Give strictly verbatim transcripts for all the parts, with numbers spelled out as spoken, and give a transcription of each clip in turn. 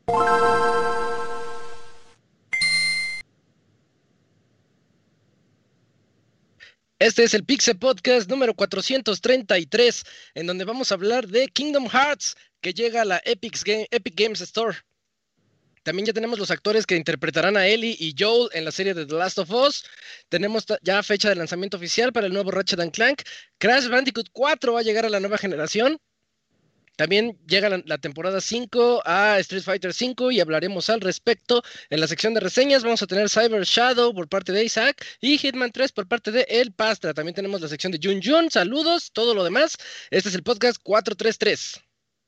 Este es el Pixel Podcast número cuatrocientos treinta y tres, en donde vamos a hablar de Kingdom Hearts, que llega a la Epic, Game, Epic Games Store. También ya tenemos los actores que interpretarán a Ellie y Joel en la serie de The Last of Us. Tenemos ya fecha de lanzamiento oficial para el nuevo Ratchet and Clank. Crash Bandicoot cuatro va a llegar a la nueva generación. También llega la, la temporada cinco a Street Fighter cinco y hablaremos al respecto. En la sección de reseñas vamos a tener Cyber Shadow por parte de Isaac y Hitman tres por parte de El Pastra. También tenemos la sección de Jun Jun, saludos, todo lo demás. Este es el podcast cuatrocientos treinta y tres.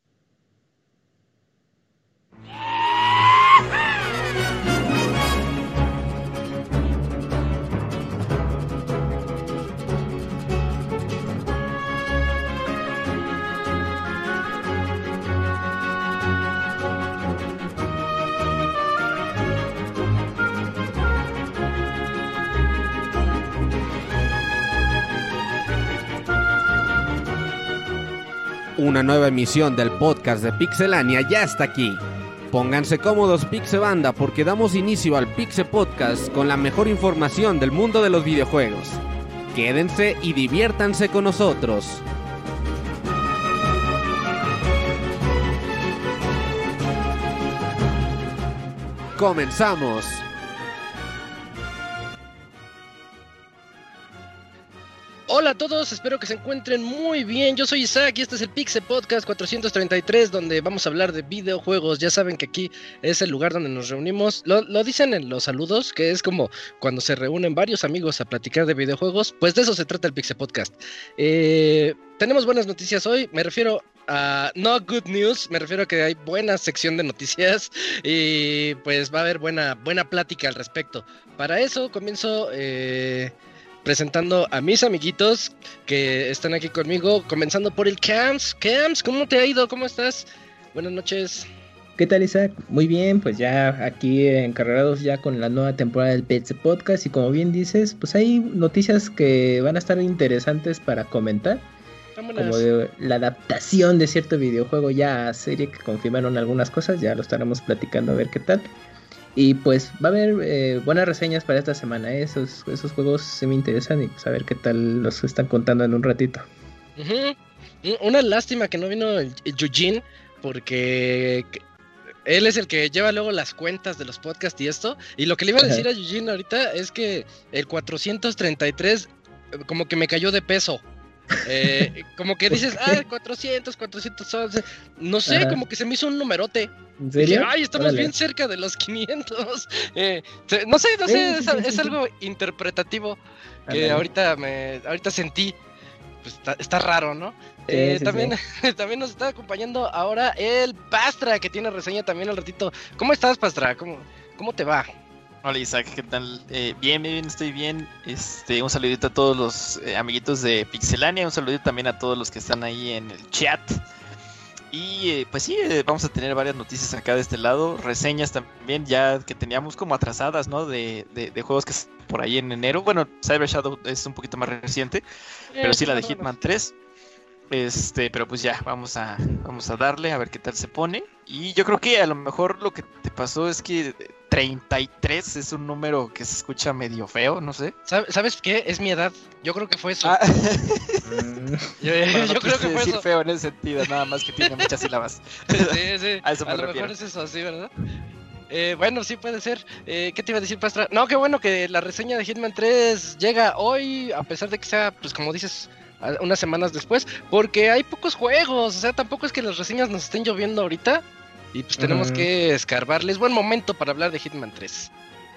Una nueva emisión del podcast de Pixelania ya está aquí. Pónganse cómodos, Pixebanda, porque damos inicio al Pixel Podcast con la mejor información del mundo de los videojuegos. Quédense y diviértanse con nosotros. ¡Comenzamos! Hola a todos, espero que se encuentren muy bien. Yo soy Isaac y este es el Pixel Podcast cuatrocientos treinta y tres, donde vamos a hablar de videojuegos. Ya saben que aquí es el lugar donde nos reunimos. Lo, lo dicen en los saludos, que es como cuando se reúnen varios amigos a platicar de videojuegos. Pues de eso se trata el Pixel Podcast. Eh, tenemos buenas noticias hoy, me refiero a no good news, me refiero a que hay buena sección de noticias y pues va a haber buena, buena plática al respecto. Para eso comienzo... Eh, presentando a mis amiguitos que están aquí conmigo, comenzando por el Cams. Cams, ¿cómo te ha ido? ¿Cómo estás? Buenas noches. ¿Qué tal, Isaac? Muy bien, pues ya aquí encarregados ya con la nueva temporada del P C Podcast y como bien dices, pues hay noticias que van a estar interesantes para comentar. Vámonos. Como de la adaptación de cierto videojuego ya a serie, que confirmaron algunas cosas, ya lo estaremos platicando a ver qué tal. Y pues va a haber eh, buenas reseñas para esta semana, ¿eh? esos, esos juegos sí me interesan y pues a ver qué tal los están contando en un ratito. Uh-huh. Una lástima que no vino el, el Eugene, porque él es el que lleva luego las cuentas de los podcasts y esto. Y lo que le iba a decir Ajá. a Eugene ahorita es que el cuatrocientos treinta y tres como que me cayó de peso. Eh, como que dices, ah, cuatrocientos, cuatrocientos once, no sé, Ajá. como que se me hizo un numerote. ¿En serio? Dije, ay, estamos Órale. bien cerca de los quinientos. Eh, no sé, no sé, es, es algo interpretativo que Órale. ahorita me, ahorita sentí. Pues está, está raro, ¿no? Sí, eh, sí, también, sí. también nos está acompañando ahora el Pastra, que tiene reseña también al ratito. ¿Cómo estás, Pastra? ¿Cómo, cómo te va? Hola Isaac, ¿qué tal? Eh, bien, bien, estoy bien. Este, un saludito a todos los eh, amiguitos de Pixelania, un saludito también a todos los que están ahí en el chat. Y eh, pues sí, eh, vamos a tener varias noticias acá de este lado, reseñas también ya que teníamos como atrasadas, ¿no? De, de, de juegos que es por ahí en enero. Bueno, Cyber Shadow es un poquito más reciente, eh, pero sí la de Hitman tres. Este, pero pues ya, vamos a, vamos a darle a ver qué tal se pone. Y yo creo que a lo mejor lo que te pasó es que treinta y tres es un número que se escucha medio feo, no sé. ¿Sabes qué? Es mi edad. Yo creo que fue eso. Ah. yo bueno, yo no creo que fue decir eso. Feo en ese sentido, nada más que tiene muchas sílabas. Sí, sí. A eso me a lo refiero. mejor es eso, sí, ¿verdad? Eh, bueno, sí puede ser. Eh, ¿Qué te iba a decir, Pastra? No, qué bueno que la reseña de Hitman tres llega hoy, a pesar de que sea, pues como dices, unas semanas después, porque hay pocos juegos. O sea, tampoco es que las reseñas nos estén lloviendo ahorita. Y pues tenemos uh-huh. que escarbarles. Buen momento para hablar de Hitman tres.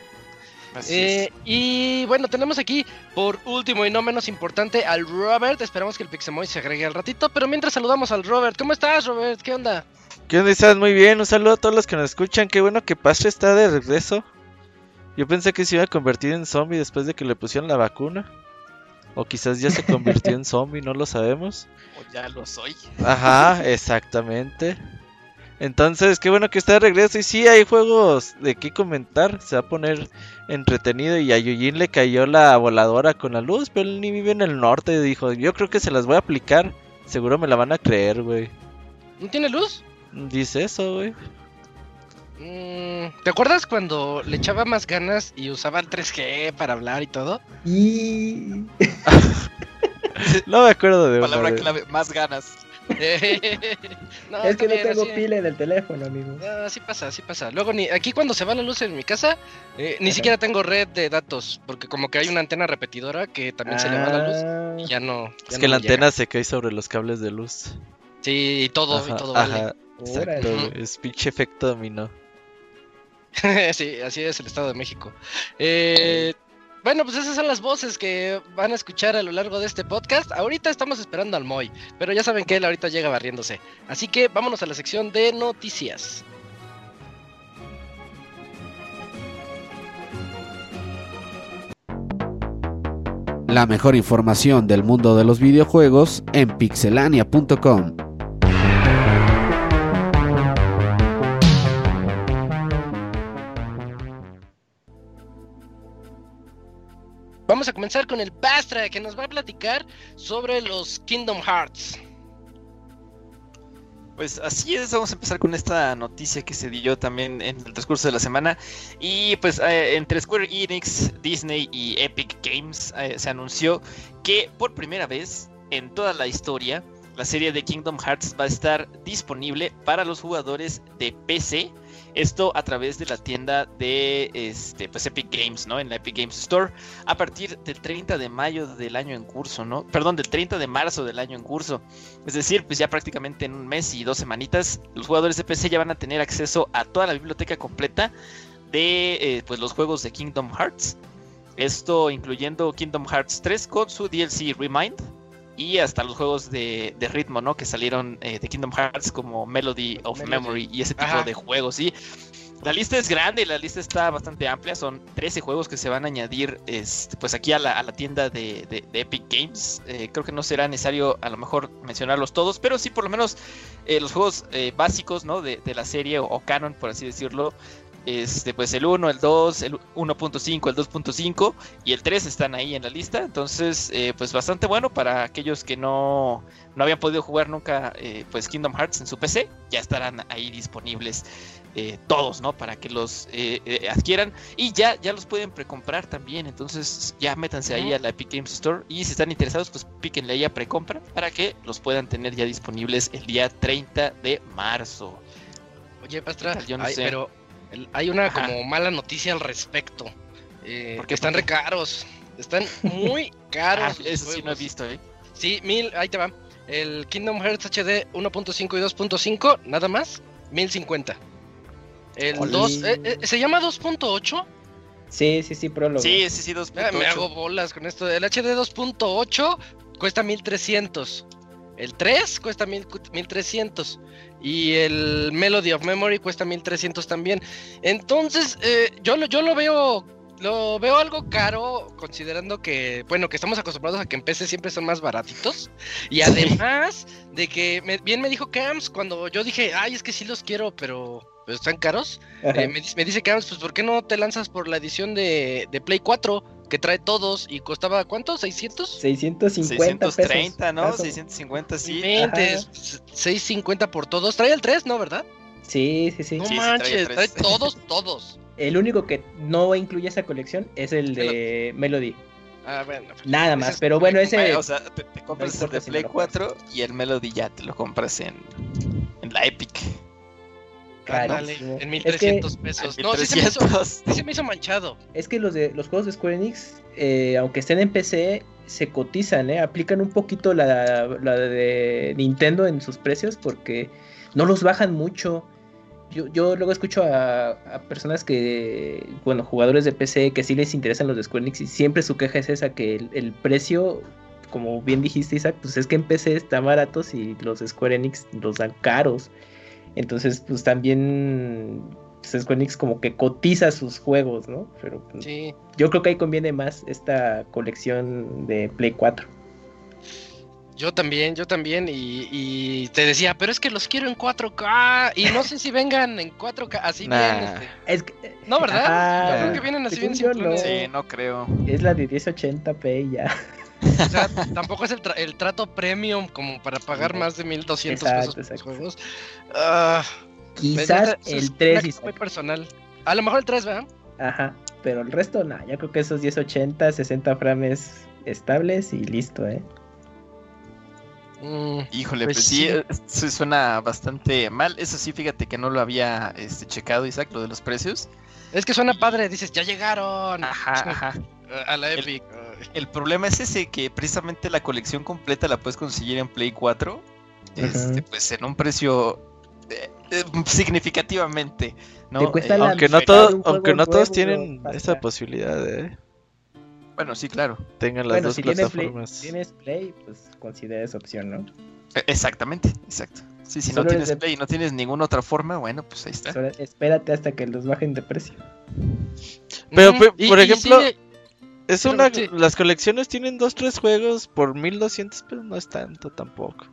Eh, y bueno, tenemos aquí, por último y no menos importante, al Robert. Esperamos que el Pixemoy se agregue al ratito. Pero mientras saludamos al Robert. ¿Cómo estás, Robert? ¿Qué onda? ¿Qué onda? ¿Estás muy bien? Un saludo a todos los que nos escuchan. Qué bueno que Pastra está de regreso. Yo pensé que se iba a convertir en zombie después de que le pusieron la vacuna. O quizás ya se convirtió en zombie, no lo sabemos. O ya lo soy. Ajá, exactamente. Entonces, qué bueno que está de regreso. Y sí, hay juegos de qué comentar. Se va a poner entretenido. Y a Yujin le cayó la voladora con la luz. Pero él ni vive en el norte. Dijo, yo creo que se las voy a aplicar. Seguro me la van a creer, güey. ¿No tiene luz? Dice eso, güey. ¿Te acuerdas cuando le echaba más ganas y usaba el tres G para hablar y todo? Y... No me acuerdo de Palabra una, clave, más ganas. No, es que no tengo así... pila en el teléfono, amigo. No, así pasa, así pasa. Luego, ni aquí cuando se va la luz en mi casa, eh, ni Ajá. siquiera tengo red de datos, porque como que hay una antena repetidora que también ah. se le va la luz y ya no. Ya es que no la llega. antena se cae sobre los cables de luz. Sí, y todo, ajá, y todo ajá, vale. Exacto, uh-huh. Es pinche efecto dominó. Sí, así es el Estado de México. Eh, bueno, pues esas son las voces que van a escuchar a lo largo de este podcast. Ahorita estamos esperando al Moy, pero ya saben que él ahorita llega barriéndose. Así que vámonos a la sección de noticias. La mejor información del mundo de los videojuegos en pixelania punto com. Vamos a comenzar con el Pastra, que nos va a platicar sobre los Kingdom Hearts. Pues así es, vamos a empezar con esta noticia que se dio también en el transcurso de la semana. Y pues eh, entre Square Enix, Disney y Epic Games eh, se anunció que por primera vez en toda la historia la serie de Kingdom Hearts va a estar disponible para los jugadores de P C. Esto a través de la tienda de este, pues Epic Games, ¿no? En la Epic Games Store, a partir del treinta de mayo del año en curso, ¿no? Perdón, del treinta de marzo del año en curso. Es decir, pues ya prácticamente en un mes y dos semanitas, los jugadores de P C ya van a tener acceso a toda la biblioteca completa de eh, pues los juegos de Kingdom Hearts. Esto incluyendo Kingdom Hearts tres con su D L C Remind. Y hasta los juegos de, de ritmo, ¿no? Que salieron eh, de Kingdom Hearts como Melody of Melody. Memory y ese tipo Ajá. de juegos, ¿sí? La lista es grande, la lista está bastante amplia. Son trece juegos que se van a añadir este, pues aquí a la, a la tienda de, de, de Epic Games. Eh, creo que no será necesario a lo mejor mencionarlos todos, pero sí por lo menos eh, los juegos eh, básicos, ¿no? De, de la serie o, o canon, por así decirlo. Este, pues el uno, el dos, el uno punto cinco, el dos punto cinco y el tres están ahí en la lista. Entonces, eh, pues bastante bueno para aquellos que no, no habían podido jugar nunca eh, pues Kingdom Hearts en su P C. Ya estarán ahí disponibles eh, todos, ¿no? Para que los eh, eh, adquieran. Y ya, ya los pueden precomprar también. Entonces ya métanse ahí a la Epic Games Store. Y si están interesados, pues píquenle ahí a precompra para que los puedan tener ya disponibles el día treinta de marzo. Oye, Pastra, yo no Ay, sé pero... hay una Ajá. como mala noticia al respecto. Eh, porque están re caros. Están muy caros. Ah, eso sí no he visto, ¿eh? Sí, mil, ahí te va. El Kingdom Hearts H D uno punto cinco y dos punto cinco, nada más, mil cincuenta. El Olé. dos, eh, eh, ¿se llama dos punto ocho? Sí, sí, sí, prólogo. Sí, sí, sí, dos punto ocho. Ah, me hago bolas con esto. El H D dos punto ocho cuesta mil trescientos. El tres cuesta mil trescientos. Y el Melody of Memory cuesta mil trescientos también. Entonces, eh, yo, lo, yo lo veo lo veo algo caro, considerando que, bueno, que estamos acostumbrados a que en P C siempre son más baratitos. Y además de que, me, bien me dijo Camps, cuando yo dije, ay, es que sí los quiero, pero, pero están caros. Eh, me, me dice Camps, pues, ¿por qué no te lanzas por la edición de, de Play cuatro? Que trae todos y costaba ¿cuánto? ¿seiscientos? seiscientos cincuenta seiscientos treinta, pesos, ¿no? Pesos. seiscientos cincuenta, sí. seiscientos cincuenta por todos. Trae el tres, ¿no? ¿Verdad? Sí, sí, sí. No sí, manches, sí, trae, trae todos, todos. El único que no incluye esa colección es el de Melody. Ah, bueno. Pues, nada más, pero bueno, ese... O sea, te, te compras no el de Play si cuatro y el Melody ya te lo compras en, en la Epic. Claro, en mil trescientos es que, pesos. No, sí se, me hizo, sí se me hizo manchado. Es que los de los juegos de Square Enix, eh, aunque estén en P C, se cotizan, ¿eh? Aplican un poquito la, la de Nintendo en sus precios porque no los bajan mucho. Yo, yo luego escucho a, a personas que, bueno, jugadores de P C que sí les interesan los de Square Enix y siempre su queja es esa, que el, el precio, como bien dijiste, Isaac, pues es que en P C están baratos y los de Square Enix los dan caros. Entonces, pues también pues, Square Enix como que cotiza sus juegos, ¿no? Pero pues, sí. Yo creo que ahí conviene más esta colección de Play cuatro. Yo también, yo también, y, y te decía, pero es que los quiero en cuatro K, y no sé si vengan en cuatro K, así nah. bien. Este... Es que, no, ¿verdad? Ah, yo creo que vienen así bien simplones. No. Sí, no creo. Es la de diez ochenta p y ya. O sea, tampoco es el, tra- el trato premium como para pagar no. más de mil doscientos exacto, pesos por los juegos. Uh, Quizás Eso es el tres. una muy personal. A lo mejor el tres, ¿verdad? Ajá, pero el resto, nada, yo creo que esos diez ochenta, sesenta frames estables y listo, ¿eh? Mm, Híjole, pues pues sí, sí, suena bastante mal. Eso sí, fíjate que no lo había este, checado, Isaac, lo de los precios. Es que suena padre, dices, ya llegaron. Ajá, ajá. A la Epic. El, el problema es ese, que precisamente la colección completa la puedes conseguir en Play cuatro, este, Ujú. pues en un precio eh, eh, significativamente, ¿no? Te cuesta Eh, la Aunque no, mitad todo, de un juego aunque no todos nuevo, tienen basta. esa posibilidad, ¿eh? Bueno, sí, claro. Tengan las Bueno, dos si tienes Play, plataformas. tienes Play, pues considera esa opción, ¿no? Eh, Exactamente, exacto. Sí, si no Solo tienes eres de- Play y no tienes ninguna otra forma, bueno, pues ahí está. Solo espérate hasta que los bajen de precio. Pero, Ujú, pe- y- por y ejemplo, sí, Es Pero una, sí. las colecciones tienen dos, tres juegos por mil doscientos, pero no es tanto tampoco.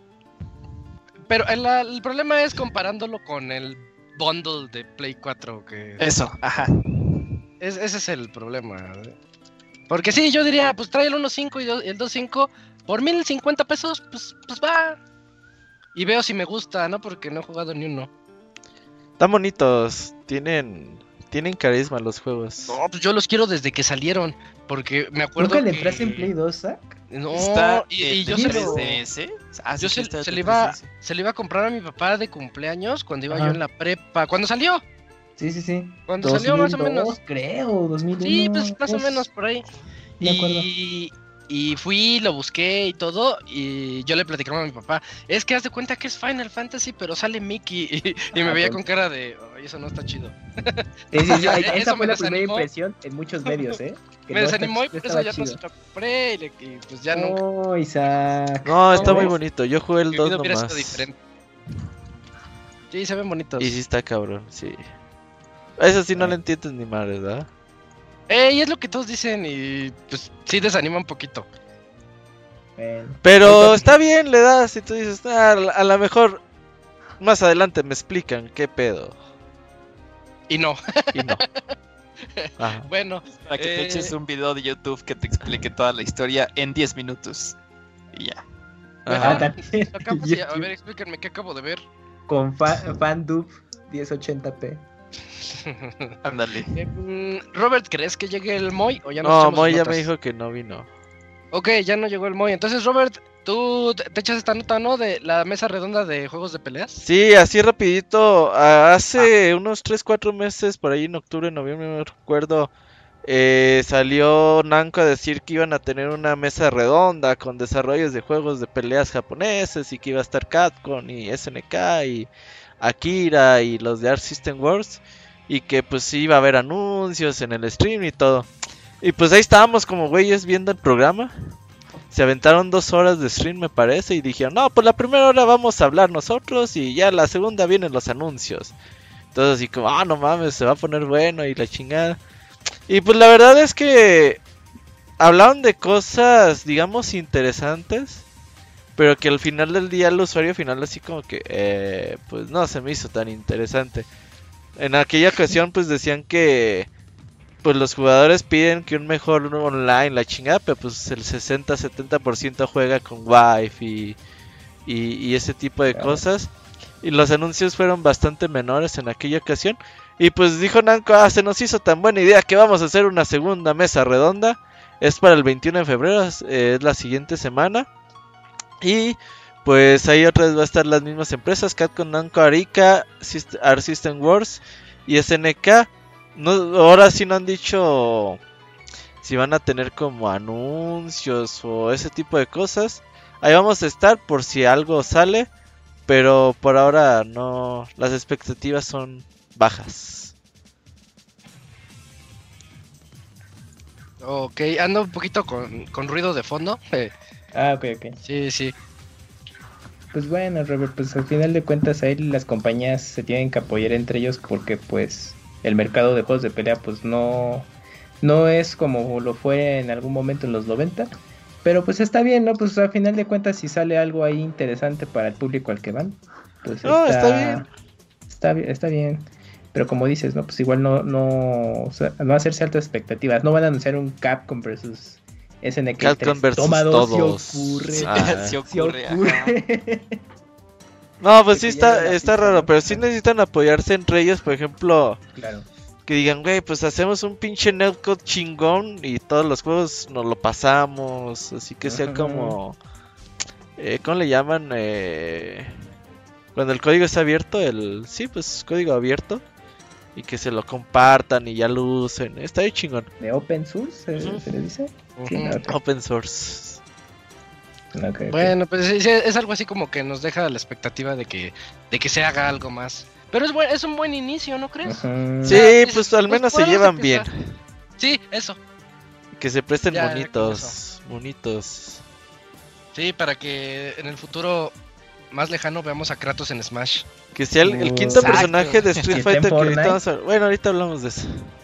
pero el, el problema es comparándolo con el bundle de Play cuatro, que Eso, ajá. es, ese es el problema. ¿eh? Porque sí, yo diría, pues trae el uno punto cinco y do- el dos punto cinco por mil cincuenta pesos, pues, pues va. Y veo si me gusta, ¿no? Porque no he jugado ni uno. Están bonitos, tienen tienen carisma los juegos. No, pues yo los quiero desde que salieron, porque me acuerdo ¿Nunca le que... entraste en Play dos, Zach? No, Está y, el y yo de se lo- lo... tres D S. Ah, sí, Yo sí, se, está el se de le iba, tres D S. se le iba a comprar a mi papá de cumpleaños cuando iba Ajá. yo en la prepa. ¿Cuándo salió? Sí, sí, sí. Cuando salió más o dos mil dos, menos. creo, dos mil uno. Sí, pues más o dos. menos por ahí. Me acuerdo. Y, y fui, lo busqué y todo, y yo le platicaba a mi papá, es que haz de cuenta que es Final Fantasy, pero sale Mickey, y, y me Ah, veía pues. con cara de, "Ay, eso no está chido". Sí, sí, sí, Eso esa fue me la primera desanimó. impresión en muchos medios, ¿eh? Que Me no desanimó y está- por estaba eso ya no se chido. lo compré, y, le- y pues ya nunca. Oh, Isaac. No, está ¿No muy ves? bonito. Yo jugué el Mi dos vida hubiera sido nomás. diferente. Sí, se ven bonitos. Y sí está cabrón, sí. Eso sí no Ah. le entiendes ni mal, ¿verdad? Eh, y es lo que todos dicen, y pues sí desanima un poquito. Bueno. Pero Ahorita- está bien, le das y tú dices, ah, a lo mejor más adelante me explican qué pedo. Y no. Y no. Ajá. Bueno, Para que te Eh. eches un video de YouTube que te explique toda la historia en diez minutos. Y ya. Ah, Ajá. también. acabo- sí, a ver, explíquenme qué acabo de ver. Con fa- FanDub diez ochenta p. Ándale. Eh, mm, Robert, ¿crees que llegue el Moy o ya nos No, echamos Moy ya notas? me dijo que no vino. Ok, ya no llegó el Moy. Entonces, Robert, tú te te echas esta nota, ¿no? De la mesa redonda de juegos de peleas. Sí, así rapidito, a- hace unos tres cuatro meses, por ahí en octubre, noviembre, no recuerdo, eh, salió Namco a decir que iban a tener una mesa redonda con desarrollos de juegos de peleas japoneses y que iba a estar Capcom y S N K y Akira y los de Arc System Works y que pues sí iba a haber anuncios en el stream y todo. Y pues ahí estábamos como güeyes viendo el programa. Se aventaron dos horas de stream me parece y dijeron, no, pues la primera hora vamos a hablar nosotros y ya la segunda vienen los anuncios. Entonces así como, ah, no mames, se va a poner bueno y la chingada. Y pues la verdad es que hablaron de cosas, digamos, interesantes, pero que al final del día el usuario final así como que, eh, pues no se me hizo tan interesante. En aquella ocasión pues decían que pues los jugadores piden que un mejor online, la chingada, pero pues el sesenta setenta por ciento juega con Wi-Fi y, y ese tipo de Claro. cosas. Y los anuncios fueron bastante menores en aquella ocasión. Y pues dijo Namco, ah, se nos hizo tan buena idea que vamos a hacer una segunda mesa redonda. Es para el veintiuno de febrero, es, eh, es la siguiente semana. Y pues ahí otra vez va a estar las mismas empresas, Capcom, Namco, Arica, Syst- Arc System Works y S N K. No, ahora sí no han dicho si van a tener como anuncios o ese tipo de cosas. Ahí vamos a estar por si algo sale, pero por ahora no, las expectativas son bajas. Ok, ando un poquito con, con ruido de fondo. Eh, Ah, ok, ok. sí, sí. Pues bueno, Robert, pues al final de cuentas ahí las compañías se tienen que apoyar entre ellos porque pues el mercado de juegos de pelea pues no, no es como lo fue en algún momento en los noventa. Pero pues está bien, ¿no? Pues al final de cuentas si sale algo ahí interesante para el público al que van, pues No, está bien. Está, bi- está bien. Pero como dices, ¿no? Pues igual no, no, o sea, no va a hacerse altas expectativas. No van a anunciar un Capcom versus S N K Capcom tres. versus Toma dos, todos. si ocurre. Ah, Sí Si ocurre, ajá. ocurre. No, pues sí que ya está, era la está pista, raro, ¿no? pero sí necesitan apoyarse entre ellos, por ejemplo, Claro. que digan, güey, pues hacemos un pinche netcode chingón y todos los juegos nos lo pasamos, así que sea Ajá. como, eh, ¿cómo le llaman? Eh, cuando el código está abierto, el, sí, pues código abierto, y que se lo compartan y ya lo usen, está ahí chingón. ¿De open source se, Ujú. se le dice? Sí, Ujú. ok. Open source. Ok, ok. Bueno, pues sí, sí, es algo así como que nos deja la expectativa de que, de que se haga algo más. Pero es, buen, es un buen inicio, ¿no crees? Ajá. Sí, dices, pues al pues, menos se podemos llevan bien, empezar. Sí, eso. que se presten Ya, bonitos, bonitos. Sí, para que en el futuro más lejano veamos a Kratos en Smash. Que sea el, el quinto Exacto. personaje de Que Street esté en Fighter que ahorita Fortnite. vamos a... Bueno, ahorita hablamos de eso.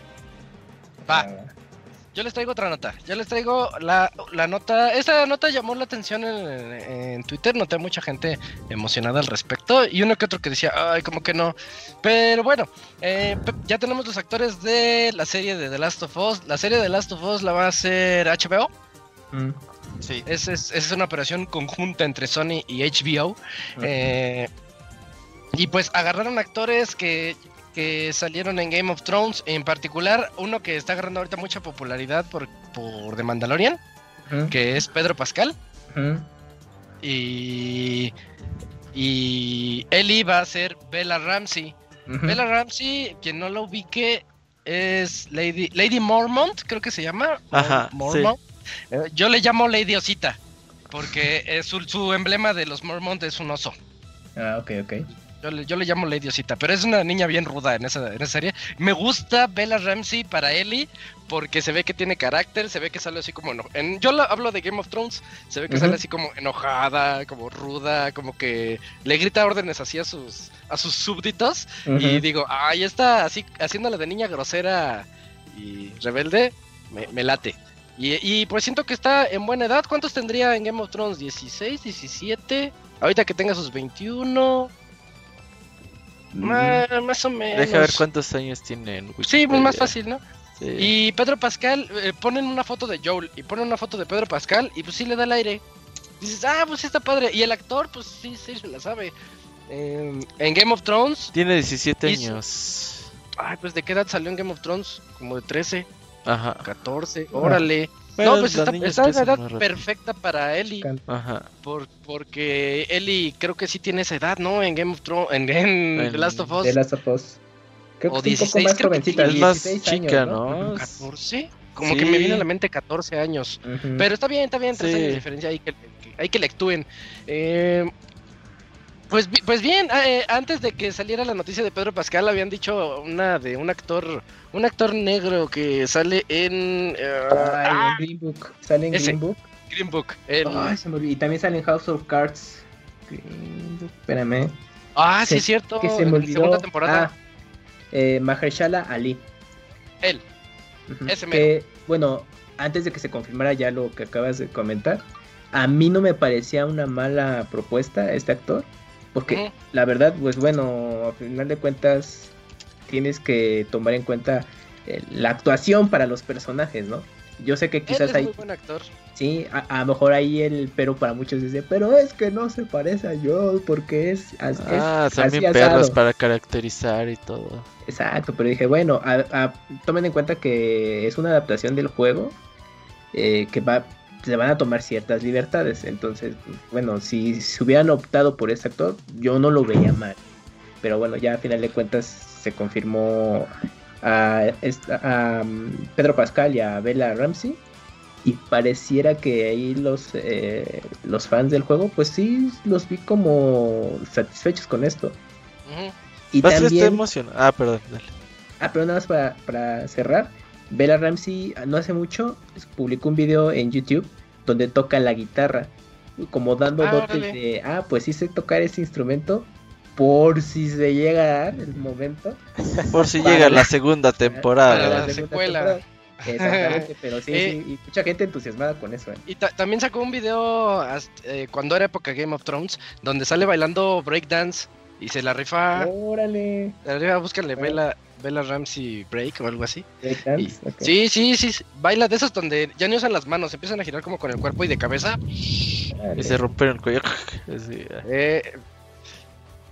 Va, Ah, yo les traigo otra nota. Yo les traigo la, la nota. Esta nota llamó la atención en, en Twitter. Noté a mucha gente emocionada al respecto. Y uno que otro que decía, ay, como que no. Pero bueno, eh, pe- ya tenemos los actores de la serie de The Last of Us. La serie de The Last of Us la va a hacer H B O. mm, Sí. Es, es, es una operación conjunta entre Sony y H B O. Eh, y pues agarraron actores que, que salieron en Game of Thrones. En particular, uno que está agarrando ahorita mucha popularidad por, por The Mandalorian, ujú, que es Pedro Pascal. ujú. Y, y Ellie va a ser Bella Ramsey. Ujú. Bella Ramsey, quien no la ubique, es Lady, Lady Mormont, creo que se llama. Ajá, Mormont. Eh, yo le llamo Lady Osita, porque eh, su, su emblema de los Mormont es un oso. Ah, ok, ok. Yo le, yo le llamo Lady Osita, pero es una niña bien ruda en esa, en esa serie. Me gusta Bella Ramsey para Ellie, porque se ve que tiene carácter, se ve que sale así como... eno- en, yo la- hablo de Game of Thrones, se ve que Ujú. sale así como enojada, como ruda, como que le grita órdenes así a sus, a sus súbditos. Ujú. Y digo, ay, está así, haciéndole de niña grosera y rebelde, me, me late. Y, y pues siento que está en buena edad. ¿Cuántos tendría en Game of Thrones? ¿dieciséis, diecisiete? Ahorita que tenga sus veintiuno... Ma- más o menos. Deja ver cuántos años tiene en Sí, Wikipedia. pues más fácil, ¿no? Sí. Y Pedro Pascal, eh, ponen una foto de Joel y ponen una foto de Pedro Pascal y pues sí le da el aire. Dices, ah, pues sí está padre. Y el actor, pues sí, sí se la sabe. Eh, en Game of Thrones, Tiene diecisiete Hizo- años. ay, pues de qué edad salió en Game of Thrones? Como de trece, Ajá. catorce, órale. Bueno, no, pues las está, niñas está en la crecen edad más rápido. perfecta para Ellie. Ajá. Por, porque Ellie creo que sí tiene esa edad, ¿no? En Game of Thrones, en, en En The Last of Us. The Last of Us. Creo O que es un poco dieciséis, más creo que jovencita. Es más dieciséis años, chica, ¿no? ¿no? ¿catorce? Como Sí. que me viene a la mente catorce años. Ujú. Pero está bien, está bien, tres Sí. años de diferencia, hay que, que- hay que le actúen. Eh, pues, bi- pues bien, eh, antes de que saliera la noticia de Pedro Pascal, habían dicho una de un actor, un actor negro que sale en eh, Ay, ah, en Green Book. Sale en ese. Green Book. Green Book. el- Ay, se me olvidó. Y también sale en House of Cards. Green Book, espérame. ah, sí, se- es cierto. Que se en me la olvidó. segunda temporada. Ah, eh, Mahershala Ali. Él. Ujú. Ese Que, bueno, antes de que se confirmara ya lo que acabas de comentar, a mí no me parecía una mala propuesta este actor, porque Ujú. la verdad, pues bueno, a final de cuentas tienes que tomar en cuenta eh, la actuación para los personajes, ¿no? Yo sé que Él quizás es hay, muy buen actor. sí, a, a lo mejor ahí el pero para muchos dice, pero es que no se parece a Joel porque es, as- es Ah, son así bien asado". perros para caracterizar y todo. Exacto, pero dije, bueno, a- a- tomen en cuenta que es una adaptación del juego, eh, que va, se van a tomar ciertas libertades. Entonces, pues, bueno, si se hubieran optado por ese actor, yo no lo veía mal. Pero bueno, ya a final de cuentas se confirmó a, esta- a, um, Pedro Pascal y a Bella Ramsey. Y pareciera que ahí los, eh, los fans del juego, pues sí, los vi como satisfechos con esto. Ujú. Y Bastante también... emocionado. Ah, perdón, dale. Ah, pero nada más para, para cerrar. Bella Ramsey no hace mucho publicó un video en YouTube donde toca la guitarra, como dando Ah, dotes órale. de, ah, pues sí sé tocar ese instrumento por si se llega a dar el momento. Por si Para llega la- la segunda Para temporada. la segunda secuela. temporada. Exactamente, pero sí, Eh, sí, y mucha gente entusiasmada con eso. ¿eh? Y ta- también sacó un video hasta, eh, cuando era época Game of Thrones, donde sale bailando breakdance y se la rifa. Órale. Se la rifa, búscale Ah. Bella, Bella Ramsey Break o algo así. Breakdance, Y- ok. Sí, sí, sí, baila de esos donde ya no usan las manos, empiezan a girar como con el cuerpo y de cabeza. Órale. Y se rompen el cuello. Así, ah. Eh,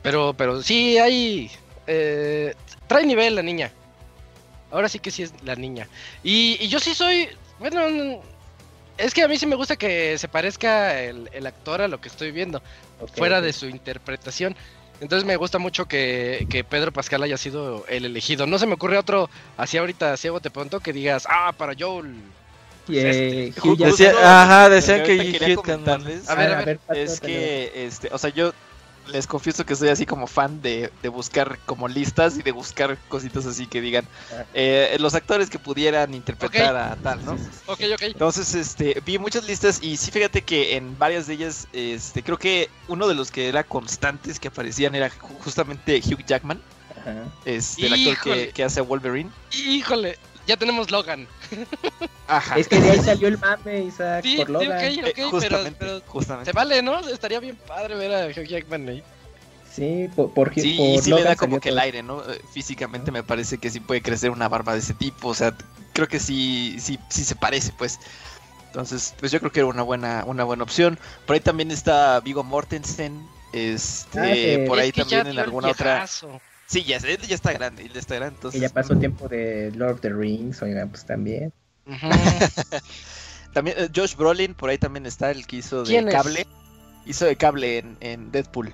Pero, pero sí hay... Eh, trae nivel la niña. Ahora sí que sí es la niña. Y, y yo sí soy... Bueno, es que a mí sí me gusta que se parezca el, el actor a lo que estoy viendo. Okay, fuera okay. de su interpretación. Entonces me gusta mucho que, que Pedro Pascal haya sido el elegido. No se me ocurre otro así ahorita, ciego te pronto, que digas, ah, para Joel... Pues este, eh, Hugh decía, ajá, decían que Hugh comentarles. A ver, a ver, es que, este, o sea, yo les confieso que soy así como fan de, de buscar como listas y de buscar cositas así que digan eh, los actores que pudieran interpretar okay. a tal, ¿no? Ok, ok. Entonces, este, vi muchas listas y sí, fíjate que en varias de ellas, este, creo que uno de los que era constantes que aparecían era justamente Hugh Jackman, ajá. Este, el actor que, que hace a Wolverine. Híjole. Ya tenemos Logan. Ajá. Es que de ahí salió el mame, Isaac, sí, por Logan. Sí, ok, ok, eh, justamente, pero, pero justamente. Se vale, ¿no? Estaría bien padre ver a Hugh Jackman ahí. Sí, por, por, sí, por y sí Logan le da como que todo. El aire, ¿no? Físicamente me parece que sí puede crecer una barba de ese tipo, o sea, creo que sí, sí, sí se parece, pues. Entonces, pues yo creo que era una buena, una buena opción. Por ahí también está Viggo Mortensen, este, ah, sí. por ahí es también en alguna otra... Sí, ya, él ya está grande, ya está grande, entonces... Y ya pasó tiempo de Lord of the Rings, oigan, pues también. Uh-huh. También uh, Josh Brolin, por ahí también está, el que hizo de Cable. Es? Hizo de Cable en, en Deadpool.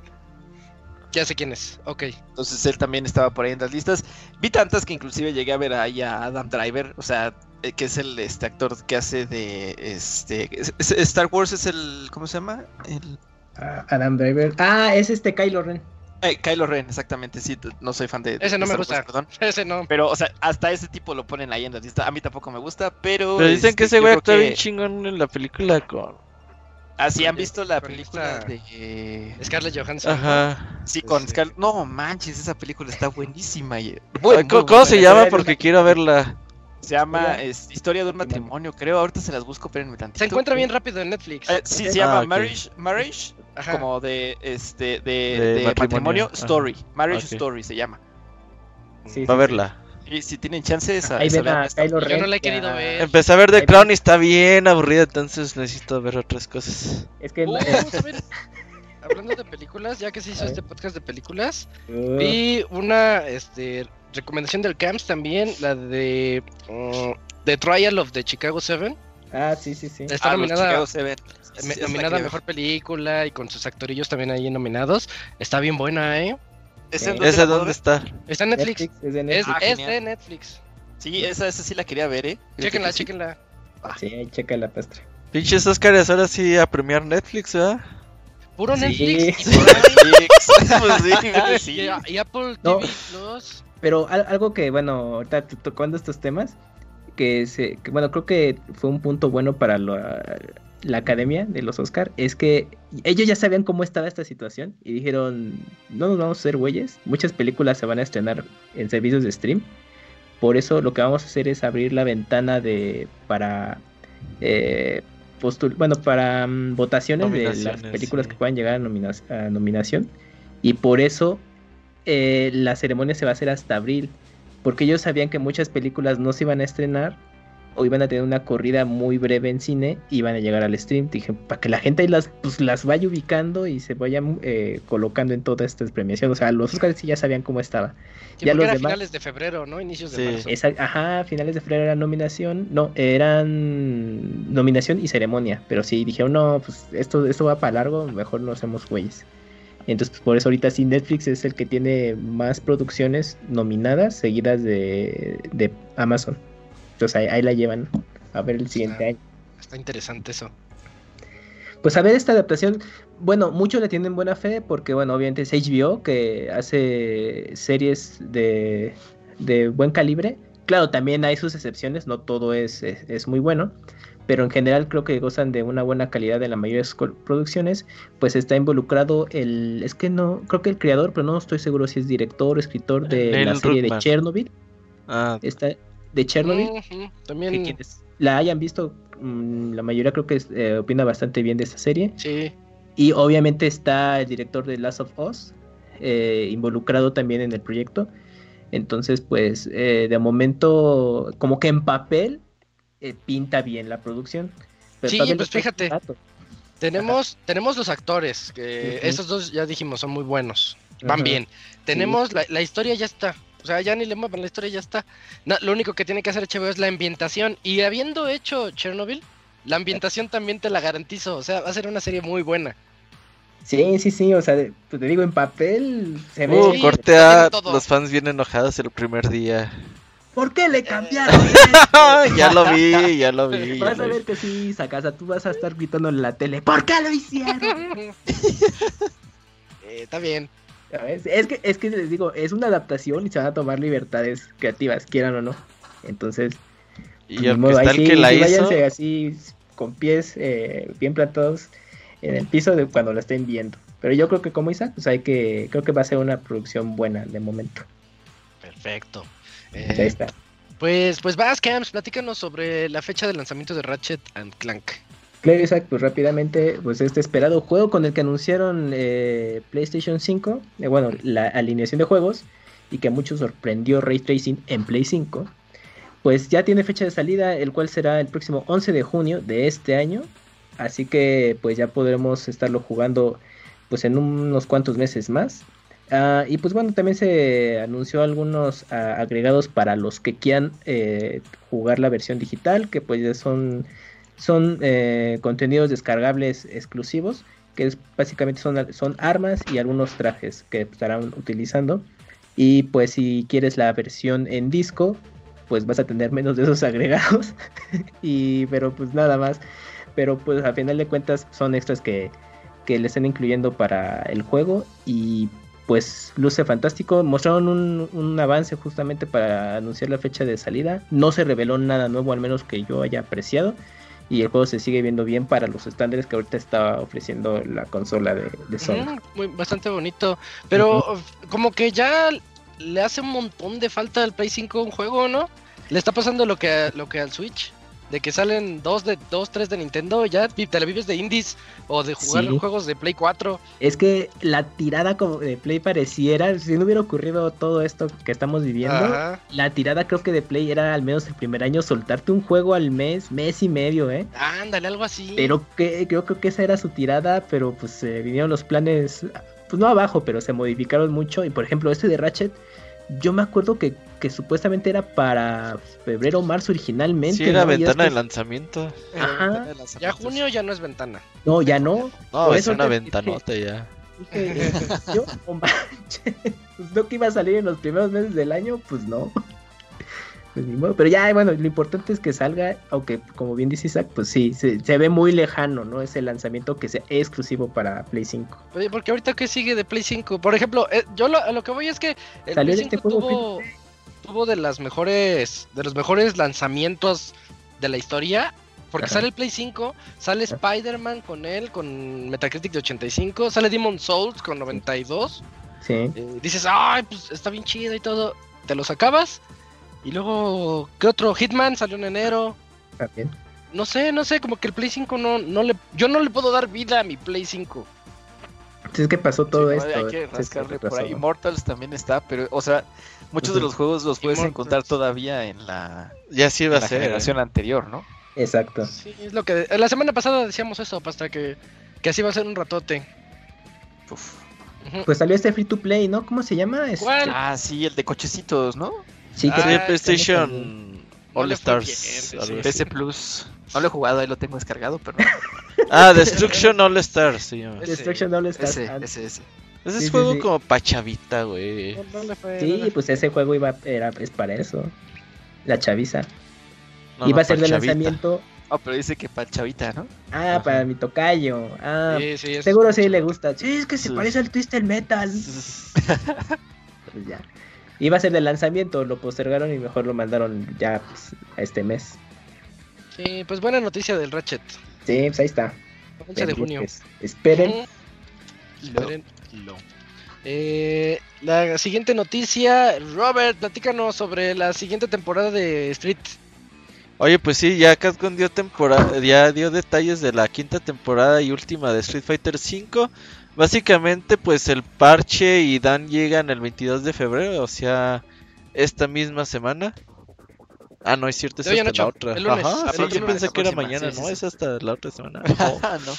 Ya sé quién es, ok. Entonces él también estaba por ahí en las listas. Vi tantas que inclusive llegué a ver ahí a Adam Driver, o sea, eh, que es el este actor que hace de... este es, es, Star Wars es el... ¿Cómo se llama? El... Uh, Adam Driver. Ah, es este Kylo Ren. Eh, Kylo Ren, exactamente, sí, no soy fan de... Ese no de me gusta, Wars, perdón. Ese no. Pero, o sea, hasta ese tipo lo ponen ahí en la lista. A mí tampoco me gusta, pero... Pero dicen este, que ese güey actúa que... bien chingón en la película con... Ah, sí, ¿han visto la película esta... de... Scarlett Johansson? Ajá. Sí, con sí. Scarlett... No, manches, esa película está buenísima. Y... Bueno, ¿Cómo, ¿cómo se llama? Porque quiero verla. Se llama es, Historia de un matrimonio, creo. Ahorita se las busco, espérenme tantito. Se encuentra bien rápido en Netflix. Eh, sí, se llama ah, okay. Marriage, Marriage Ajá. como de este de, de, de matrimonio, matrimonio Story. Marriage okay. Story se llama. Sí, Va a verla. Y si tienen chance esa, Ahí esa ven a Kylo Ren, yo no la he querido ver. Empecé a ver The Crown y está bien aburrida, entonces necesito ver otras cosas. Es que uh, vamos a ver. Hablando de películas, ya que se hizo este podcast de películas, uh. vi una este recomendación del Camps también, la de uh, The Trial of the Chicago Seven. Ah, sí, sí, sí. Está ah, nominada, Seven. Me, nominada a Mejor Película y con sus actorillos también ahí nominados. Está bien buena, ¿eh? ¿Esa dónde, dónde está? Está en Netflix. Netflix es de Netflix. Es, ah, es de Netflix. Sí, esa, esa sí la quería ver, ¿eh? Chéquenla, chéquenla. Ah. Sí, ahí checa la pastra. Pinches Oscars ahora sí a premiar Netflix, ¿verdad? Puro sí. Netflix. Sí. Y, pues sí, sí. Y, y Apple no, T V Plus. Pero algo que, bueno, ahorita tocando estos temas, que, se, que bueno, creo que fue un punto bueno para lo, la academia de los Oscar, es que ellos ya sabían cómo estaba esta situación y dijeron, no nos vamos a hacer güeyes, muchas películas se van a estrenar en servicios de stream, por eso lo que vamos a hacer es abrir la ventana de para eh, postul bueno para um, votaciones de las películas sí. que puedan llegar a, nomina a nominación, y por eso eh, la ceremonia se va a hacer hasta abril, porque ellos sabían que muchas películas no se iban a estrenar o iban a tener una corrida muy breve en cine y iban a llegar al stream. Dije, para que la gente ahí las, pues, las vaya ubicando y se vayan eh, colocando en todas estas premiaciones. O sea, los Oscars sí ya sabían cómo estaba. Sí, ya los era demás, finales de febrero, ¿no? Inicios sí. de marzo. Esa, ajá, finales de febrero era nominación. No, eran nominación y ceremonia. Pero sí, dijeron, no, pues esto, esto va para largo, mejor no hacemos güeyes. Entonces, pues, por eso ahorita sí Netflix es el que tiene más producciones nominadas seguidas de, de Amazon. Entonces ahí, ahí la llevan a ver el siguiente está, año. Está interesante eso. Pues a ver esta adaptación, bueno, muchos le tienen buena fe porque, bueno, obviamente es H B O que hace series de, de buen calibre. Claro, también hay sus excepciones, no todo es, es, es muy bueno, pero en general creo que gozan de una buena calidad en la mayoría de sus producciones. Pues está involucrado el, es que no, creo que el creador, pero no estoy seguro si es director o escritor de Neil la serie Druckmann. de Chernobyl. Ah, Está de Chernobyl. Uh-huh. También que quienes la hayan visto, mmm, la mayoría creo que eh, opina bastante bien de esta serie. Sí. Y obviamente está el director de Last of Us eh, involucrado también en el proyecto. Entonces, pues, eh, de momento, como que en papel eh, pinta bien la producción. Pero sí, pues fíjate, tenemos, tenemos los actores, que uh-huh. esos dos ya dijimos son muy buenos. van Ajá. bien. Tenemos, la, la historia ya está. O sea, ya ni le muevan, la historia ya está. No, lo único que tiene que hacer H B O es la ambientación. Y habiendo hecho Chernobyl, la ambientación también te la garantizo. O sea, va a ser una serie muy buena. Sí, sí, sí, o sea, de- pues te digo, en papel se ve... Uh, Sí, corte tiene A, todo. los fans bien enojados el primer día. ¿Por qué le cambiaron? Ya lo vi, ya lo vi. ya Vas lo a vi. ver que sí, Sakasa, tú vas a estar gritando en la tele, ¿por qué lo hicieron? Eh, está bien. ¿Sabes? Es que, es que les digo, es una adaptación y se van a tomar libertades creativas, quieran o no. Entonces, Y ni el modo, que está ahí el sí, que la sí, hizo. váyanse así con pies eh, bien plantados en el piso de cuando la estén viendo. Pero yo creo que como Isaac, pues hay que, creo que va a ser una producción buena de momento. Perfecto. Pues ahí Eh, está. pues, pues vas, Camps, platícanos sobre la fecha de lanzamiento de Ratchet and Clank. Claro, Isaac, pues rápidamente, pues este esperado juego con el que anunciaron eh, PlayStation cinco, eh, bueno, la alineación de juegos, y que a muchos sorprendió Ray Tracing en Play cinco, pues ya tiene fecha de salida, el cual será el próximo once de junio de este año, así que pues ya podremos estarlo jugando pues en unos cuantos meses más. Ah, y pues bueno, también se anunció algunos ah, agregados para los que quieran eh, jugar la versión digital, que pues ya son... Son eh, contenidos descargables exclusivos, que es, básicamente son, son armas y algunos trajes que estarán utilizando. Y pues si quieres la versión en disco, pues vas a tener menos de esos agregados. y Pero pues nada más. Pero pues a final de cuentas son extras que, que le están incluyendo para el juego. Y pues luce fantástico. Mostraron un, un avance justamente para anunciar la fecha de salida. No se reveló nada nuevo, al menos que yo haya apreciado. Y el juego se sigue viendo bien para los estándares que ahorita está ofreciendo la consola de, de Sony. Mm, muy, bastante bonito. Pero uh-huh. como que ya le hace un montón de falta al Play cinco un juego, ¿no? Le está pasando lo que, lo que al Switch. De que salen dos, de, dos, tres de Nintendo, ya te la vives de indies o de jugar Sí. juegos de Play cuatro. Es que la tirada como de Play pareciera, si no hubiera ocurrido todo esto que estamos viviendo, Ajá. la tirada creo que de Play era al menos el primer año soltarte un juego al mes, mes y medio, ¿eh? Ándale, algo así. Pero que, creo, creo que esa era su tirada, pero pues eh, vinieron los planes, pues no abajo, pero se modificaron mucho. Y por ejemplo, este de Ratchet, yo me acuerdo que, que supuestamente era para febrero o marzo originalmente. Sí, era ¿no? Y ventana de después- lanzamiento. Ajá. Ya junio ya no es ventana. No, ya no. No, Por es eso una te- ventanota ya. Dije, eh, yo, oh, manches, pues no que iba a salir en los primeros meses del año, pues no. Pues ni modo. Pero ya, bueno, lo importante es que salga, aunque como bien dice Isaac, pues sí, se, se ve muy lejano, ¿no? Ese lanzamiento que sea exclusivo para Play cinco. Oye, porque ahorita ¿qué sigue de Play cinco? Por ejemplo, eh, yo lo, a lo que voy es que el Salió Play este cinco juego, tuvo, tuvo de las mejores, de los mejores lanzamientos de la historia. Porque Ajá. sale el Play cinco, sale Ajá. Spider-Man con él, con Metacritic de ochenta y cinco, sale Demon's Souls con noventa y dos. Sí. Eh, dices, ay, pues está bien chido y todo. Te los acabas. Y luego, ¿qué otro? Hitman salió en enero. También. No sé, no sé, como que el Play cinco no, no le... Yo no le puedo dar vida a mi Play cinco. Entonces, ¿qué pasó todo Sí, esto? hay que Entonces, rascarle ¿qué por ahí. pasó? Immortals también está, pero, o sea, muchos de Ujú. los juegos los puedes Immortals. encontrar todavía en la, Ya sí en va a la ser. generación ¿eh? anterior, ¿no? Exacto. Sí, es lo que... La semana pasada decíamos eso, hasta que, que así va a ser un ratote. Uf. Ujú. Pues salió este free to play, ¿no? ¿Cómo se llama? Es- ¿Cuál? Ah, sí, el de cochecitos, ¿no? Sí, que Ah, Sí, Ah, PlayStation no All le fue Stars. bien, algo sí. así. P S Plus. No lo he jugado, ahí lo tengo descargado, pero Ah, Destruction All Stars se llama. Ese- Destruction All Stars. ese, Ah, ese, ese. Ese sí, es sí, juego sí. como pachavita, güey. No, no le fue, no Sí, le pues ese juego iba era es para eso. La chaviza. No, Iba no, a ser de pachavita. lanzamiento. Oh, pero dice que para chavita, ¿no? Ah, Ajá. para mi tocayo. Ah, Sí, sí, es- seguro sí le gusta. Sí, es que se Sí. parece al Twisted Metal. Pues ya. Iba a ser de lanzamiento, lo postergaron y mejor lo mandaron ya pues, a este mes. Sí, pues buena noticia del Ratchet. Sí, pues ahí está. once de junio. Pendientes. Esperen. Ujú. Espérenlo. Eh, la siguiente noticia, Robert, platícanos sobre la siguiente temporada de Street. Oye, pues sí, ya Capcom dio temporada, ya dio detalles de la quinta temporada y última de Street Fighter cinco. Básicamente, pues el parche y Dan llegan el veintidós de febrero, o sea, esta misma semana. Ah, no, es cierto, es De hoy en hasta la ocho, otra. el lunes, Ajá, el sí, yo lunes, pensé la que era próxima, mañana, sí, sí, ¿no? sí. Es hasta la otra semana. Ah, no.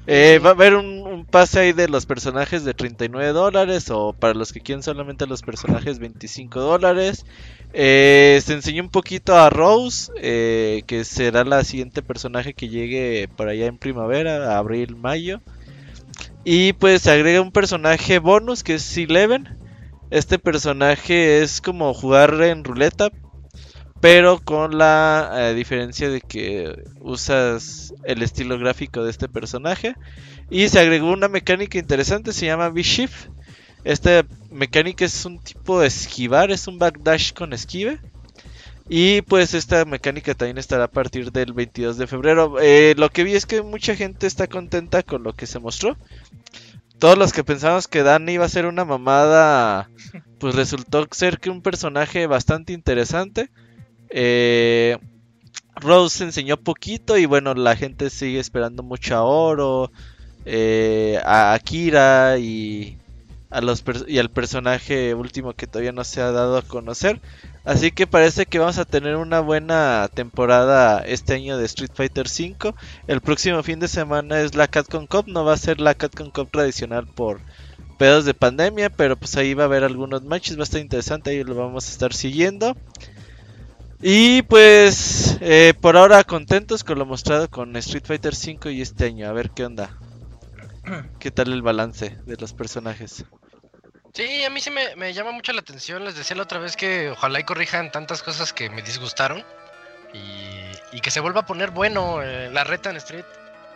Eh, va a haber un, un pase ahí de los personajes de treinta y nueve dólares, o para los que quieren solamente los personajes veinticinco dólares. Eh, se enseñó un poquito a Rose, eh, que será la siguiente personaje que llegue por allá en primavera, abril, mayo. Y pues se agrega un personaje bonus que es Eleven. Este personaje es como jugar en ruleta, pero con la eh, diferencia de que usas el estilo gráfico de este personaje. Y se agregó una mecánica interesante, se llama V-Shift. Esta mecánica es un tipo de esquivar, es un backdash con esquive. Y pues esta mecánica también estará a partir del veintidós de febrero. Eh, lo que vi es que mucha gente está contenta con lo que se mostró. Todos los que pensábamos que Dani iba a ser una mamada, pues resultó ser que un personaje bastante interesante. Eh, Rose enseñó poquito y bueno, la gente sigue esperando mucho a Oro, eh, a Akira y, a los y al personaje último que todavía no se ha dado a conocer. Así que parece que vamos a tener una buena temporada este año de Street Fighter cinco. El próximo fin de semana es la Capcom Cup, no va a ser la Capcom Cup tradicional por pedos de pandemia, pero pues ahí va a haber algunos matches, va a estar interesante, ahí lo vamos a estar siguiendo. Y pues eh, por ahora contentos con lo mostrado con Street Fighter cinco y este año, a ver qué onda. ¿Qué tal el balance de los personajes? Sí, a mí sí me, me llama mucho la atención. Les decía la otra vez que ojalá y corrijan tantas cosas que me disgustaron. Y, y que se vuelva a poner bueno eh, la reta en Street.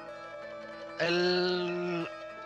El...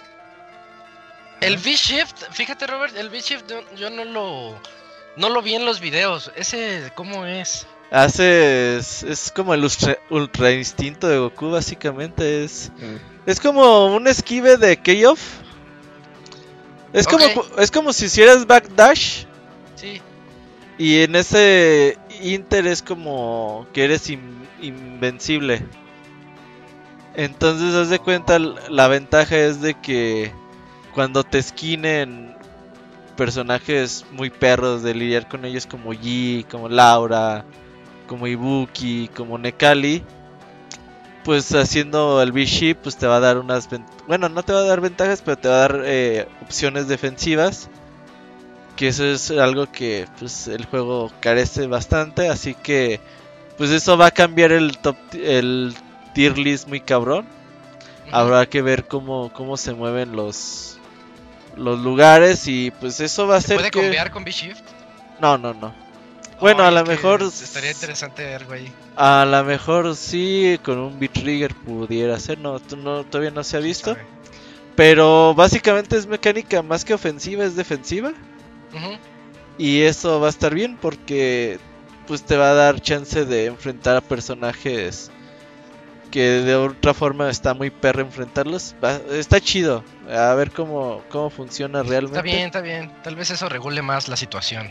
El V-Shift, fíjate Robert, el V-Shift yo, yo no lo... No lo vi en los videos. Ese, ¿cómo es? Hace... Es, es como el ultra, ultra instinto de Goku, básicamente. Es, mm. es como un esquive de K-Off. Es okay. como es como si hicieras backdash. Sí. Y en ese inter es como que eres in, invencible. Entonces haz de cuenta, la ventaja es de que cuando te esquinen personajes muy perros de lidiar con ellos como Yi, como Laura, como Ibuki, como Nekali, pues haciendo el V-Ship pues te va a dar unas vent- bueno, no te va a dar ventajas, pero te va a dar eh, opciones defensivas, que eso es algo que pues el juego carece bastante, así que pues eso va a cambiar el top el tier list muy cabrón. Uh-huh. Habrá que ver cómo cómo se mueven los los lugares y pues eso va a ¿Se ser puede que... combear con V-Shift? No, no, no. Bueno, oh, a lo mejor... Estaría interesante ver algo ahí. A lo mejor sí, con un B-Trigger pudiera ser, no, no, todavía no se ha visto. Pero básicamente es mecánica más que ofensiva, es defensiva. Uh-huh. Y eso va a estar bien porque pues te va a dar chance de enfrentar a personajes que de otra forma está muy perro enfrentarlos. Va, está chido, a ver cómo, cómo funciona realmente. Está bien, está bien, tal vez eso regule más la situación.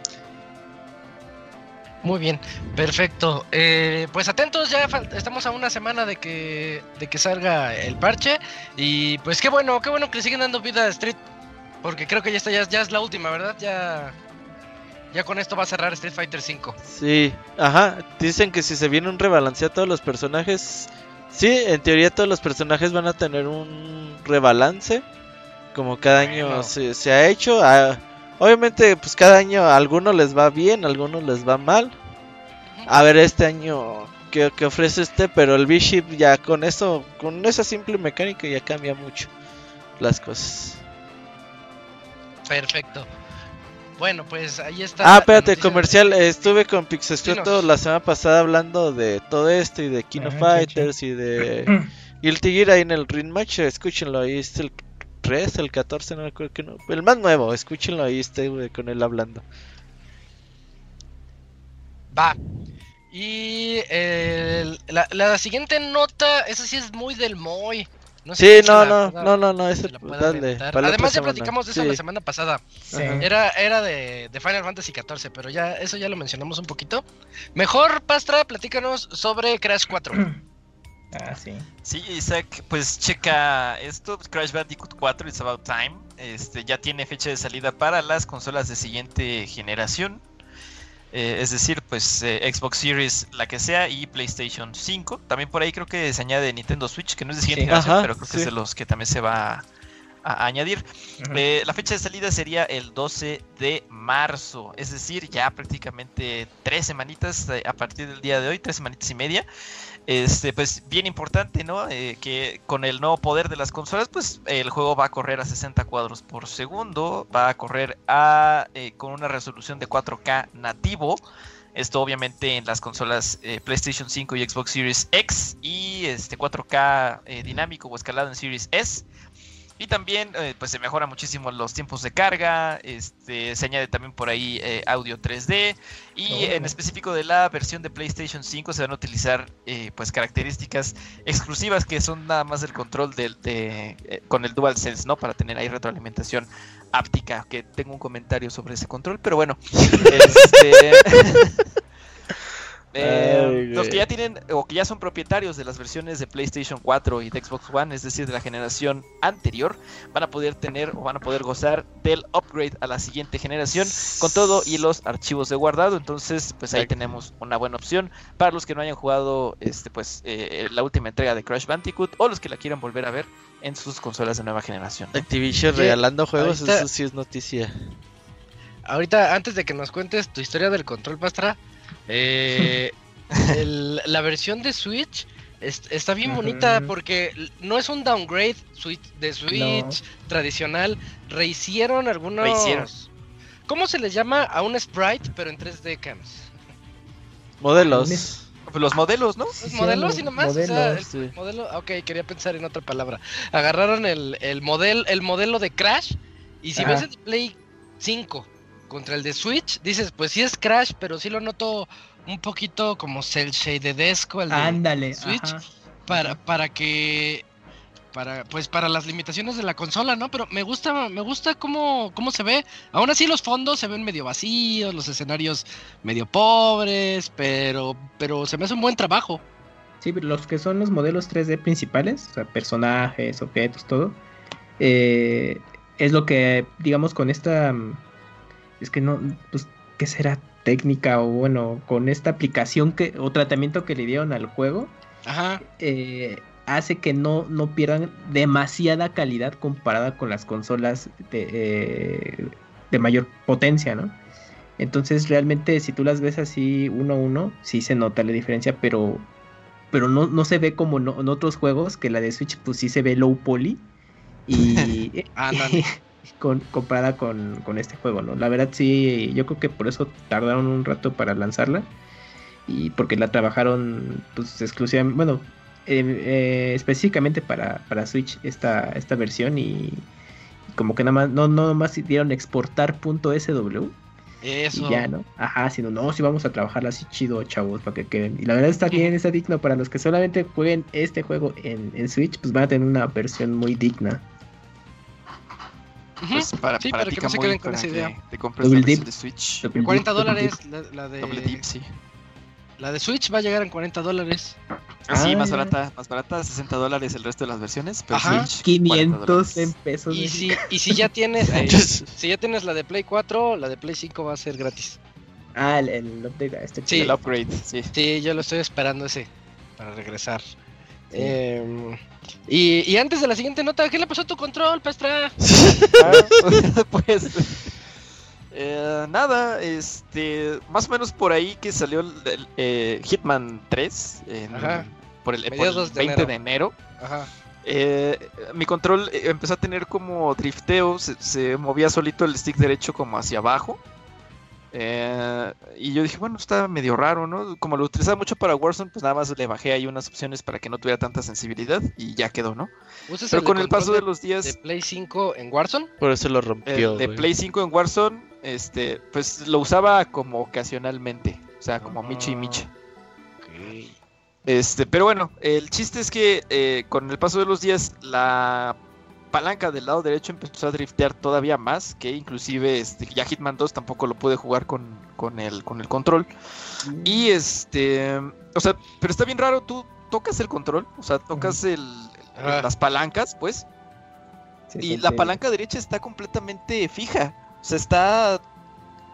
Muy bien, perfecto. Eh, pues atentos, ya fal- estamos a una semana de que de que salga el parche. Y pues qué bueno, qué bueno que le siguen dando vida a Street. Porque creo que ya está, ya, ya es la última, ¿verdad? Ya, ya con esto va a cerrar Street Fighter cinco. Sí, ajá, dicen que si se viene un rebalanceo a todos los personajes. Sí, en teoría todos los personajes van a tener un rebalance. Como cada año bueno. se, se ha hecho. A, Obviamente, pues cada año a algunos les va bien, a algunos les va mal. A ver este año qué, qué ofrece este, pero el V-Ship ya con eso, con esa simple mecánica ya cambia mucho las cosas. Perfecto. Bueno, pues ahí está. Ah, espérate, comercial, de... estuve con Pixescroto la semana pasada hablando de todo esto y de King of Fighters y de Guilty Gear ahí en el Ring Match, escúchenlo, ahí está el tres, el catorce, no me acuerdo que no. El más nuevo, escúchenlo ahí, estoy wey, con él hablando. Va. Y el, la, la siguiente nota, esa sí es muy del Moy. No sé sí, no, no, pueda, no, no, no, ese, dale, además ya platicamos de eso sí. la semana pasada. Sí. Era, era de, de Final Fantasy catorce, pero ya eso ya lo mencionamos un poquito. Mejor, Pastra, platícanos sobre Crash cuatro. Ah, sí. Sí, Isaac, pues checa esto, Crash Bandicoot cuatro, It's About Time. Este ya tiene fecha de salida para las consolas de siguiente generación. Eh, es decir, pues eh, Xbox Series, la que sea, y PlayStation cinco. También por ahí creo que se añade Nintendo Switch, que no es de siguiente Sí. generación, Ajá, pero creo que sí. es de los que también se va a, a añadir. Ajá. Eh, la fecha de salida sería el doce de marzo, es decir, ya prácticamente tres semanitas eh, a partir del día de hoy, tres semanitas y media. Este, pues bien importante, ¿no? Eh, que con el nuevo poder de las consolas, pues el juego va a correr a sesenta cuadros por segundo, va a correr a eh, con una resolución de cuatro K nativo. Esto obviamente en las consolas eh, PlayStation cinco y Xbox Series X, y este cuatro K eh, dinámico o escalado en Series S. Y también eh, pues se mejora muchísimo los tiempos de carga, este, se añade también por ahí eh, audio tres D, y Oh. en específico de la versión de PlayStation cinco se van a utilizar eh, pues características exclusivas que son nada más el control del, de, eh, con el DualSense, ¿no? Para tener ahí retroalimentación áptica, que tengo un comentario sobre ese control, pero bueno, este... Eh, Ay, los que güey. ya tienen o que ya son propietarios de las versiones de PlayStation cuatro y de Xbox One, es decir, de la generación anterior, van a poder tener o van a poder gozar del upgrade a la siguiente generación con todo y los archivos de guardado. Entonces, pues ahí Exacto. tenemos una buena opción para los que no hayan jugado este pues eh, la última entrega de Crash Bandicoot, o los que la quieran volver a ver en sus consolas de nueva generación, ¿no? Activision Oye, regalando juegos, ahorita- eso sí es noticia. Ahorita, antes de que nos cuentes tu historia del control, Pastra, eh, el- la versión de Switch es- está bien Ujú. bonita porque no es un downgrade Switch, de Switch tradicional. Rehicieron algunos... Rehicieron. ¿Cómo se les llama a un sprite, pero en tres D cams? Modelos. Pues los modelos, ¿no? Sí, modelos sí, y nomás, o sea, modelos, el sí. modelo, ok, quería pensar en otra palabra. Agarraron el, el, model, el modelo de Crash, y si Ajá. ves el de Play cinco contra el de Switch, dices, pues sí es Crash, pero sí lo noto un poquito como cel shadedesco el de Ándale. Switch, ajá. para, para que... Para, pues para las limitaciones de la consola, ¿no? Pero me gusta, me gusta cómo, cómo se ve. Aún así los fondos se ven medio vacíos, los escenarios medio pobres, pero, pero se me hace un buen trabajo. Sí, pero los que son los modelos tres D principales, o sea, personajes, objetos, todo, eh, es lo que, digamos, con esta, mm, es que no, pues, ¿qué será? Técnica o bueno, con esta aplicación que, o tratamiento que le dieron al juego, Ajá. eh, hace que no, no pierdan demasiada calidad comparada con las consolas de, eh, de mayor potencia, ¿no? Entonces realmente si tú las ves así uno a uno, sí se nota la diferencia, pero, pero no, no se ve como no- en otros juegos, que la de Switch pues sí se ve low poly y Ándale. con, comparada con, con este juego, ¿no? La verdad sí, yo creo que por eso tardaron un rato para lanzarla, y porque la trabajaron pues exclusivamente, bueno, eh, eh, específicamente para, para Switch esta, esta versión, y como que nada más, no, no más dieron exportar punto S W Eso. y ya, ¿no? Ajá, sino no, sí vamos a trabajarla así chido, chavos, para que queden. Y la verdad está bien, está digno. Para los que solamente jueguen este juego en, en Switch, pues van a tener una versión muy digna. Ujú. Pues para, Sí, para, para ti, que no se Kamui, queden con para esa que idea. te compres Double la versión dip. de Switch. Double cuarenta dip, double dólares. dip. La, la de, Doble dip, sí. la de Switch va a llegar en cuarenta dólares. Ah, sí, Ah, más ya. barata, más barata, sesenta dólares el resto de las versiones, pero Ajá. Switch, quinientos cuarenta en dólares. pesos. Y si, y si ya tienes eh, si ya tienes la de Play cuatro, la de Play cinco va a ser gratis. Ah, el, el update a este Sí. El upgrade, sí. Sí, yo lo estoy esperando ese para regresar. Eh, y, y antes de la siguiente nota, ¿qué le pasó a tu control, Pastra? Ah, pues eh, nada, este, más o menos por ahí que salió el, el, eh, Hitman tres en- Ajá. por el, por el Mediados de veinte enero. de enero. Ajá. Eh, mi control eh, empezó a tener como drifteo, se, se movía solito el stick derecho como hacia abajo. Eh, y yo dije, bueno, está medio raro, ¿no? Como lo utilizaba mucho para Warzone, pues nada más le bajé ahí unas opciones para que no tuviera tanta sensibilidad y ya quedó, ¿no? ¿Usas Pero de con el control paso de los días, de Play cinco en Warzone? Por eso lo rompió. el de güey. Play cinco en Warzone, este, pues lo usaba como ocasionalmente, o sea, como Michi y Michi. Este, pero bueno, el chiste es que eh, con el paso de los días la palanca del lado derecho empezó a driftear todavía más, que inclusive este, ya Hitman dos tampoco lo pude jugar con, con, el, con el control. Y este, o sea, pero está bien raro, tú tocas el control, o sea, tocas el, Ajá. las palancas, pues, Se y siente- la palanca derecha está completamente fija, o sea, está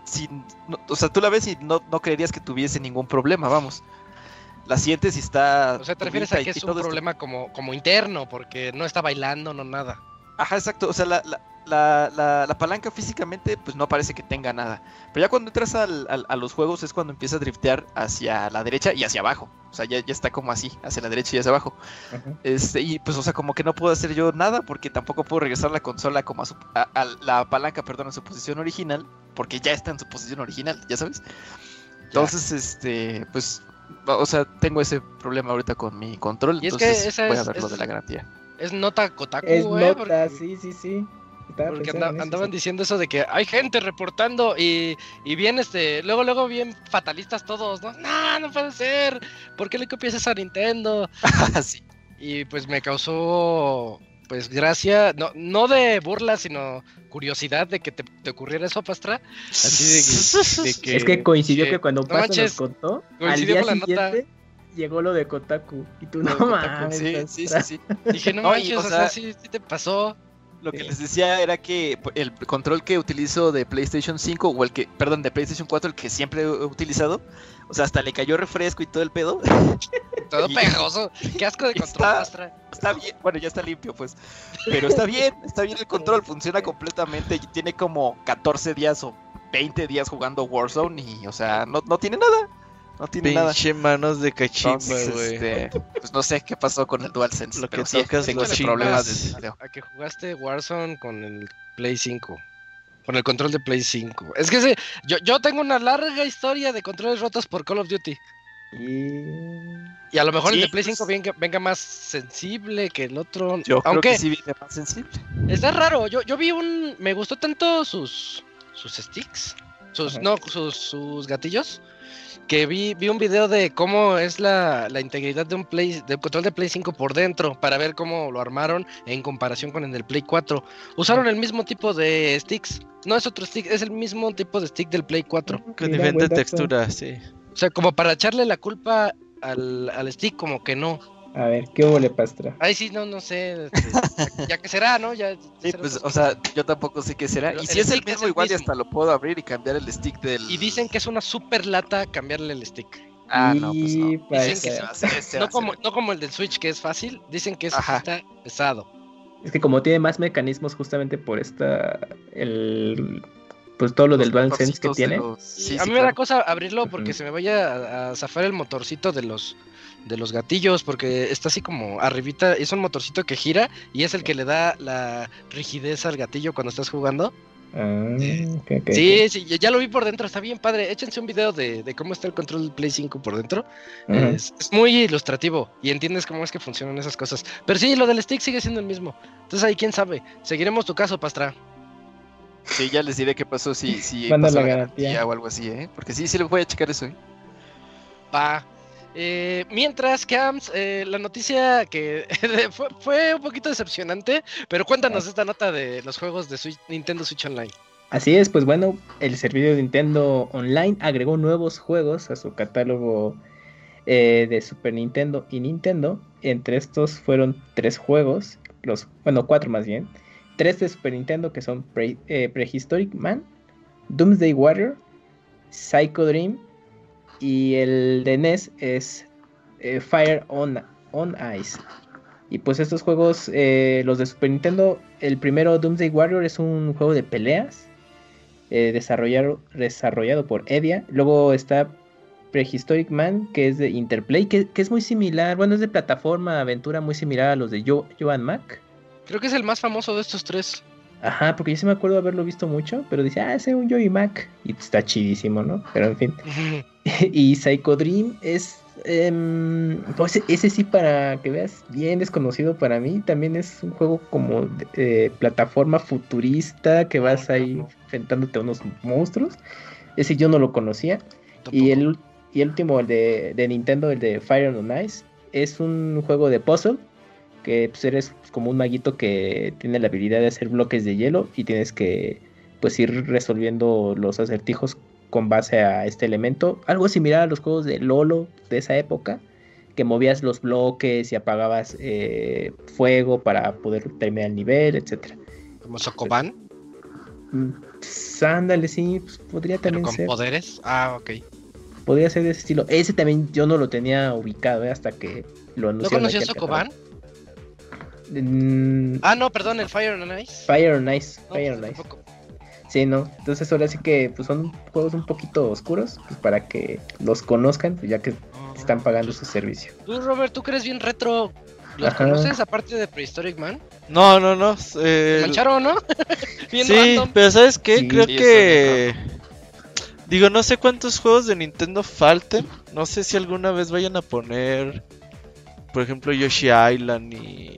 sin, no, o sea, tú la ves y no, no creerías que tuviese ningún problema, vamos. La sientes y está... O sea, te refieres a que es un problema como, como interno, porque no está bailando, no nada. Ajá, exacto, o sea, la, la, la, la, la palanca físicamente pues no parece que tenga nada. Pero ya cuando entras al, al, a los juegos es cuando empieza a driftear hacia la derecha y hacia abajo. O sea, ya, ya está como así, hacia la derecha y hacia abajo. Uh-huh. Este, y pues, o sea, como que no puedo hacer yo nada porque tampoco puedo regresar la consola como a, su, a, a la palanca, perdón, a su posición original, porque ya está en su posición original, ya sabes. Entonces, ya. este, pues, o sea, tengo ese problema ahorita con mi control, y entonces es que esa voy es, a ver es, lo de la garantía. Es nota Kotaku, es eh, nota, porque... sí, sí, sí. Estaba porque anda, eso, andaban sí. diciendo eso de que hay gente reportando y, y bien, este, luego, luego bien fatalistas todos, ¿no? No, no puede ser. ¿Por qué le copias eso a Nintendo? Sí. Y pues me causó, pues, gracia, no, no de burla, sino curiosidad de que te, te ocurriera eso, Pastra. Así de que, de que es que coincidió que, que cuando no Pastra manches, nos contó, coincidió al día con la siguiente nota. Llegó lo de Kotaku. Y tú, Lo no mames. Sí, sí, sí, sí. Dije, no, no manches, y, o, o sea, sea sí, sí te pasó. Lo que les decía era que el control que utilizo de PlayStation cinco, o el que, perdón, de PlayStation cuatro, el que siempre he utilizado, o sea, hasta le cayó refresco y todo el pedo. Todo y, pegajoso. Qué asco de control, está, Pastra. Está bien, bueno, ya está limpio, pues. Pero está bien, está bien el control, funciona completamente. Y tiene como catorce días o veinte días jugando Warzone y, o sea, no, no tiene nada. No tiene Pinche nada. manos de cachimba, güey. Este, pues no sé qué pasó con el DualSense. Lo que pero sí, tocas tengo lo ese problema de a, a que jugaste Warzone con el Play cinco. Con el control de Play cinco. Es que sí, yo, yo tengo una larga historia de controles rotos por Call of Duty. Y, y a lo mejor sí, el de Play pues... cinco venga, venga más sensible que el otro. Yo Aunque creo que sí viene más sensible. Está raro. Yo, yo vi un. Me gustó tanto sus. Sus sticks. Sus. Ajá. No, sus, sus gatillos. Que vi, vi un video de cómo es la, la integridad de un Play, del control de Play cinco por dentro, para ver cómo lo armaron en comparación con el del Play cuatro. Usaron el mismo tipo de sticks, no es otro stick, es el mismo tipo de stick del Play cuatro. Con Mira, diferente textura, sí. O sea, como para echarle la culpa al, al stick, como que no. A ver, ¿qué hubo le Pastra? Ay, sí, no, no sé. Este, ya, ya que será, ¿no? Ya, sí, será pues, o sea, yo tampoco sé qué será. Pero y si es el mismo, es el igual mismo. Y hasta lo puedo abrir y cambiar el stick del... Y dicen que es una super lata cambiarle el stick. Ah, no, pues no. Dicen que se va a hacer, se no, va como, no como el del Switch, que es fácil. Dicen que es está pesado. Es que como tiene más mecanismos justamente por esta... el... pues todo lo los del DualSense que tiene. Los... Sí, a sí, mí claro. me da cosa abrirlo porque uh-huh. se me vaya a, a zafar el motorcito de los... de los gatillos, porque está así como arribita, es un motorcito que gira y es el que le da la rigidez al gatillo cuando estás jugando. Ah, okay, okay, sí, okay. sí, ya lo vi por dentro, está bien padre. Échense un video de, de cómo está el control del Play cinco por dentro. Uh-huh. es, es muy ilustrativo y entiendes cómo es que funcionan esas cosas. Pero sí, lo del stick sigue siendo el mismo. Entonces ahí quién sabe. Seguiremos tu caso, Pastra. Sí, ya les diré qué pasó si, si pasó la, la garantía. garantía o algo así, ¿eh? Porque sí, sí les voy a checar eso, ¿eh? Va. Eh, mientras, Camps, eh, la noticia que fue, fue un poquito decepcionante, pero cuéntanos esta nota de los juegos de Switch, Nintendo Switch Online. Así es, pues bueno, el servicio de Nintendo Online agregó nuevos juegos a su catálogo eh, de Super Nintendo y Nintendo. Entre estos fueron tres juegos, los bueno, cuatro más bien. Tres de Super Nintendo que son Pre, eh, Prehistoric Man, Doomsday Warrior, Psycho Dream. Y el de N E S es eh, Fire on, on Ice. Y pues estos juegos, eh, los de Super Nintendo, el primero Doomsday Warrior es un juego de peleas eh, desarrollado, desarrollado por Edia. Luego está Prehistoric Man, que es de Interplay, que, que es muy similar, bueno, es de plataforma, aventura muy similar a los de Jo- Joan Mac. Creo que es el más famoso de estos tres. Ajá, porque yo sí me acuerdo de haberlo visto mucho, pero dice, ah, ese es un Joey Mac. Y está chidísimo, ¿no? Pero en fin. Y Psycho Dream es... Eh, pues ese sí, para que veas, bien desconocido para mí. También es un juego como de eh, plataforma futurista, que vas ahí enfrentándote a unos monstruos. Ese yo no lo conocía. Y el, y el último, el de, de Nintendo, el de Fire on Ice, es un juego de puzzle, que pues, eres como un maguito que tiene la habilidad de hacer bloques de hielo y tienes que pues ir resolviendo los acertijos con base a este elemento. Algo similar a los juegos de Lolo de esa época, que movías los bloques y apagabas eh, fuego para poder terminar el nivel, etcétera. ¿Como Sokoban? Mm, Pues, ándale, sí, pues, podría ¿Pero también con ser. poderes? Ah, ok. Podría ser de ese estilo. Ese también yo no lo tenía ubicado, ¿eh? Hasta que lo ¿No anunciaron. conocías aquí al Sokoban? catálogo. Mm, Ah, no, perdón, el Fire and Ice. Fire and Ice, No, Fire pues, and Ice. tampoco. Sí, no. Entonces ahora sí que pues son juegos un poquito oscuros, pues para que los conozcan, pues, ya que están pagando su servicio. Tú, Robert, tú que eres bien retro, ¿los Ajá. conoces aparte de Prehistoric Man? No, no, no. ¿Te Eh, mancharon, no? Bien sí, random. pero ¿sabes qué? Sí. Creo Sí, que... Digo, no sé cuántos juegos de Nintendo falten. No sé si alguna vez vayan a poner... Por ejemplo, Yoshi Island y...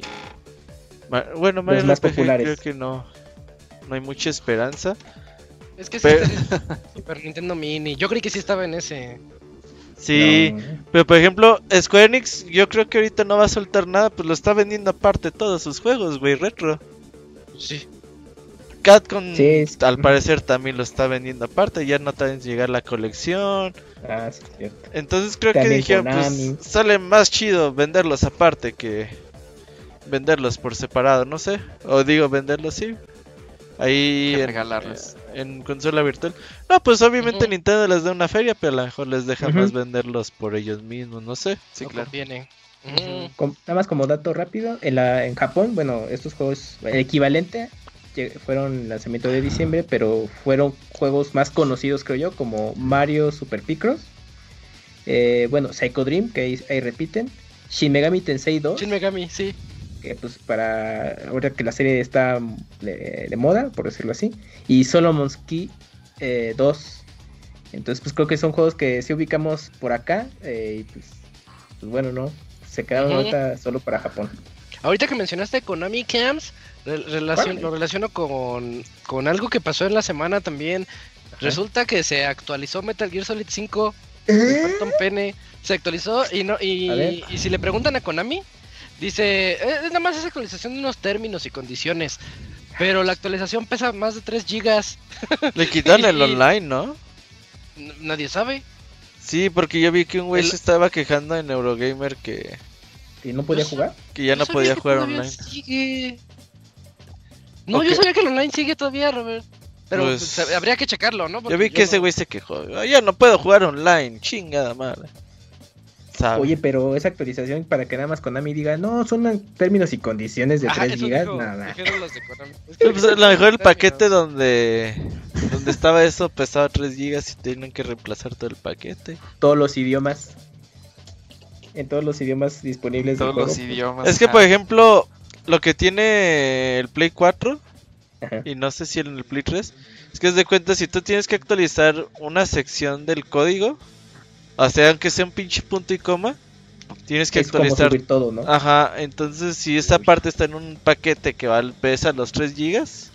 Ma- Bueno, Mario Los más R P G populares. creo que no. No hay mucha esperanza. Es que sí, Pero- está en Super Nintendo Mini. Yo creí que sí estaba en ese. Sí, No. pero por ejemplo, Square Enix, yo creo que ahorita no va a soltar nada, pues lo está vendiendo aparte todos sus juegos, güey, retro. Sí. Capcom, Sí, es- al parecer, también lo está vendiendo aparte, ya no tardan en llegar la colección. Ah, sí, es cierto. Entonces creo que También dijeron, Konami. pues sale más chido venderlos aparte que venderlos por separado, no sé. O digo, venderlos sí. Ahí Que en, regalarlos. eh, en consola virtual. No, pues obviamente Ujú. Nintendo les da una feria, pero a lo mejor les deja Ujú. más venderlos por ellos mismos, no sé. Sí, No claro. conviene. Ujú. Ujú. Com- nada más como dato rápido, en, la, en Japón, bueno, estos juegos, el equivalente, lle- fueron lanzamiento de diciembre, pero fueron juegos más conocidos, creo yo, como Mario Super Picross, eh, bueno, Psycho Dream, que ahí, ahí repiten, Shin Megami Tensei dos, Shin Megami, sí. que pues para ahora que la serie está de, de moda, por decirlo así, y Solomon's Key eh, dos. Entonces pues creo que son juegos que sí ubicamos por acá, eh, y pues, pues bueno, no, se quedaron Ujú. ahorita solo para Japón. Ahorita que mencionaste Konami Camps, re- relacion- Órale. lo relaciono con, con algo que pasó en la semana también. Resulta que se actualizó Metal Gear Solid cinco, el Phantom Pene, se actualizó y no A ver. y, y si le preguntan a Konami, dice, "Eh, es nada más esa actualización de unos términos y condiciones, pero la actualización pesa más de tres gigas, Le quitaron el Y- online, ¿no? N- nadie sabe. Sí, porque yo vi que un güey El- se estaba quejando en Eurogamer que, ¿Y no podía Yo jugar? que ya Yo no sabía podía que jugar todavía online. sigue. No, Ok. yo sabía que el online sigue todavía, Robert. Pero Pues- pues, habría que checarlo, ¿no? Yo Porque vi que ese no- güey se quejó. "Ah, ya no puedo jugar online, chingada madre. ¿Sabe? Oye, pero esa actualización para que nada más Konami diga, no, son términos y condiciones de Ajá, tres eso gigas, dijo- nada. dijeron los de Konami. Es Sí, pues, a lo mejor el términos. paquete donde donde estaba eso pesaba tres gigas y tienen que reemplazar todo el paquete. Todos los idiomas. En todos los idiomas disponibles del Todos juego. los idiomas. Es que, ajá. por ejemplo, lo que tiene el Play cuatro, Ajá. y no sé si en el Play tres, es que haz de cuenta, si tú tienes que actualizar una sección del código, o sea, aunque sea un pinche punto y coma, tienes que Es como actualizar. subir todo, ¿no? Ajá, entonces si esa parte está en un paquete que vale, pesa los tres gigas,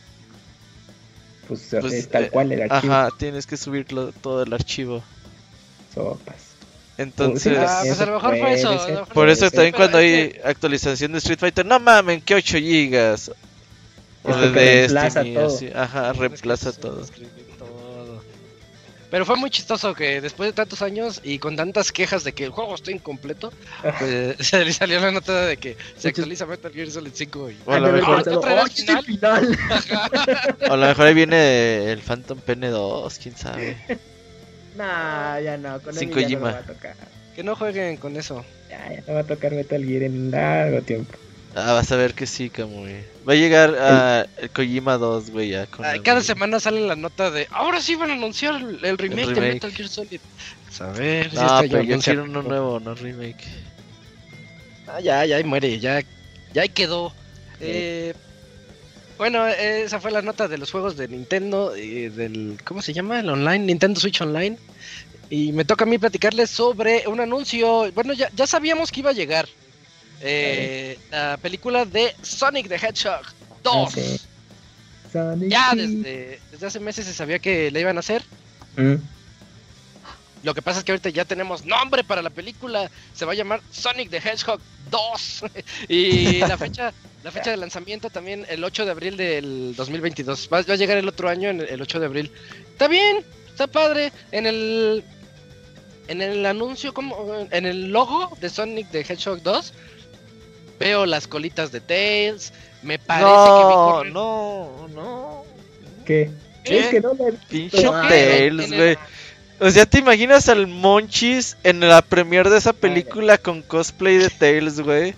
Pues, pues, es tal eh, cual el archivo. ajá, tienes que subirlo todo el archivo. Sopas. Entonces, Ah, pues a lo mejor fue puede eso. ser. a lo mejor por fue eso sí, también pero cuando es hay que- actualización de Street Fighter, no mamen, que ocho gigas. O Es de porque reemplaza Destiny, todo. así, ajá, reemplaza Es que todo. escribí todo. Pero fue muy chistoso que después de tantos años y con tantas quejas de que el juego está incompleto, pues se le salió la nota de que se actualiza Metal Gear Solid cinco y... O a Han lo de haber mejor- pensado, ¿Traerá "Oh, el este es el final?" final. O a lo mejor ahí viene el Phantom P N dos, quién sabe. Nah, ya no, Konami Sin ya no Kojima. lo va a tocar. Que no jueguen con eso. Ya, ya no va a tocar Metal Gear en largo tiempo. Ah, vas a ver que sí, Kamui. Va a llegar a el Kojima dos, güey, ya. con Ah, el- cada semana sale la nota de ahora sí van a anunciar el, el remake, El de remake. Metal Gear Solid. Pues a ver si No, este pero año yo anuncian quiero uno algo. nuevo, no remake. Ah, ya, ya ahí muere, ya, ya ahí quedó. Eh, bueno, eh, esa fue la nota de los juegos de Nintendo, y del, ¿cómo se llama? El online, Nintendo Switch Online. Y me toca a mí platicarles sobre un anuncio. Bueno, ya, ya sabíamos que iba a llegar. Eh, la película de Sonic the Hedgehog dos. Ah, sí. Sonic Ya Team. desde, desde hace meses se sabía que la iban a hacer. Mm. Lo que pasa es que ahorita ya tenemos nombre para la película. Se va a llamar Sonic the Hedgehog dos. Y la fecha, la fecha de lanzamiento también el ocho de abril del dos mil veintidós. Va, va a llegar el otro año, en el, el ocho de abril. Está bien, está padre. En el en el anuncio, como en el logo de Sonic the Hedgehog dos, veo las colitas de Tails. Me parece que vi No, correr- no, no. ¿Qué? ¿Qué? Es que no me... Pinche Ah, Tails, güey. O sea, ¿te imaginas al Monchis en la premiere de esa película con cosplay de Tails, güey?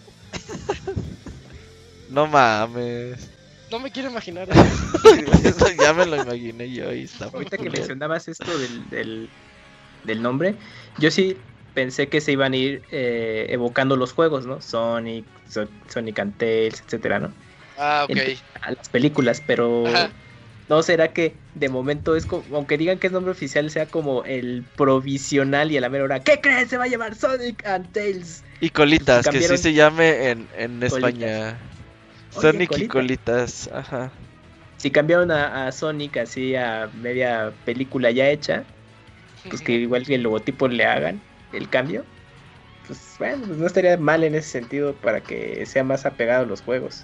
No mames. No me quiero imaginar eso. Eso ya me lo imaginé yo y está muy Ahorita que culero. mencionabas esto del, del, del nombre, yo sí pensé que se iban a ir eh, evocando los juegos, ¿no? Sonic, So- Sonic and Tails, etcétera, ¿no? Ah, ok. En- a las películas, pero Ajá. ¿no será que de momento es como, aunque digan que es nombre oficial, sea como el provisional y a la mera hora, ¿qué crees? Se va a llamar Sonic and Tails. Y Colitas, que sí Cambiaron- se llame en, en Colitas. España. Oye, Sonic y Colitas. Colitas, ajá. Si cambiaron a, a Sonic así a media película ya hecha, pues que igual que el logotipo le hagan el cambio, pues bueno, pues no estaría mal en ese sentido para que sea más apegado a los juegos.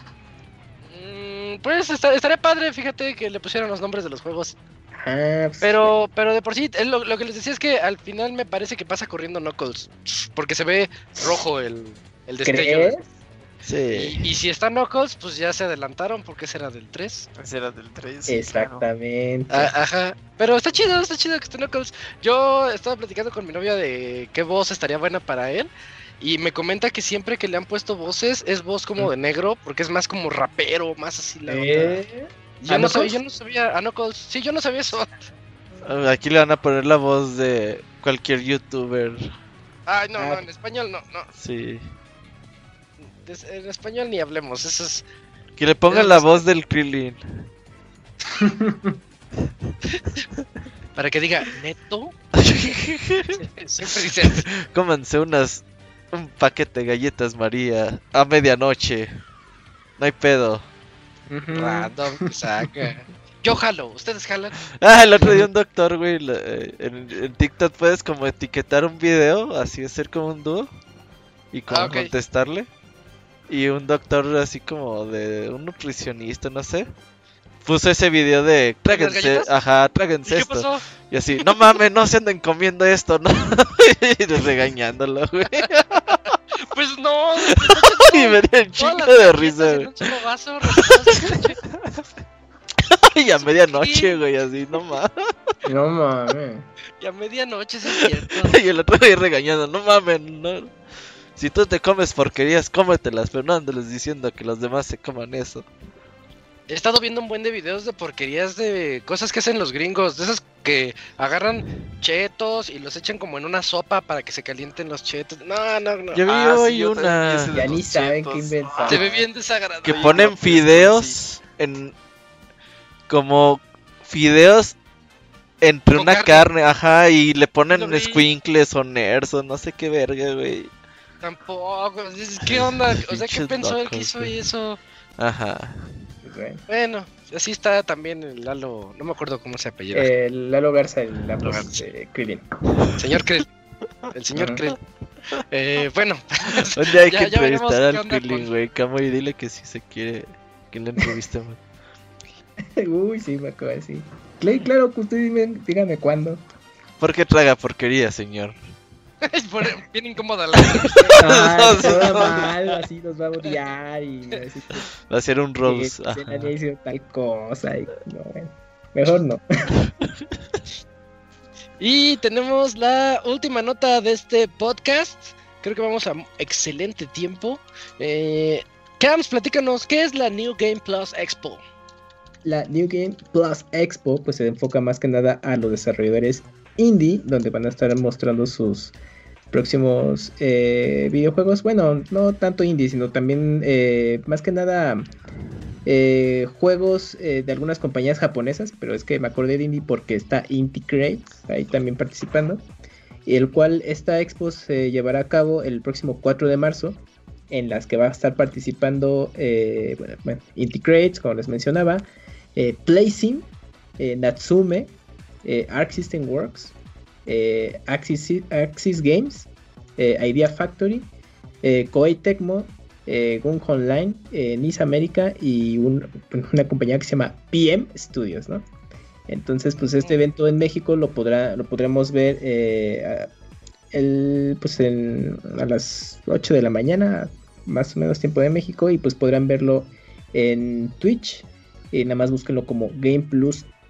Mm, Pues esta- estaría padre, fíjate que le pusieron los nombres de los juegos. Ah, pues, Pero, pero de por sí, es lo, lo que les decía es que al final me parece que pasa corriendo Knuckles. Porque se ve rojo el, el destello. ¿crees? Sí. Y, y si está Knuckles, pues ya se adelantaron porque ese era del tres. Ese era del tres. sí, claro. Exactamente. Ah, ajá. Pero está chido, está chido que esté Knuckles. Yo estaba platicando con mi novia de qué voz estaría buena para él. Y me comenta que siempre que le han puesto voces es voz como de negro, porque es más como rapero, más así la onda. ¿Eh? Yo ¿A no, sabía, Knuckles? yo no sabía, a Knuckles, sí, yo no sabía eso. Aquí le van a poner la voz de cualquier youtuber. Ay, no, Ah. no, en español no, no. Sí. Des- En español ni hablemos, eso es... Que le pongan la voz del Krillin. Para que diga, ¿neto? Siempre dicen, Cómanse unas. Un paquete de galletas María a medianoche. No hay pedo. Ujú. random, que saca. Yo jalo, ¿ustedes jalan? Ah, el otro día un doctor, güey, la- eh, en, en TikTok puedes como etiquetar un video, así hacer como un dúo y como Ah, ok. contestarle. Y un doctor así como de un nutricionista, no sé, puso ese video de tráguense, galletas? ajá, ¿Y tráguense qué esto. pasó? Y así, no mames, no se anden comiendo esto, ¿no? Y regañándolo, güey. Pues no, Y me dio un todas chingo las de galletas risa, en güey. un solo vaso, rellenas de leche. Y a medianoche, güey, así, no mames. No mames. Y a medianoche, sí es cierto. Y el otro día regañando, no mames, no. Si tú te comes porquerías, cómetelas, pero no andes diciendo que los demás se coman eso. He estado viendo un buen de videos de porquerías de cosas que hacen los gringos, de esas que agarran chetos y los echan como en una sopa para que se calienten los chetos. No, no, no. Yo vi Ah, sí, hoy yo también vi una ese de Ya los ni saben chetos. qué inventar. Se ve bien desagradable. que Oye, ponen no, pues, fideos en como fideos entre Con una carne. carne, ajá, y le Lo ponen vi. squinkles o nerds o no sé qué verga, güey. Tampoco. dices, ¿qué onda? O sea, ¿qué Pinches pensó el locos, que hizo güey. eso? Ajá. Pues bueno. Bueno, así está también el Lalo. No me acuerdo cómo se apellida. Eh, Lalo Garza, el- la Lalo voz Garza. de Krillin. Señor Krell. El señor Ajá. Krell. Eh, bueno. Un día hay Ya- que ya veremos entrevistar qué al onda Krillin, con- güey. Camo, y dile que si se quiere que le entrevistemos. Uy, sí, me acabo de decir. Clay, claro que usted dime, dígame cuándo. ¿Por qué traga porquería, señor? Es por- bien incómoda la. Ah, No, todo no. mal, así nos va a odiar y va a decir que, Va a ser un que rose. se Ajá. le había hecho tal cosa y no, bueno, mejor no. Y tenemos la última nota de este podcast. Creo que vamos a excelente tiempo. Eh, Cams, platícanos, ¿qué es la New Game Plus Expo? La New Game Plus Expo pues se enfoca más que nada a los desarrolladores indie, donde van a estar mostrando sus próximos eh, videojuegos. Bueno, no tanto indie, sino también eh, más que nada eh, juegos eh, de algunas compañías japonesas, pero es que me acordé de indie porque está Inti Creates ahí también participando, y el cual esta expo se llevará a cabo el próximo cuatro de marzo, en las que va a estar participando eh, bueno, bueno, Inti Creates, como les mencionaba, eh, PlaySim, eh, Natsume, eh, Arc System Works, eh, Axis, Axis Games, eh, Idea Factory, eh, Koei Tecmo, eh, Gun Online, eh, Nice America y un- una compañía que se llama P M Studios, ¿no? Entonces, pues este evento en México lo podrá, lo podremos ver eh, a, el, pues en, a las ocho de la mañana, más o menos tiempo de México, y pues podrán verlo en Twitch. Y nada más búsquenlo como Game Plus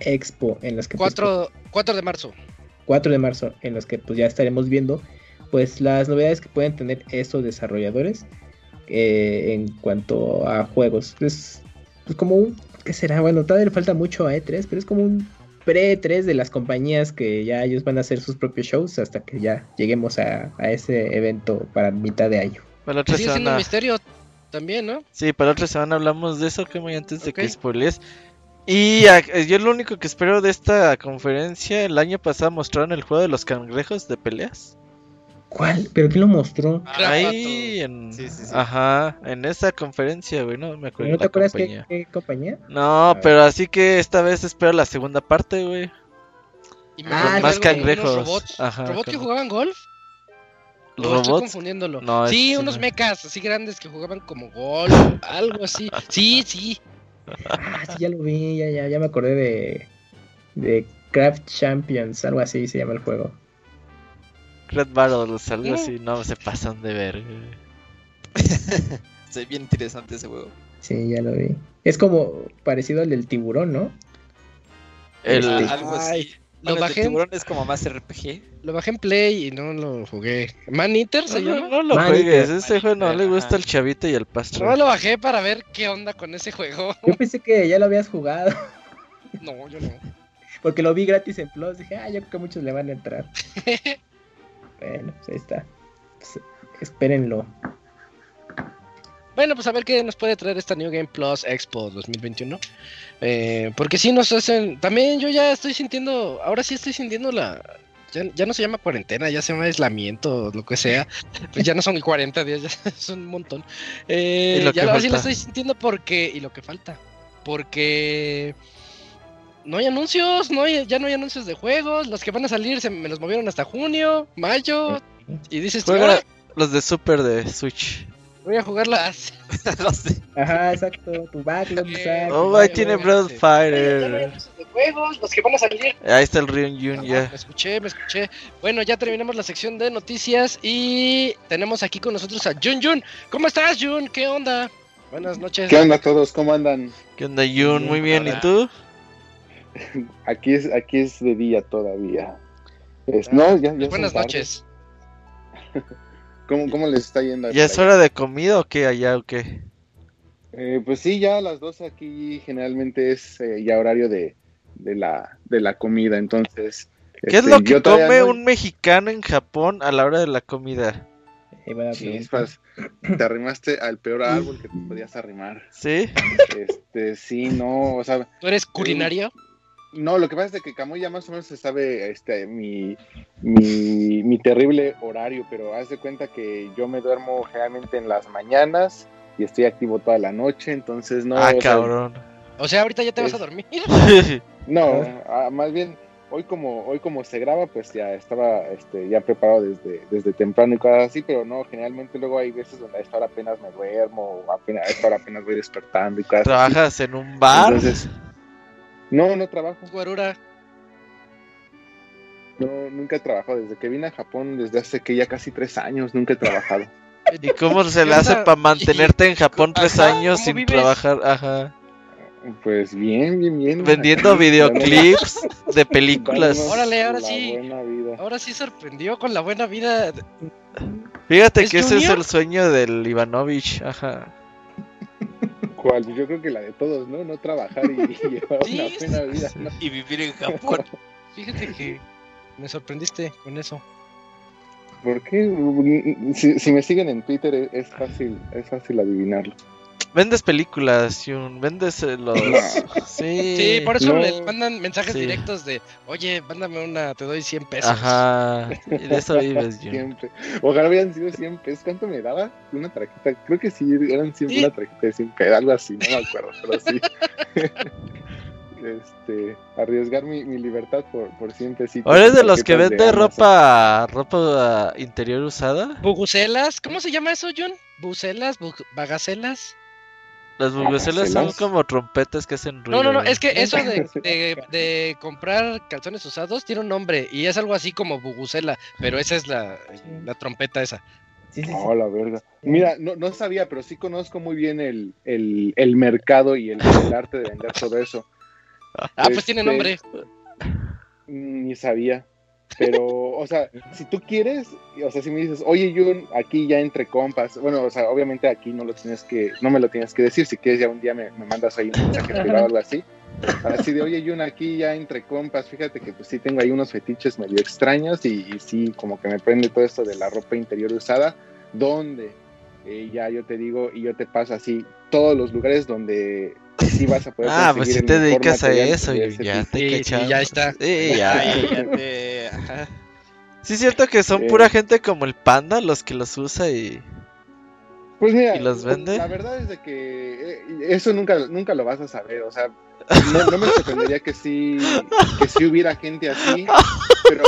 Expo, en los que cuatro, pues, cuatro de marzo. cuatro de marzo, en los que pues ya estaremos viendo pues las novedades que pueden tener estos desarrolladores eh, en cuanto a juegos. Es pues, como un, ¿qué será? Bueno, todavía le falta mucho a E tres, pero es como un pre-E tres de las compañías que ya ellos van a hacer sus propios shows hasta que ya lleguemos a, a ese evento para mitad de año. Para la otra Sigue siendo semana... un misterio también, ¿no? Sí, para la otra semana hablamos de eso, que muy antes de okay. que spoilees. Y a, yo lo único que espero de esta conferencia, el año pasado mostraron el juego de los cangrejos de peleas. ¿Cuál? ¿Pero quién lo mostró? Ahí en... Sí, sí, sí. Ajá, en esa conferencia, güey, no me acuerdo. ¿No te la acuerdas compañía. qué, qué compañía? No, pero así que esta vez espero la segunda parte, güey. Y Ah, Con más algo de cangrejos. unos robots, Ajá, ¿robots que con- jugaban golf? ¿O ¿Robots? estoy confundiéndolo? No, sí, ese unos no. mechas así grandes que jugaban como golf, algo así. Sí, sí. Ah, sí, ya lo vi, ya, ya, ya me acordé de, de Craft Champions, algo así se llama el juego. Red Battles, algo No. así, no se pasan de ver. Se ve bien interesante ese juego. Sí, ya lo vi. Es como parecido al del tiburón, ¿no? El... Este- Ah, algo así. Lo Bueno, el de bajé en- tiburón es como más R P G. Lo bajé en Play y no lo jugué. Man Eater se No, llama. no, no lo Man juegues, Eater. ese juego no Man le Eater, gusta ajá. al chavito y al pastor. No lo bajé para ver qué onda con ese juego. Yo pensé que ya lo habías jugado, No, yo no. porque lo vi gratis en Plus. Dije, ah, yo creo que muchos le van a entrar. Bueno, pues ahí está. Pues, espérenlo. Bueno, pues a ver qué nos puede traer esta New Game Plus Expo dos mil veintiuno. Eh, porque sí nos hacen... También yo ya estoy sintiendo... Ahora sí estoy sintiendo la... Ya, ya no se llama cuarentena, ya se llama aislamiento, lo que sea. Pues ya no son cuarenta días, ya son un montón. Eh, Y lo ya que ahora sí la falta. estoy sintiendo porque... Y lo que falta. Porque... No hay anuncios, no hay, ya no hay anuncios de juegos. Los que van a salir se me los movieron hasta junio, mayo. Y dices, Juega "Ahora los de Super de Switch. voy a jugarlas. No sé. Ajá, exacto. Tu backlog, Eh, Isaac. Oh, no, ahí no, tiene no, Breath sí. of Ya no hay Fire. anuncios de juegos, los que van a salir. Ahí está el Ryun Yun Ah, ya. Me escuché, me escuché. Bueno, ya terminamos la sección de noticias y tenemos aquí con nosotros a Jun Jun. ¿Cómo estás, Jun? ¿Qué onda? Buenas noches. ¿Qué onda todos? ¿Cómo andan? ¿Qué onda, Yun? Muy bien, ¿y Hola. tú? Aquí es, aquí es de día todavía. Es- no, ya, ya son Buenas tarde. noches. ¿Cómo, cómo les está yendo? ¿Ya hasta es allá? hora de comida o qué allá o qué? Eh, pues sí, ya a las doce aquí generalmente es eh, ya horario de, de, la, de la comida, entonces... ¿Qué es este, lo que yo todavía come no- un mexicano en Japón a la hora de la comida? Eh, buena pregunta. Chispas, te arrimaste al peor árbol que te podías arrimar. ¿Sí? Este, sí, no, o sea, ¿Tú eres culinario? no, lo que pasa es de que Camuy ya más o menos se sabe este, mi, mi, mi terrible horario, pero haz de cuenta que yo me duermo generalmente en las mañanas y estoy activo toda la noche, entonces no... ah, o sea, cabrón. O sea, ahorita ya te vas a es- dormir. no, ah, más bien, hoy como hoy como se graba, pues ya estaba este, ya preparado desde, desde temprano y cosas así, pero no, generalmente luego hay veces donde a esta hora apenas me duermo, o apenas, a esta hora apenas voy despertando y cosas así. ¿Trabajas en un bar? Entonces, no, no trabajo. Guarura. No, nunca he trabajado. Desde que vine a Japón, desde hace que ya casi tres años, nunca he trabajado. ¿Y cómo se le ¿Qué hace onda? para mantenerte en Japón tres Ajá, años ¿cómo sin vives? trabajar? Ajá. Pues bien, bien, bien. Vendiendo Aquí, videoclips de dándonos- películas. dándonos Órale, ahora la sí. buena vida. Ahora sí sorprendió con la buena vida. Fíjate ¿Es que ese es Junior? el sueño del Ivanovich. Ajá. ¿Cuál? Yo creo que la de todos, ¿no? No trabajar y, y llevar Sí, una buena vida. ¿no? Y vivir en Japón. Fíjate que me sorprendiste con eso. ¿Por qué? Si, si me siguen en Twitter es, es fácil, es fácil adivinarlo. Vendes películas, Jun. Vendes eh, los. Sí. Sí, por eso No. les mandan mensajes Sí. directos de, oye, mándame una, te doy cien pesos. Ajá. Y de eso vives, Jun. Siempre. Ojalá hubieran sido cien pesos. ¿Cuánto me daba? Una tarjeta. Creo que sí, eran siempre Sí. una tarjeta de cien pesos, algo así, no me acuerdo, pero sí. este, arriesgar mi, mi libertad por, por cien pesitos. ¿O eres de en los que tarjetas vende de Amazon. ropa ropa interior usada? ¿Bugucelas? ¿Cómo se llama eso, Jun? ¿Bucelas? Bu- ¿Bagacelas? Las bubucelas son ¿Bagacelas? como trompetas que hacen ruido. No, no, no, güey. es que eso de, de, de comprar calzones usados tiene un nombre y es algo así como bugucela, pero esa es la, la trompeta esa. Sí, sí, sí. Oh, la verga. Mira, no, no sabía, pero sí conozco muy bien el, el, el mercado y el, el arte de vender todo eso. Ah, pues tiene nombre. Ni sabía. Pero, o sea, si tú quieres, o sea, si me dices, oye, Jun, aquí ya entre compas, bueno, o sea, obviamente aquí no lo tienes que, no me lo tienes que decir, si quieres ya un día me, me mandas ahí un mensaje privado o algo así, así de, oye, Jun, aquí ya entre compas, fíjate que pues sí tengo ahí unos fetiches medio extraños y, y sí, como que me prende todo esto de la ropa interior usada, ¿dónde? Eh, ya yo te digo y yo te paso así todos los lugares donde sí vas a poder ah, pues si te dedicas a eso, Jun, ya te sí, cachamos. sí, ya está. Sí, ya. Ay, ya te... Ajá. Sí es cierto que son Eh. pura gente como el Panda los que los usa y... Pues mira, ¿Y los vende? La verdad es de que eh, eso nunca, nunca lo vas a saber, o sea, no, no me sorprendería que sí, que sí hubiera gente así, pero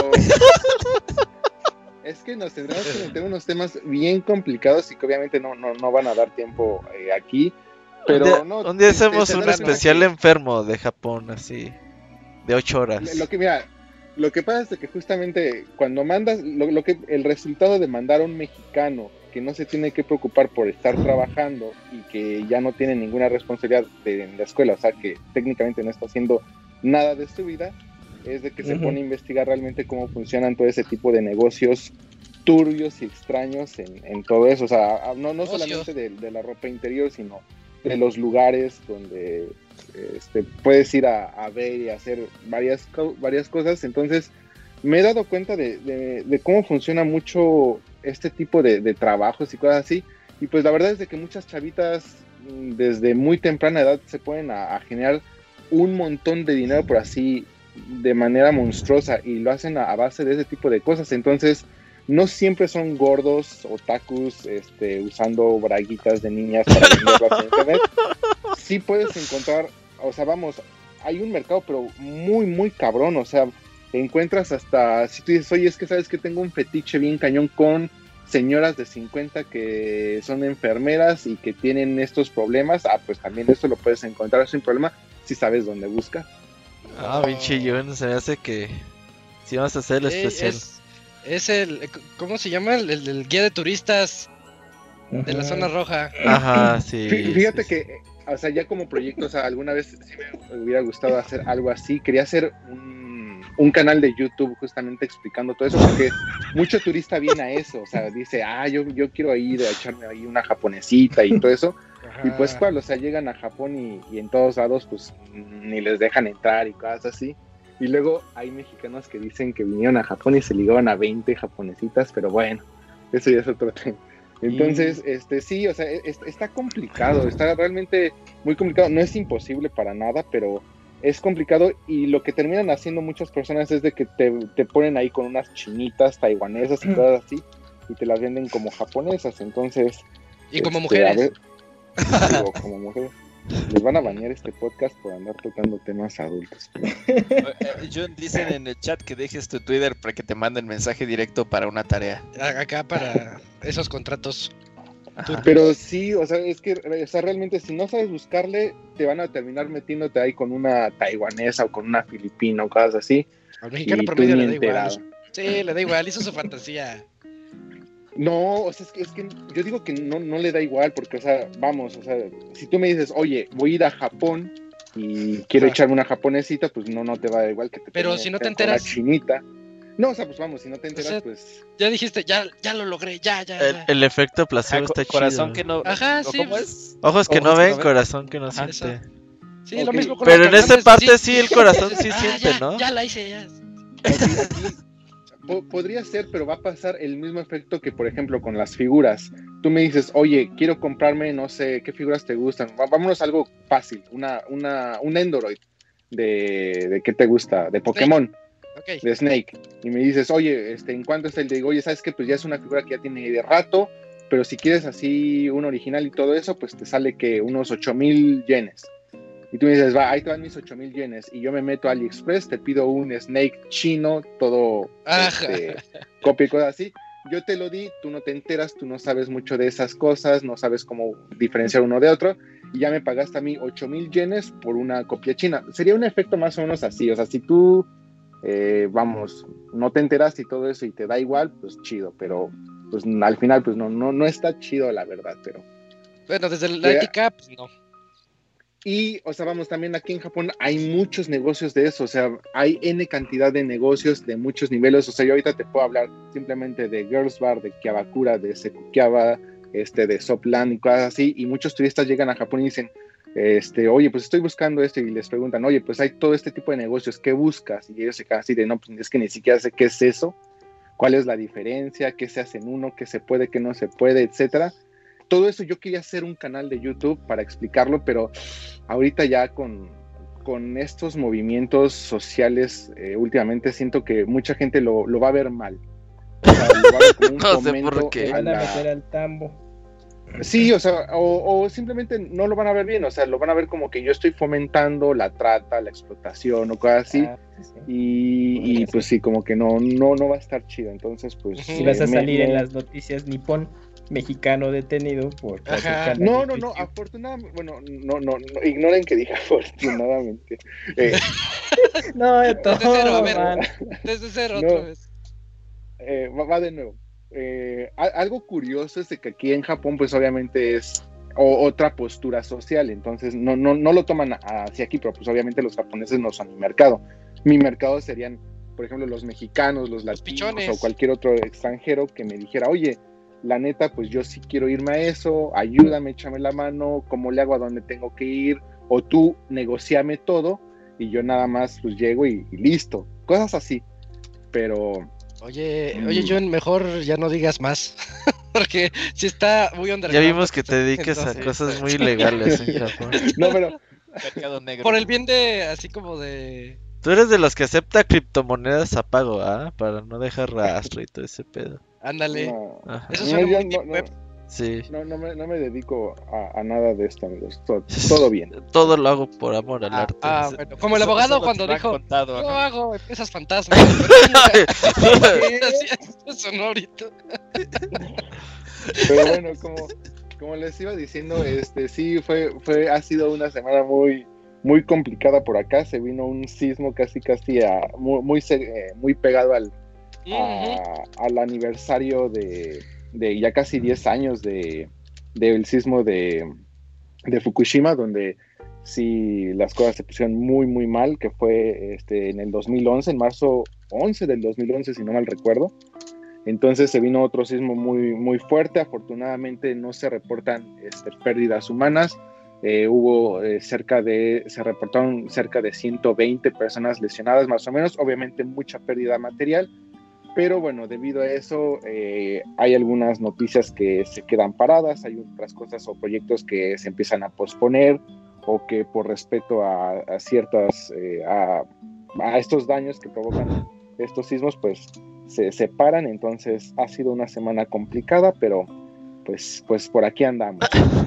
es que nos tendremos que meter unos temas bien complicados y que obviamente no, no, no van a dar tiempo eh, aquí, pero un día, no. Un día te, hacemos te un darás especial que, enfermo de Japón, así, de ocho horas. Lo que, mira, lo que pasa es que justamente cuando mandas, lo, lo que el resultado de mandar a un mexicano que no se tiene que preocupar por estar trabajando y que ya no tiene ninguna responsabilidad de, en la escuela, o sea, que técnicamente no está haciendo nada de su vida, es de que se uh-huh. pone a investigar realmente cómo funcionan todo ese tipo de negocios turbios y extraños en, en todo eso, o sea, no, no solamente de, de la ropa interior, sino de los lugares donde este, puedes ir a, a ver y hacer varias, varias cosas. Entonces me he dado cuenta de, de, de cómo funciona mucho este tipo de, de trabajos y cosas así, y pues la verdad es de que muchas chavitas desde muy temprana edad se pueden a, a generar un montón de dinero por así de manera monstruosa, y lo hacen a, a base de ese tipo de cosas. Entonces no siempre son gordos, otakus, este, usando braguitas de niñas para venderlas en internet. Sí puedes encontrar, o sea, vamos, hay un mercado, pero muy, muy cabrón, o sea, te encuentras hasta, si tú dices, oye, es que sabes que tengo un fetiche bien cañón con señoras de cincuenta que son enfermeras y que tienen estos problemas, ah, pues también esto lo puedes encontrar sin problema, si sabes dónde buscar. Ah, oh. Pinche Jun, se me hace que sí vamos a hacer el eh, especial. Es... Es el, ¿cómo se llama? El, el, el guía de turistas uh-huh. de la zona roja. Ajá, sí. Fíjate sí, que, o sea, ya como proyecto, o sea, alguna vez sí me hubiera gustado hacer algo así. Quería hacer un, un canal de YouTube justamente explicando todo eso, porque mucho turista viene a eso, o sea, dice, ah, yo, yo quiero ir a echarme ahí una japonesita y todo eso. Ajá. Y pues, cuál, o sea, llegan a Japón y, y en todos lados, pues, ni les dejan entrar y cosas así. Y luego hay mexicanos que dicen que vinieron a Japón y se ligaban a veinte japonesitas, pero bueno, eso ya es otro tema. Entonces, mm. este sí, o sea, es, está complicado, está realmente muy complicado. No es imposible para nada, pero es complicado, y lo que terminan haciendo muchas personas es de que te, te ponen ahí con unas chinitas taiwanesas y cosas así, y te las venden como japonesas. Entonces... Y como este, mujeres. A ver, digo, como mujeres. Les van a bañar este podcast por andar tocando temas adultos. John, dicen en el chat que dejes tu Twitter para que te manden mensaje directo para una tarea. Acá para esos contratos. Ajá. Pero sí, o sea, es que o sea, realmente si no sabes buscarle, te van a terminar metiéndote ahí con una taiwanesa o con una filipina o cosas así. Al mexicano promedio le da enterado. igual. Sí, le da igual, hizo su fantasía. No, o sea, es que, es que yo digo que no, no le da igual, porque, o sea, vamos, o sea, si tú me dices, oye, voy a ir a Japón y quiero ah. echarme una japonesita, pues no, no te va a dar igual que te Pero si no te enteras. Una chinita. No, o sea, pues vamos, si no te enteras, o sea, pues... Ya dijiste, ya, ya lo logré, ya, ya, El, ya. el efecto placebo Ajá, está corazón chido. que no... Ajá, sí. ¿Cómo pues... es? Ojos que Ojos no que ven, no ven. corazón que no Ajá, siente. Sí, okay. lo mismo con Pero en esa parte sí, sí el corazón sí ah, siente, ya, ¿no? Ya la hice, ya. Podría ser, pero va a pasar el mismo efecto que, por ejemplo, con las figuras. Tú me dices, oye, quiero comprarme, no sé, ¿qué figuras te gustan? Vámonos a algo fácil, una, una, un Endoroid de, de ¿qué te gusta? De Pokémon, okay. de Snake. Y me dices, oye, este, ¿en cuánto está el? Te digo, oye, ¿sabes qué? Pues ya es una figura que ya tiene de rato, pero si quieres así un original y todo eso, pues te sale que unos ocho mil yenes. Y tú me dices, va, ahí te van mis ocho mil yenes. Y yo me meto a AliExpress, te pido un Snake chino, todo este, copia y cosas así. Yo te lo di, tú no te enteras, tú no sabes mucho de esas cosas, no sabes cómo diferenciar uno de otro. Y ya me pagaste a mí ocho mil yenes por una copia china. Sería un efecto más o menos así. O sea, si tú, eh, vamos, no te enteras y todo eso y te da igual, pues chido. Pero pues al final, pues no, no, no está chido, la verdad. Pero bueno, desde la ética, pues no. Y, o sea, vamos, también aquí en Japón hay muchos negocios de eso, o sea, hay N cantidad de negocios de muchos niveles, o sea, yo ahorita te puedo hablar simplemente de Girls Bar, de Kiabakura, de Sekukiaba, este, de Soplan y cosas así, y muchos turistas llegan a Japón y dicen, este, oye, pues estoy buscando esto, y les preguntan, oye, pues hay todo este tipo de negocios, ¿qué buscas? Y ellos se quedan así de, no, pues es que ni siquiera sé qué es eso, cuál es la diferencia, qué se hace en uno, qué se puede, qué no se puede, etcétera. Todo eso yo quería hacer un canal de YouTube para explicarlo, pero ahorita ya con, con estos movimientos sociales, eh, últimamente siento que mucha gente lo, lo va a ver mal. O sea, lo va a ver como un No sé fomento por qué. a Van a la- meter al tambo. Sí, o sea, o, o simplemente no lo van a ver bien, o sea, lo van a ver como que yo estoy fomentando la trata, la explotación o cosas así, Ah, sí, sí. y, y pues sí, como que no, no, no va a estar chido, entonces pues... Ujú. Y vas a eh, me- salir en me- las noticias nipón, mexicano detenido por Ajá. hacer canal No, de no, no, YouTube. afortunadamente, bueno, no, no, no, ignoren que dije afortunadamente. Eh, No, de todo, Desde cero, a ver. man. Desde cero No. otra vez. eh, va, va de nuevo. Eh, a- algo curioso es de que aquí en Japón, pues obviamente es o- otra postura social, entonces no, no, no lo toman hacia aquí, pero pues obviamente los japoneses no son mi mercado. Mi mercado serían, por ejemplo, los mexicanos, los Los latinos pichones. o cualquier otro extranjero que me dijera, oye, la neta, pues yo sí quiero irme a eso, ayúdame, échame la mano, cómo le hago, a dónde tengo que ir, o tú negociame todo y yo nada más pues llego y, y listo, cosas así, pero Oye, Mm. oye, John, mejor ya no digas más. Porque si está muy Ya underground. vimos que te dediques a Entonces, cosas muy ilegales en Japón. no, pero Mercado negro. Por el bien de, así como de... Tú eres de los que acepta criptomonedas a pago, ¿ah? Para no dejar rastro y todo ese pedo. Ándale. no, Ajá. Eso no, suena yo muy no, deep no, web. Sí. no, no me, no me dedico a, a nada de esto, amigos, todo, todo bien. Todo lo hago por amor al Ah, arte. Ah, Sí. bueno, como el Eso- abogado eso lo cuando te lo han dijo, contado, yo ajá. hago empresas fantasmas. Así eso sonó ahorita. Pero bueno, como, como les iba diciendo, este sí fue, fue, ha sido una semana muy, muy complicada por acá. Se vino un sismo casi casi a, muy, muy, cer- eh, muy pegado al, Ujú. a- al aniversario de, de ya casi diez años de, del sismo de, de Fukushima, donde sí las cosas se pusieron muy, muy mal, que fue este, en el dos mil once, en marzo once del dos mil once, si no mal recuerdo. Entonces se vino otro sismo muy, muy fuerte. Afortunadamente no se reportan este, pérdidas humanas. Eh, hubo eh, cerca de, se reportaron cerca de ciento veinte personas lesionadas más o menos. Obviamente mucha pérdida material. Pero bueno, debido a eso eh, hay algunas noticias que se quedan paradas. Hay otras cosas o proyectos que se empiezan a posponer o que por respeto a, a ciertas, eh, a, a estos daños que provocan estos sismos, pues se separan. Entonces ha sido una semana complicada, pero pues, pues por aquí andamos.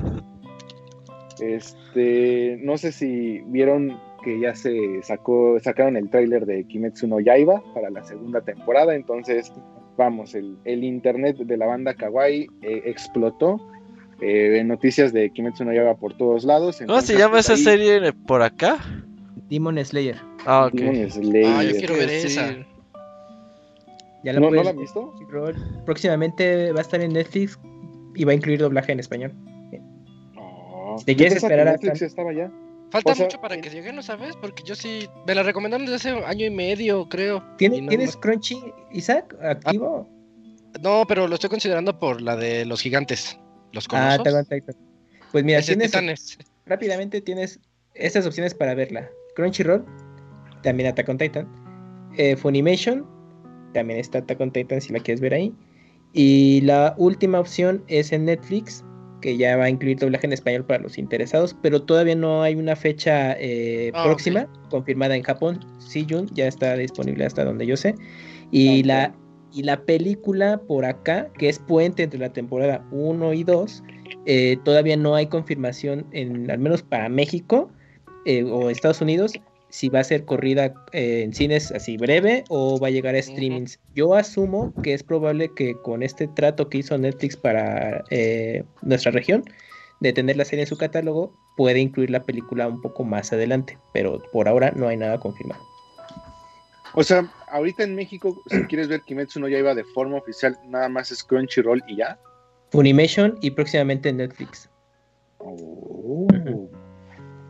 Este, no sé si vieron que ya se sacó, sacaron el tráiler de Kimetsu no Yaiba para la segunda temporada. Entonces, vamos, el, el internet de la banda Kawaii eh, explotó. Eh, noticias de Kimetsu no Yaiba por todos lados. ¿Cómo Entonces, se llama pues, esa ahí, serie por acá? Demon Slayer. Ah, ok. Demon Slayer. Ah, yo Es quiero que ver sí. esa. Ya la ¿No, ¿No puedes la han visto? Crunchyroll. Próximamente va a estar en Netflix y va a incluir doblaje en español. No. ¿Te Yo quieres pensaba que esperar Netflix hasta- ya estaba ya. Falta O sea, mucho para en- que llegue, ¿no sabes? Porque yo sí me la recomendaron desde hace año y medio, creo. ¿Tienes, Y no- ¿tienes Crunchy, Isaac, activo? No, pero lo estoy considerando por la de los gigantes. Los Ah, colosos. Attack on Titan. Pues mira, Ese tienes, Titanes. rápidamente tienes estas opciones para verla. Crunchyroll, también Attack on Titan. Eh, Funimation, también está Attack on Titan si la quieres ver ahí. Y la última opción es en Netflix, que ya va a incluir doblaje en español para los interesados, pero todavía no hay una fecha eh, Ah, próxima confirmada en Japón. Siyun ya está disponible hasta donde yo sé. Y, Ok. la, y la película por acá, que es puente entre la temporada uno y dos, eh, todavía no hay confirmación, en, al menos para México eh, o Estados Unidos, si va a ser corrida eh, en cines así breve o va a llegar a streamings. Yo asumo que es probable que con este trato que hizo Netflix para eh, nuestra región, de tener la serie en su catálogo, puede incluir la película un poco más adelante, pero por ahora no hay nada confirmado. O sea, ahorita en México, si quieres ver Kimetsu no Yaiba de forma oficial, nada más es Crunchyroll y ya. Funimation y próximamente Netflix. Oh.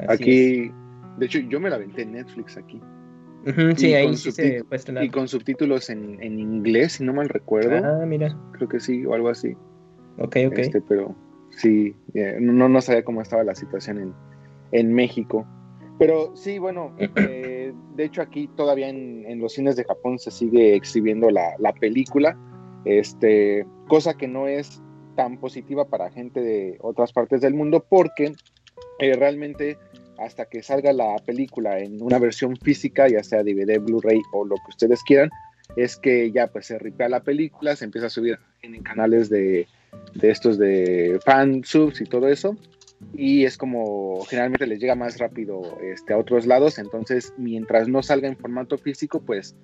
Así aquí, es. De hecho, yo me la aventé en Netflix aquí. Uh-huh, sí, ahí sí se puede estrenar. Y con subtítulos en, en inglés, si no mal recuerdo. Ah, mira. Creo que sí, o algo así. Ok, ok. Este, pero sí, eh, no, no sabía cómo estaba la situación en, en México. Pero sí, bueno, eh, de hecho aquí todavía en, en los cines de Japón se sigue exhibiendo la, la película, este, cosa que no es tan positiva para gente de otras partes del mundo, porque eh, realmente hasta que salga la película en una versión física, ya sea D V D, Blu-ray o lo que ustedes quieran, es que ya pues se ripea la película, se empieza a subir en canales de, de estos de fan subs y todo eso, y es como generalmente les llega más rápido este, a otros lados. Entonces mientras no salga en formato físico, pues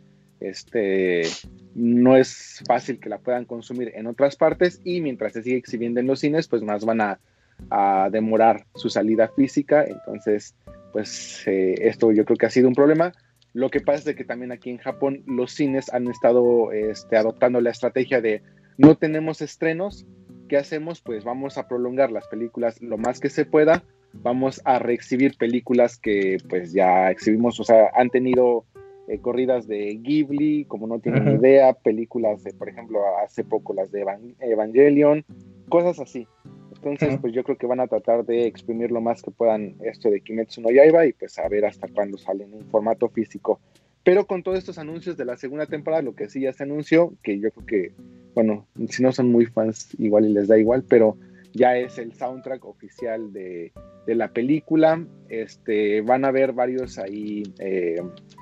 este, no es fácil que la puedan consumir en otras partes, y mientras se sigue exhibiendo en los cines, pues más van a, a demorar su salida física. Entonces pues eh, esto yo creo que ha sido un problema. Lo que pasa es que también aquí en Japón los cines han estado este, adoptando la estrategia de no tenemos estrenos, ¿qué hacemos? Pues vamos a prolongar las películas lo más que se pueda, vamos a reexhibir películas que pues ya exhibimos, o sea, han tenido eh, corridas de Ghibli, como no tienen uh-huh. idea, películas de, por ejemplo, hace poco las de Evan- Evangelion, cosas así. Entonces, uh-huh. pues yo creo que van a tratar de exprimir lo más que puedan esto de Kimetsu no Yaiba y pues a ver hasta cuándo sale en un formato físico. Pero con todos estos anuncios de la segunda temporada, lo que sí ya se anunció, que yo creo que, bueno, si no son muy fans, igual y les da igual, pero ya es el soundtrack oficial de, de la película. Este, van a haber varios ahí eh,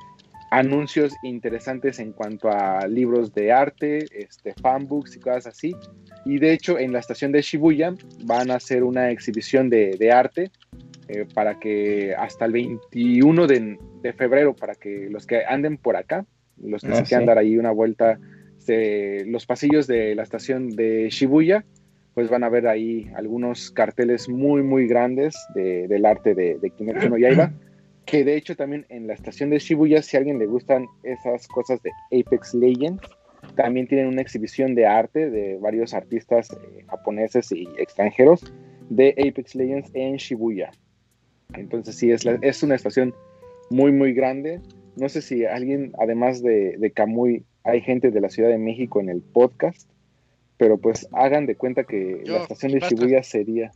anuncios interesantes en cuanto a libros de arte, este, fanbooks y cosas así. Y de hecho, en la estación de Shibuya van a hacer una exhibición de, de arte eh, para que hasta el veintiuno de, de febrero, para que los que anden por acá, los que ah, se quieran sí. dar ahí una vuelta, se, los pasillos de la estación de Shibuya, pues van a ver ahí algunos carteles muy, muy grandes de, del arte de, de Kimetsu no Yaiba, que de hecho también en la estación de Shibuya, si a alguien le gustan esas cosas de Apex Legends, también tienen una exhibición de arte de varios artistas eh, japoneses y extranjeros de Apex Legends en Shibuya. Entonces sí, es, la, es una estación muy, muy grande. No sé si alguien, además de, de Kamui, hay gente de la Ciudad de México en el podcast, pero pues hagan de cuenta que Yo, la estación de Shibuya sería,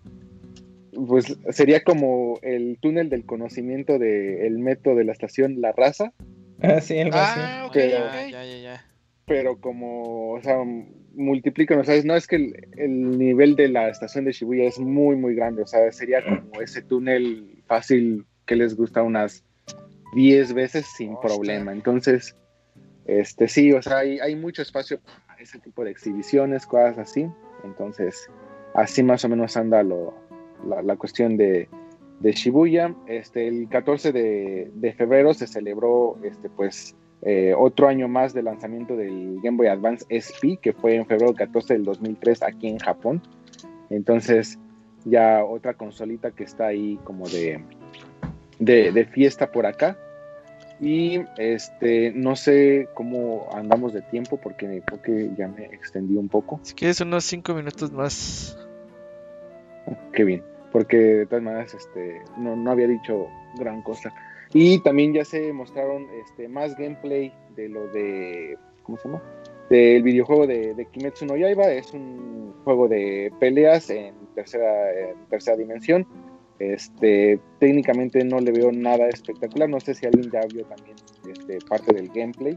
pues sería como el túnel del conocimiento del metro de la estación La Raza. Ah, sí, algo así. Ah, ok, pero, okay. ya, ya, ya. Pero como, o sea, multiplican, o sea, no es que el, el nivel de la estación de Shibuya es muy, muy grande, o sea, sería como ese túnel fácil que les gusta unas diez veces sin Hostia. problema. Entonces, este sí, o sea, hay, hay mucho espacio para ese tipo de exhibiciones, cosas así. Entonces, así más o menos anda lo, la, la cuestión de, de Shibuya. Este, el catorce de, de febrero se celebró, este, pues, Eh, otro año más de lanzamiento del Game Boy Advance S P, que fue en febrero catorce del dos mil tres aquí en Japón. Entonces ya otra consolita que está ahí como de, de, de fiesta por acá. Y este no sé cómo andamos de tiempo, porque creo que ya me extendí un poco. Si quieres unos cinco minutos más. Qué bien, porque de todas maneras este, no, no había dicho gran cosa. Y también ya se mostraron este, más gameplay de lo de, ¿cómo se llama? Del videojuego de, de Kimetsu no Yaiba. Es un juego de peleas en tercera, en tercera dimensión. Este, técnicamente no le veo nada espectacular. No sé si alguien ya vio también este, parte del gameplay.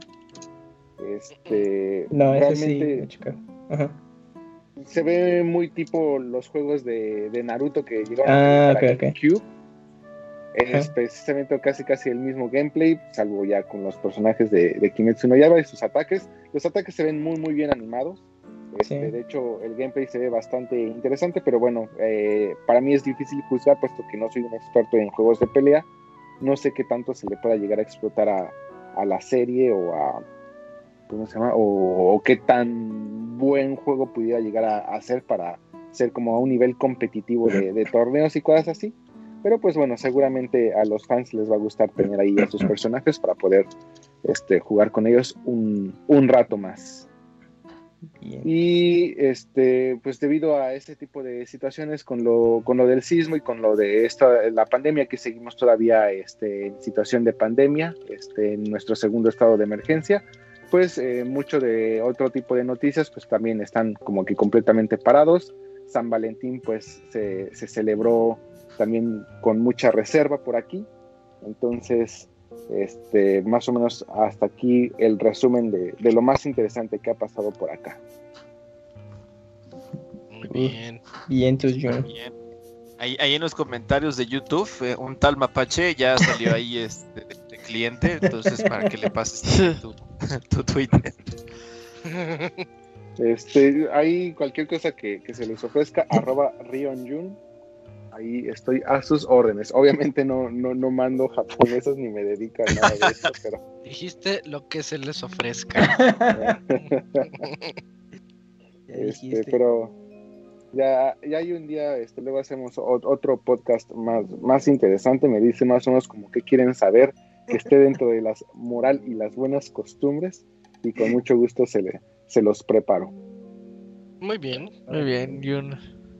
Este, no, realmente sí, Ajá. se ve muy tipo los juegos de, de Naruto que llegaron ah, a okay, GameCube. Okay. Es precisamente casi casi el mismo gameplay, salvo ya con los personajes de, de Kimetsu no Yaiba y sus ataques. Los ataques se ven muy muy bien animados. Este, sí. De hecho, el gameplay se ve bastante interesante, pero bueno, eh, para mí es difícil juzgar, puesto que no soy un experto en juegos de pelea. No sé qué tanto se le pueda llegar a explotar a, a la serie o a... ¿Cómo se llama? O, o qué tan buen juego pudiera llegar a, a ser para ser como a un nivel competitivo de, de torneos y cosas así. Pero pues bueno, seguramente a los fans les va a gustar tener ahí a sus personajes para poder este, jugar con ellos un, un rato más. Bien. Y este, pues debido a este tipo de situaciones con lo, con lo del sismo y con lo de esta, la pandemia, que seguimos todavía este, en situación de pandemia, este, en nuestro segundo estado de emergencia, pues eh, mucho de otro tipo de noticias pues también están como que completamente parados. San Valentín pues se, se celebró también con mucha reserva por aquí, entonces este, más o menos hasta aquí el resumen de, de lo más interesante que ha pasado por acá. Muy bien. Bien, entonces yo. Bien. Ahí, ahí en los comentarios de YouTube, eh, un tal Mapache ya salió ahí este, de, de cliente, entonces para que le pases tu, tu Twitter. Este, hay cualquier cosa que, que se les ofrezca, arroba Ryonjun. Ahí estoy a sus órdenes. Obviamente no, no, no mando japonesas ni me dedico a nada de esto, pero. Dijiste lo que se les ofrezca. este, pero ya, ya hay un día, este, luego hacemos o, otro podcast más, más interesante. Me dice más o menos como que quieren saber, que esté dentro de la moral y las buenas costumbres, y con mucho gusto se, le, se los preparo. Muy bien. Muy bien, Jun.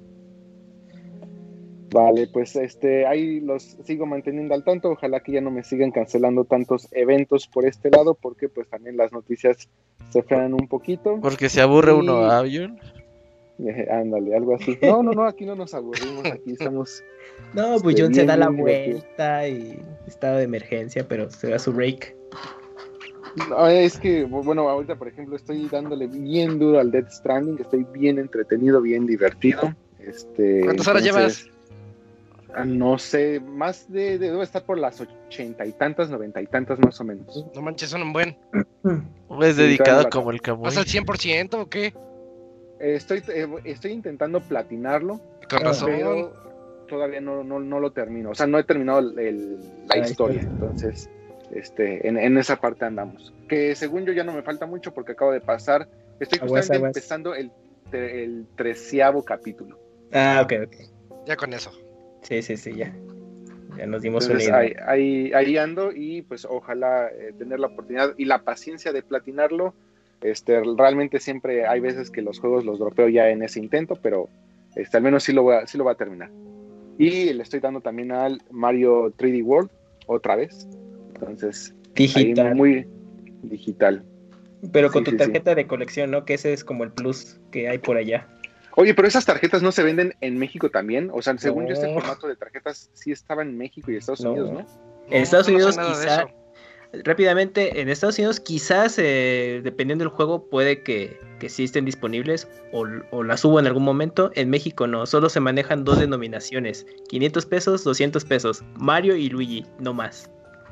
Vale, pues este, ahí los sigo manteniendo al tanto. Ojalá que ya no me sigan cancelando tantos eventos por este lado, porque pues también las noticias se frenan un poquito. Porque se aburre Y- uno, ¿ah, Jun? Eh, ándale, algo así. No, no, no, aquí no nos aburrimos, aquí estamos. No, pues Este, John se bien, da la bien divertido. vuelta y estado de emergencia, pero se da su break. No, es que, bueno, ahorita por ejemplo estoy dándole bien duro al Death Stranding, estoy bien entretenido, bien divertido. Este, ¿Cuántas horas entonces, ah, no sé, más de, de- debo estar por las ochenta y tantas, noventa y tantas más o menos. No manches, son un buen. Es Sí, dedicado todavía no la como el Camuy. ¿Vas al cien por ciento o qué? Eh, Estoy, eh, estoy intentando platinarlo, Con Ah, razón. pero todavía no, no, no lo termino. O sea, no he terminado el- el- la La historia. historia. Entonces, este, en, en esa parte andamos. Que según yo ya no me falta mucho porque acabo de pasar. Estoy Aguas, justamente aguas. empezando el, tre- el treceavo capítulo. Ah, ok, ok. Ya con eso. Sí, sí, sí, ya. Ya nos dimos una Entonces idea. ahí, ahí, ahí ando y pues ojalá eh, tener la oportunidad y la paciencia de platinarlo. Este, realmente siempre hay veces que los juegos los dropeo ya en ese intento, pero este, al menos sí lo, voy a, sí lo voy a terminar. Y le estoy dando también al Mario tres D World otra vez. Entonces, Digital. ahí muy digital. Pero con Sí, tu sí, tarjeta de colección, ¿no? Que ese es como el plus que hay por allá. Oye, pero esas tarjetas no se venden en México también. O sea, según No. yo, este formato de tarjetas sí estaba en México y Estados No. Unidos, ¿no? En Estados yo no sé Unidos nada de quizá, eso. rápidamente, en Estados Unidos quizás, eh, dependiendo del juego, puede que, que sí estén disponibles o, o las subo en algún momento. En México no, solo se manejan dos denominaciones, quinientos pesos, doscientos pesos, Mario y Luigi, no más.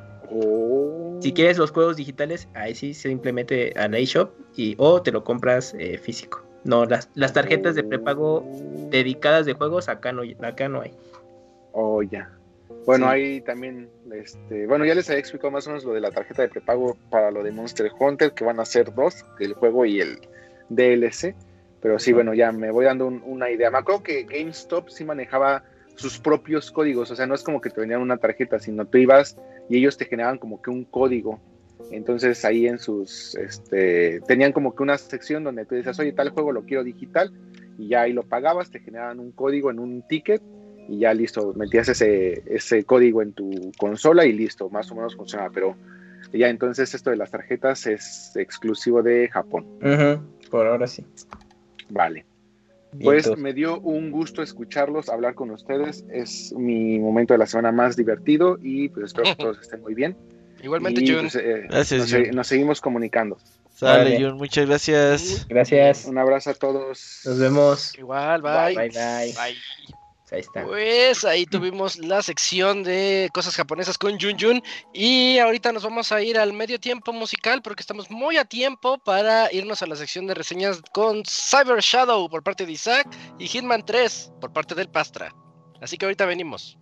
Oh. Si quieres los juegos digitales, ahí sí simplemente a la eShop y o te lo compras eh, físico. No, las, las tarjetas de prepago dedicadas de juegos acá no, acá no hay. Oh, ya. Bueno, Sí. ahí también, este, bueno, ya les había explicado más o menos lo de la tarjeta de prepago para lo de Monster Hunter, que van a ser dos, el juego y el D L C. Pero sí, bueno, ya me voy dando un- una idea. Me acuerdo que GameStop sí manejaba sus propios códigos, o sea, no es como que te vendían una tarjeta, sino tú ibas y ellos te generaban como que un código. Entonces ahí en sus, este, tenían como que una sección donde tú decías, oye, tal juego lo quiero digital, y ya ahí lo pagabas, te generaban un código en un ticket, y ya listo, metías ese, ese código en tu consola y listo, más o menos funcionaba, pero ya entonces esto de las tarjetas es exclusivo de Japón. Ujú, por ahora sí. Vale. Bien, Pues entonces, me dio un gusto escucharlos, hablar con ustedes. Es mi momento de la semana más divertido y pues espero que todos estén muy bien. Igualmente, Y, Jun. pues, eh, Gracias, nos, Jun. nos seguimos comunicando. Sale, Vale. Jun, muchas gracias. gracias. Un abrazo a todos. Nos vemos. Igual, bye. Bye, bye. Bye. Ahí está. Pues ahí tuvimos la sección de cosas japonesas con Jun Jun. Y ahorita nos vamos a ir al medio tiempo musical porque estamos muy a tiempo para irnos a la sección de reseñas con Cyber Shadow por parte de Isaac y Hitman tres por parte del Pastra. Así que ahorita venimos.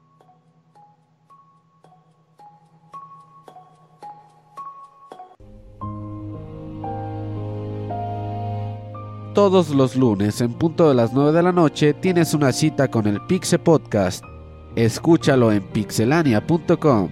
Todos los lunes en punto de las nueve de la noche tienes una cita con el Pixel Podcast. Escúchalo en pixelania punto com.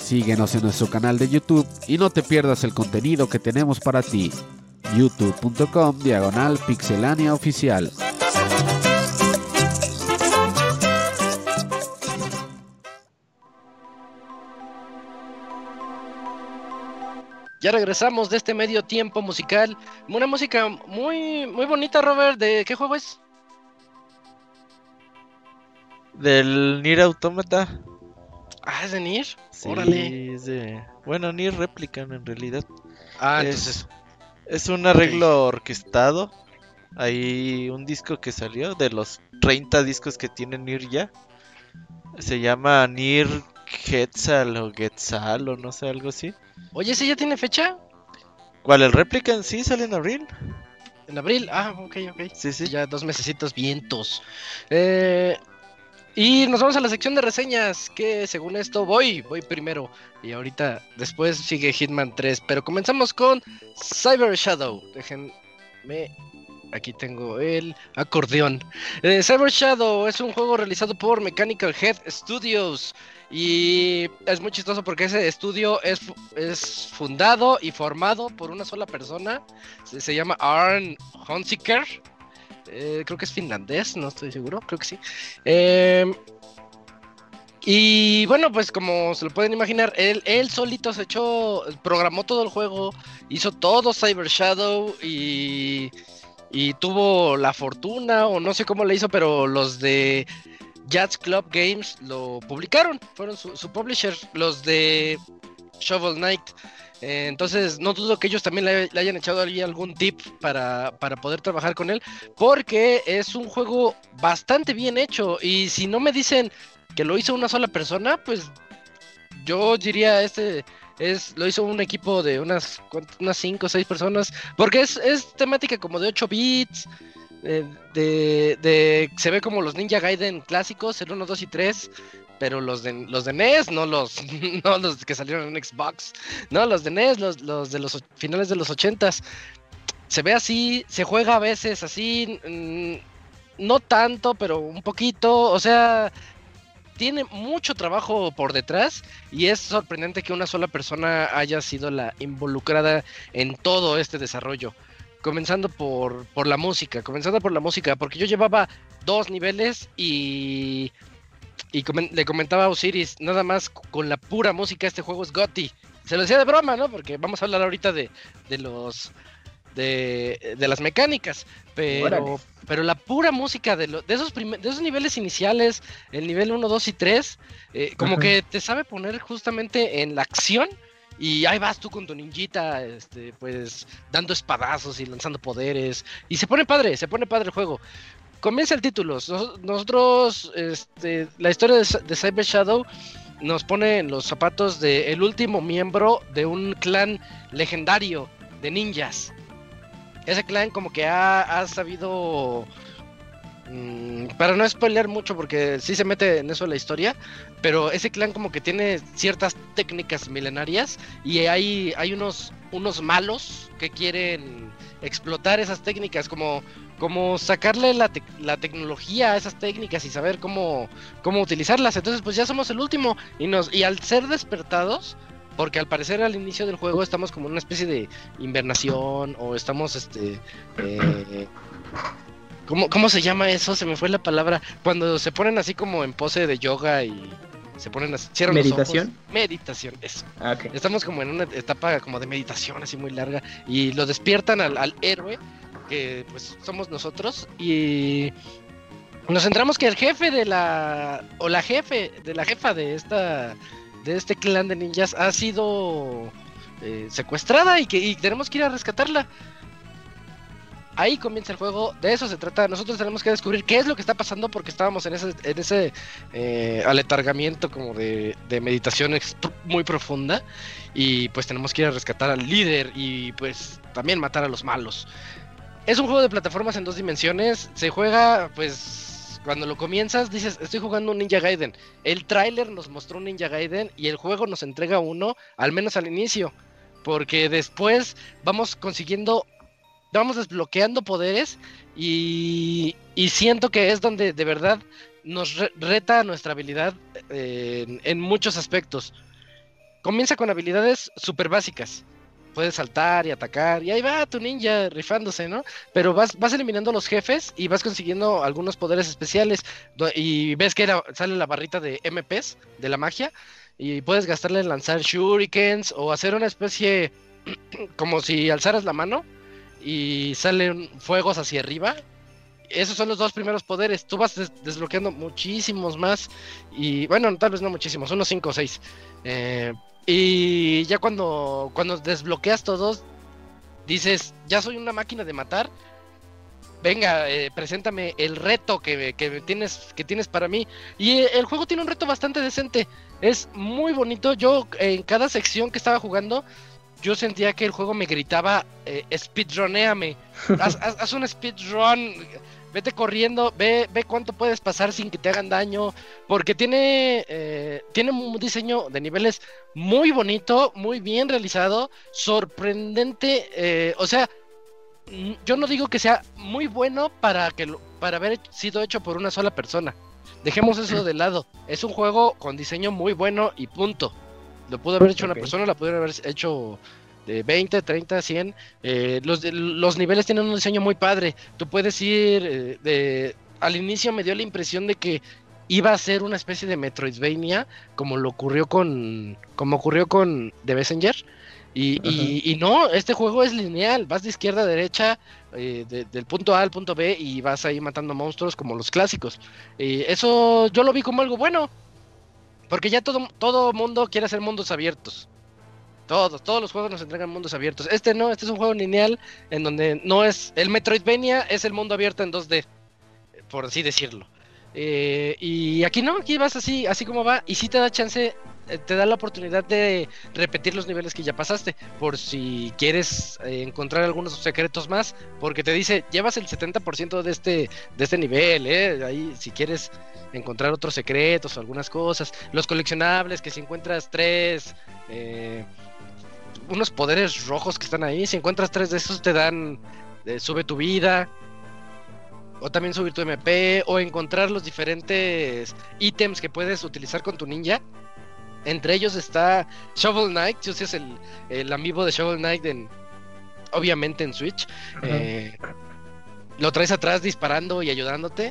Síguenos en nuestro canal de YouTube y no te pierdas el contenido que tenemos para ti. youtube.com diagonal pixelania oficial. Ya regresamos de este medio tiempo musical. Una música muy, muy bonita, Robert. ¿De qué juego es? Del Nier Automata. Ah, ¿es de Nier? Sí, Órale. es de... Bueno, Nier Replicant en realidad. Ah, es, entonces. Es un arreglo orquestado. Hay un disco que salió de los treinta discos que tiene Nier ya. Se llama Nier Quetzal o Quetzal o no sé, algo así. Oye, ¿ese ya tiene fecha? ¿Cuál? ¿El Replicant? Sí, sale en abril. En abril. Ah, ok, ok. Sí, sí. Ya dos mesecitos vientos. Eh... Y nos vamos a la sección de reseñas, que según esto voy, voy primero. Y ahorita, después sigue Hitman tres. Pero comenzamos con Cyber Shadow. Déjenme, aquí tengo el acordeón. eh, Cyber Shadow es un juego realizado por Mechanical Head Studios. Y es muy chistoso porque ese estudio es, es fundado y formado por una sola persona. Se, se llama Arne Hunziker. Eh, creo que es finlandés, no estoy seguro, creo que sí. Eh, y bueno, pues como se lo pueden imaginar, él, él solito se echó, programó todo el juego, hizo todo Cyber Shadow y, y tuvo la fortuna, o no sé cómo le hizo, pero los de Jazz Club Games lo publicaron, fueron su, su publisher, los de Shovel Knight. Eh, entonces no dudo que ellos también le, le hayan echado ahí algún tip para, para poder trabajar con él, porque es un juego bastante bien hecho. Y si no me dicen que lo hizo una sola persona, pues yo diría este es lo hizo un equipo de unas unas cinco o seis personas, porque es, es temática como de ocho bits. eh, de, de se ve como los Ninja Gaiden clásicos, el uno, dos y tres. Pero los de los de N E S, no los, no los que salieron en Xbox. No, los de N E S, los, los de los finales de los ochentas. Se ve así, se juega a veces así. Mmm, no tanto, pero un poquito. O sea, tiene mucho trabajo por detrás. Y es sorprendente que una sola persona haya sido la involucrada en todo este desarrollo. Comenzando por, por la música. Comenzando por la música. Porque yo llevaba dos niveles y... Y comen- le comentaba a Osiris, nada más con la pura música este juego es GOTY. Se lo decía de broma, ¿no? Porque vamos a hablar ahorita de, de los de, de las mecánicas, pero pero la pura música de, lo, de esos prim- de esos niveles iniciales, el nivel uno, dos y tres, eh, como Ajá. que te sabe poner justamente en la acción. Y ahí vas tú con tu ninjita, este, pues dando espadazos y lanzando poderes. Y se pone padre, se pone padre el juego. Comienza el título. Nos, nosotros, este, la historia de, de Cyber Shadow nos pone en los zapatos del de último miembro de un clan legendario de ninjas. Ese clan como que ha, ha sabido... Mmm, para no spoilear mucho porque sí se mete en eso la historia, pero ese clan como que tiene ciertas técnicas milenarias y hay, hay unos, unos malos que quieren explotar esas técnicas, como... como sacarle la, te- la tecnología a esas técnicas y saber cómo, cómo utilizarlas. Entonces pues ya somos el último y nos y al ser despertados, porque al parecer al inicio del juego estamos como en una especie de invernación o estamos este eh, ¿cómo, ¿cómo se llama eso? Se me fue la palabra, cuando se ponen así como en pose de yoga y se ponen así, cierran ¿Meditación? los ojos. Meditación, eso. Ah, okay. Estamos como en una etapa como de meditación así muy larga y lo despiertan al, al héroe, que pues somos nosotros, y nos centramos que el jefe de la o la jefe de la jefa de esta de este clan de ninjas ha sido eh, secuestrada y que y tenemos que ir a rescatarla. Ahí comienza el juego, de eso se trata. Nosotros tenemos que descubrir qué es lo que está pasando porque estábamos en ese en ese eh, aletargamiento como de, de meditación muy profunda y pues tenemos que ir a rescatar al líder y pues también matar a los malos. Es un juego de plataformas en dos dimensiones. Se juega, pues, cuando lo comienzas, dices, estoy jugando un Ninja Gaiden. El tráiler nos mostró un Ninja Gaiden y el juego nos entrega uno, al menos al inicio. Porque después vamos consiguiendo, vamos desbloqueando poderes y, y siento que es donde de verdad nos re- reta nuestra habilidad eh, en, en muchos aspectos. comienza con habilidades súper básicas. Puedes saltar y atacar, y ahí va tu ninja rifándose, ¿no? Pero vas, vas eliminando los jefes y vas consiguiendo algunos poderes especiales. Y ves que la, sale la barrita de M Ps, de la magia, y puedes gastarle en lanzar shurikens o hacer una especie como si alzaras la mano y salen fuegos hacia arriba. Esos son los dos primeros poderes. Tú vas des- desbloqueando muchísimos más. Y bueno, tal vez no muchísimos, unos cinco o seis. Eh, y ya cuando, cuando desbloqueas todos, dices, ya soy una máquina de matar. Venga, eh, preséntame el reto que, que, tienes, que tienes para mí. Y eh, el juego tiene un reto bastante decente. Es muy bonito. Yo en cada sección que estaba jugando, yo sentía que el juego me gritaba, eh, speedrunéame, haz, haz, haz un speedrun, vete corriendo, ve, ve cuánto puedes pasar sin que te hagan daño, porque tiene, eh, tiene un diseño de niveles muy bonito, muy bien realizado, sorprendente, eh, o sea, yo no digo que sea muy bueno para, que lo, para haber sido hecho por una sola persona, dejemos eso de lado, es un juego con diseño muy bueno y punto. Lo pudo haber hecho okay. una persona, la pudieron haber hecho de veinte, treinta, cien. Eh, los, los niveles tienen un diseño muy padre. Tú puedes ir eh, de... Al inicio me dio la impresión de que iba a ser una especie de Metroidvania, como lo ocurrió con... Como ocurrió con The Messenger. Y, y, y no, este juego es lineal. Vas de izquierda a derecha, eh, de, del punto A al punto B, y vas ahí matando monstruos como los clásicos. Eh, eso yo lo vi como algo bueno. Porque ya todo, todo mundo quiere hacer mundos abiertos. Todos, todos los juegos nos entregan mundos abiertos. Este no, este es un juego lineal en donde no es... El Metroidvania es el mundo abierto en dos D, por así decirlo. Eh, y aquí no, aquí vas así, así como va. Y sí te da chance, te da la oportunidad de repetir los niveles que ya pasaste. Por si quieres eh, encontrar algunos secretos más. Porque te dice, llevas el setenta por ciento de este, de este nivel, ¿eh? Ahí si quieres encontrar otros secretos o algunas cosas, los coleccionables, que si encuentras tres, eh, unos poderes rojos que están ahí, si encuentras tres de esos te dan, eh, sube tu vida, o también subir tu M P, o encontrar los diferentes ítems que puedes utilizar con tu ninja. Entre ellos está Shovel Knight, si es el, el amiibo de Shovel Knight en, obviamente en Switch, eh, lo traes atrás disparando y ayudándote.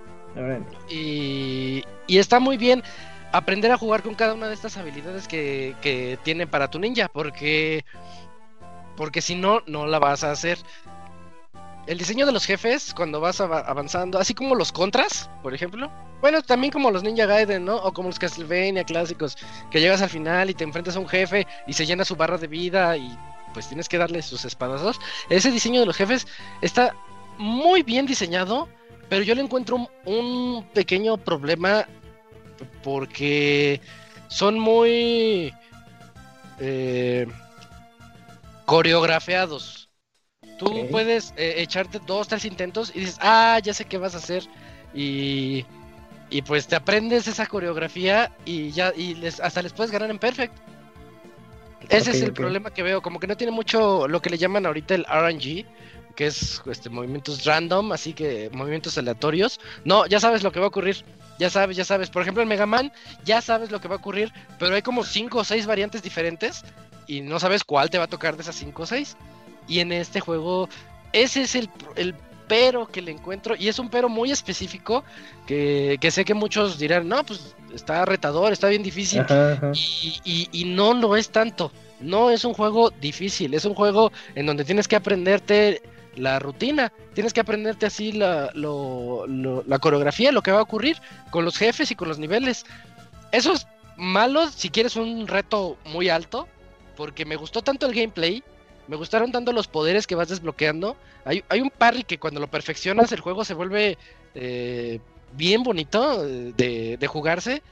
Y, y está muy bien aprender a jugar con cada una de estas habilidades que, que tiene para tu ninja, porque porque si no, no la vas a hacer. El diseño de los jefes cuando vas av- avanzando, así como los contras, por ejemplo, bueno, también como los Ninja Gaiden, ¿no? O como los Castlevania clásicos, que llegas al final y te enfrentas a un jefe y se llena su barra de vida y pues tienes que darle sus espadazos. Ese diseño de los jefes está muy bien diseñado, pero yo le encuentro un, un pequeño problema porque son muy eh, coreografiados. Tú okay. puedes eh, echarte dos, tres intentos y dices, ah, ya sé qué vas a hacer. Y, y pues te aprendes esa coreografía y ya y les, hasta les puedes ganar en Perfect. Ese okay, es el okay. problema que veo, como que no tiene mucho lo que le llaman ahorita el R N G, que es este, movimientos random, así que movimientos aleatorios. No, ya sabes lo que va a ocurrir, ya sabes, ya sabes. Por ejemplo, en Mega Man, ya sabes lo que va a ocurrir, pero hay como cinco o seis variantes diferentes y no sabes cuál te va a tocar de esas cinco o seis. Y en este juego, ese es el, el pero que le encuentro, y es un pero muy específico, que, que sé que muchos dirán, no, pues está retador, está bien difícil, ajá, ajá. Y, y, y no lo es tanto. No es un juego difícil, es un juego en donde tienes que aprenderte la rutina, tienes que aprenderte así la, lo, lo, la coreografía, lo que va a ocurrir con los jefes y con los niveles. Eso es malo si quieres un reto muy alto, porque me gustó tanto el gameplay, me gustaron tanto los poderes que vas desbloqueando. Hay, hay un parry que cuando lo perfeccionas el juego se vuelve eh, bien bonito de, de jugarse.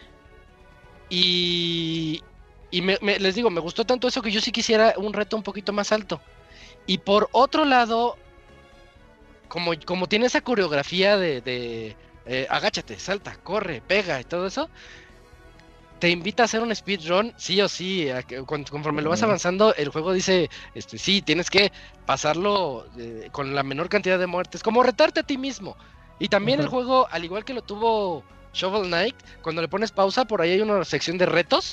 Y... Y me, me, les digo, me gustó tanto eso que yo sí quisiera un reto un poquito más alto. Y por otro lado, como, como tiene esa coreografía de, de eh, agáchate, salta, corre, pega y todo eso, te invita a hacer un speedrun, sí o sí. A que, conforme lo vas avanzando, el juego dice, este, sí, tienes que pasarlo eh, con la menor cantidad de muertes, como retarte a ti mismo. Y también uh-huh. el juego, al igual que lo tuvo Shovel Knight, cuando le pones pausa, por ahí hay una sección de retos.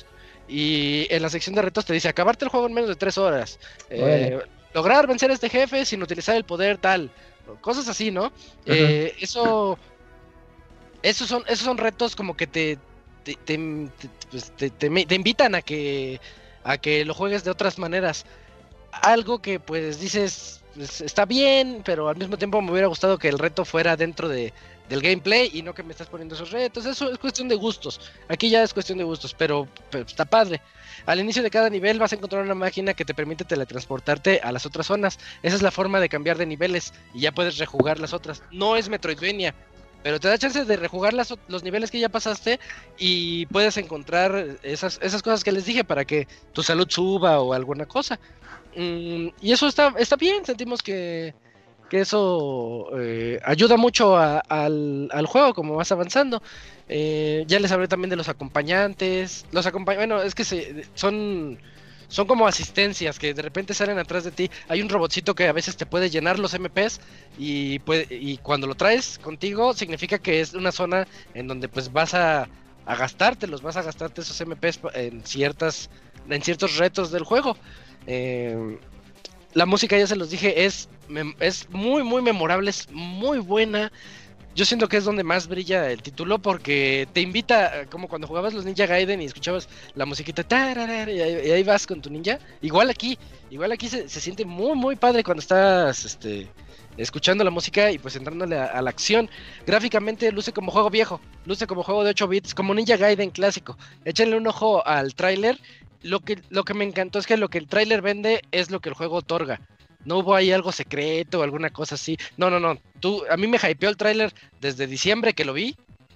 y en la sección de retos te dice acabarte el juego en menos de tres horas, eh, bueno. lograr vencer a este jefe sin utilizar el poder tal, cosas así, ¿no? Eh, eso, esos son, esos son retos como que te, te, te, te, pues te, te, te invitan a que, a que lo juegues de otras maneras. Algo que pues dices, pues, está bien, pero al mismo tiempo me hubiera gustado que el reto fuera dentro de, del gameplay y no que me estás poniendo esos retos. Eso es cuestión de gustos. Aquí ya es cuestión de gustos, pero, pero está padre. Al inicio de cada nivel vas a encontrar una máquina que te permite teletransportarte a las otras zonas. Esa es la forma de cambiar de niveles y ya puedes rejugar las otras. No es Metroidvania, pero te da chance de rejugar las, los niveles que ya pasaste y puedes encontrar esas, esas cosas que les dije para que tu salud suba o alguna cosa. Mm, y eso está, está bien, sentimos que, que eso eh, ayuda mucho a, al, al juego como vas avanzando. Eh, ya les hablé también de los acompañantes. Los acompañ bueno, es que se, son, son como asistencias que de repente salen atrás de ti. Hay un robotcito que a veces te puede llenar los M Ps y, puede, y cuando lo traes contigo significa que es una zona en donde pues vas a, a gastártelos, vas a gastarte esos M Ps en, ciertas, en ciertos retos del juego. Eh, la música, ya se los dije, es, es muy muy memorable, es muy buena. Yo siento que es donde más brilla el título porque te invita, como cuando jugabas los Ninja Gaiden y escuchabas la musiquita y ahí, y ahí vas con tu ninja. Igual aquí, igual aquí se, se siente muy muy padre cuando estás este, escuchando la música y pues entrándole a, a la acción. Gráficamente luce como juego viejo, luce como juego de ocho bits, como Ninja Gaiden clásico. Échenle un ojo al tráiler. Lo que, lo que me encantó es que lo que el tráiler vende es lo que el juego otorga. No hubo ahí algo secreto o alguna cosa así. No, no, no. Tú, a mí me hypeó el tráiler desde diciembre que lo vi.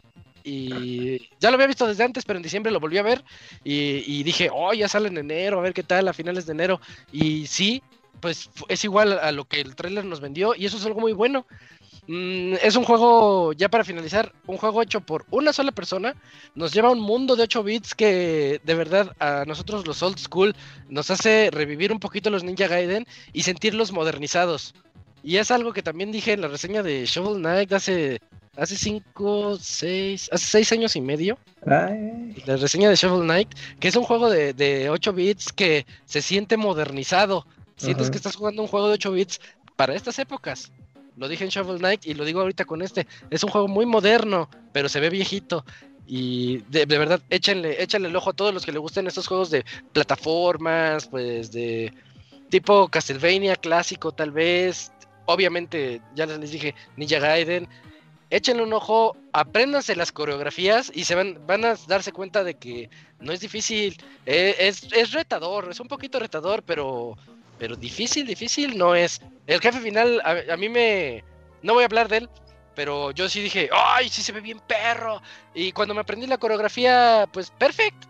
Y ya lo había visto desde antes, pero en diciembre lo volví a ver. Y, y dije, oh, ya sale en enero, a ver qué tal, a finales de enero. Y sí, pues es igual a lo que el tráiler nos vendió. Y eso es algo muy bueno. Mm, es un juego, ya para finalizar, un juego hecho por una sola persona. Nos lleva a un mundo de ocho bits que de verdad a nosotros los old school nos hace revivir un poquito los Ninja Gaiden y sentirlos modernizados. Y es algo que también dije en la reseña de Shovel Knight hace hace cinco, seis, hace seis años y medio. Ay. La reseña de Shovel Knight, que es un juego de, de ocho bits que se siente modernizado. Sientes uh-huh. que estás jugando un juego de ocho bits para estas épocas. Lo dije en Shovel Knight y lo digo ahorita con este. Es un juego muy moderno, pero se ve viejito. Y de, de verdad, échenle, échenle el ojo a todos los que les gusten estos juegos de plataformas, pues de tipo Castlevania clásico tal vez. Obviamente, ya les dije, Ninja Gaiden. Échenle un ojo, apréndanse las coreografías y se van, van a darse cuenta de que no es difícil. Es, es, es retador, es un poquito retador, pero... Pero difícil, difícil no es. El jefe final, a, a mí me... No voy a hablar de él, pero yo sí dije, ¡ay, sí se ve bien perro! Y cuando me aprendí la coreografía, pues, perfecto.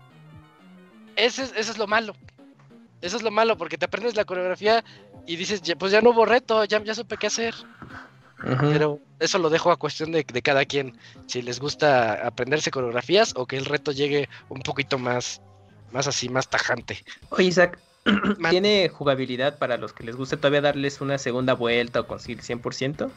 Ese, ese es lo malo. Eso es lo malo, porque te aprendes la coreografía y dices, pues ya no hubo reto, ya, ya supe qué hacer. Uh-huh. Pero eso lo dejo a cuestión de, de cada quien. Si les gusta aprenderse coreografías o que el reto llegue un poquito más, más así, más tajante. Oye, Isaac, ¿tiene jugabilidad para los que les guste todavía darles una segunda vuelta o conseguir cien por ciento?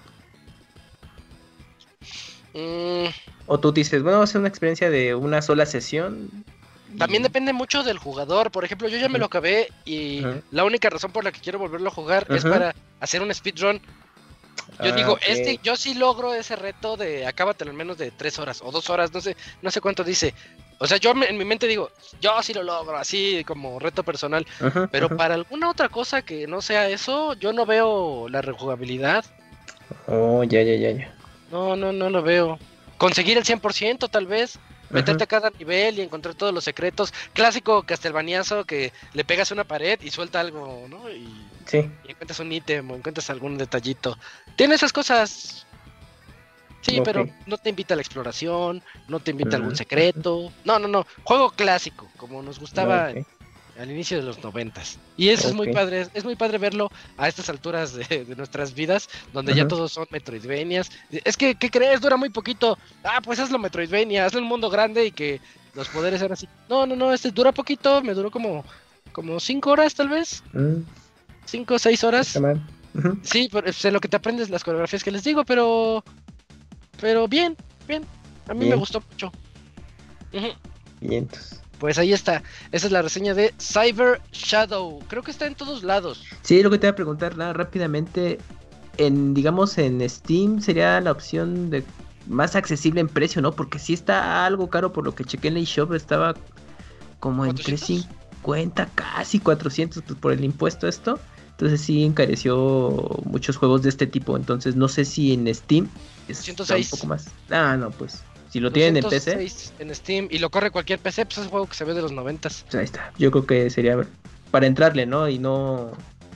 Mm. O tú dices, bueno, va a ser una experiencia de una sola sesión. Y... También depende mucho del jugador. Por ejemplo, yo ya me lo acabé y uh-huh. la única razón por la que quiero volverlo a jugar uh-huh. es para hacer un speedrun. Yo ah, digo, okay. este, yo sí logro ese reto de acábatelo en menos de tres horas o dos horas, no sé, no sé cuánto dice. O sea, yo en mi mente digo, yo sí lo logro, así como reto personal. Uh-huh, pero uh-huh. para alguna otra cosa que no sea eso, yo no veo la rejugabilidad. Oh, ya, ya, ya, ya. No, no, no lo veo. Conseguir el cien por ciento tal vez. Uh-huh. Meterte a cada nivel y encontrar todos los secretos. Clásico castelvaniazo que le pegas una pared y suelta algo, ¿no? Y, sí. y encuentras un ítem o encuentras algún detallito. Tiene esas cosas... Sí, okay. pero no te invita a la exploración, no te invita a algún secreto. No, no, no. Juego clásico, como nos gustaba okay. al inicio de los noventas. Y eso okay. es muy padre, es muy padre verlo a estas alturas de, de nuestras vidas, donde uh-huh. ya todos son Metroidvanias. Es que, ¿qué crees? Dura muy poquito. Ah, pues hazlo Metroidvania, hazlo en un mundo grande y que los poderes sean así. No, no, no, este dura poquito, me duró como, como cinco horas tal vez. Uh-huh. Cinco o seis horas. Uh-huh. Sí, pero es en lo que te aprendes las coreografías que les digo, pero... Pero bien, bien. A mí bien. me gustó mucho. Uh-huh. Bien, entonces. pues ahí está. Esa es la reseña de Cyber Shadow. Creo que está en todos lados. Sí, lo que te voy a preguntar nada rápidamente. En, digamos, en Steam sería la opción de más accesible en precio, ¿no? Porque sí está algo caro, por lo que chequé en la eShop, estaba como en trescientos cincuenta, casi cuatrocientos, pues por el impuesto esto. Entonces sí encareció muchos juegos de este tipo. Entonces no sé si en Steam es ciento seis. un poco más. Ah, no, pues si lo tienen en P C. En Steam y lo corre cualquier P C, pues es un juego que se ve de los noventas. Pues ahí está. Yo creo que sería para entrarle, ¿no? Y no...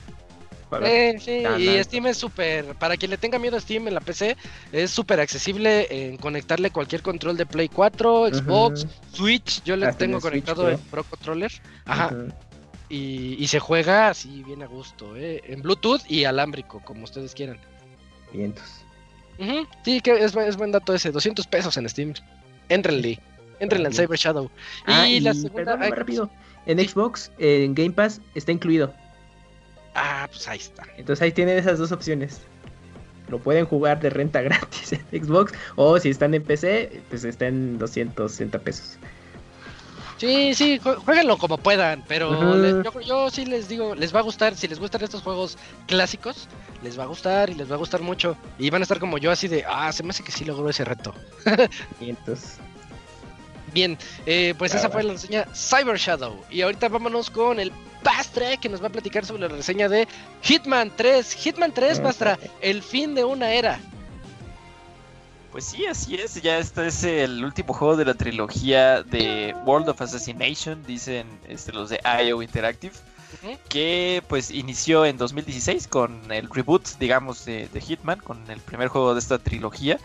Eh, sí, y Steam es súper, para quien le tenga miedo a Steam en la P C, es súper accesible en conectarle cualquier control de Play cuatro, Xbox, uh-huh. Switch, yo le Hasta tengo conectado Switch, el Pro Controller, ajá, uh-huh. y, y se juega así bien a gusto, eh, en Bluetooth y alámbrico, como ustedes quieran. Vientos. Uh-huh. Sí, que es, es buen dato ese, doscientos pesos en Steam, éntrenle, éntrenle en Cyber Shadow. Ah, y, y la segunda... Perdón, ay, rápido, en sí. Xbox, en Game Pass, está incluido. Ah, pues ahí está. Entonces ahí tienen esas dos opciones. Lo pueden jugar de renta gratis en Xbox. O si están en P C, pues está en doscientos sesenta pesos. Sí, sí, jueguenlo como puedan. Pero uh-huh. les, yo, yo sí les digo, les va a gustar. Si les gustan estos juegos clásicos, les va a gustar y les va a gustar mucho. Y van a estar como yo así de, ah, se me hace que sí logró ese reto. Y entonces... Bien, eh, pues claro. Esa fue la reseña Cyber Shadow. Y ahorita vámonos con el Pastra, que nos va a platicar sobre la reseña de Hitman tres. Hitman tres, Pastra, el fin de una era. Pues sí, así es. Ya este es el último juego de la trilogía de World of Assassination, dicen este, los de I O Interactive. Uh-huh. Que pues inició en dos mil dieciséis con el reboot, digamos, de, de Hitman, con el primer juego de esta trilogía.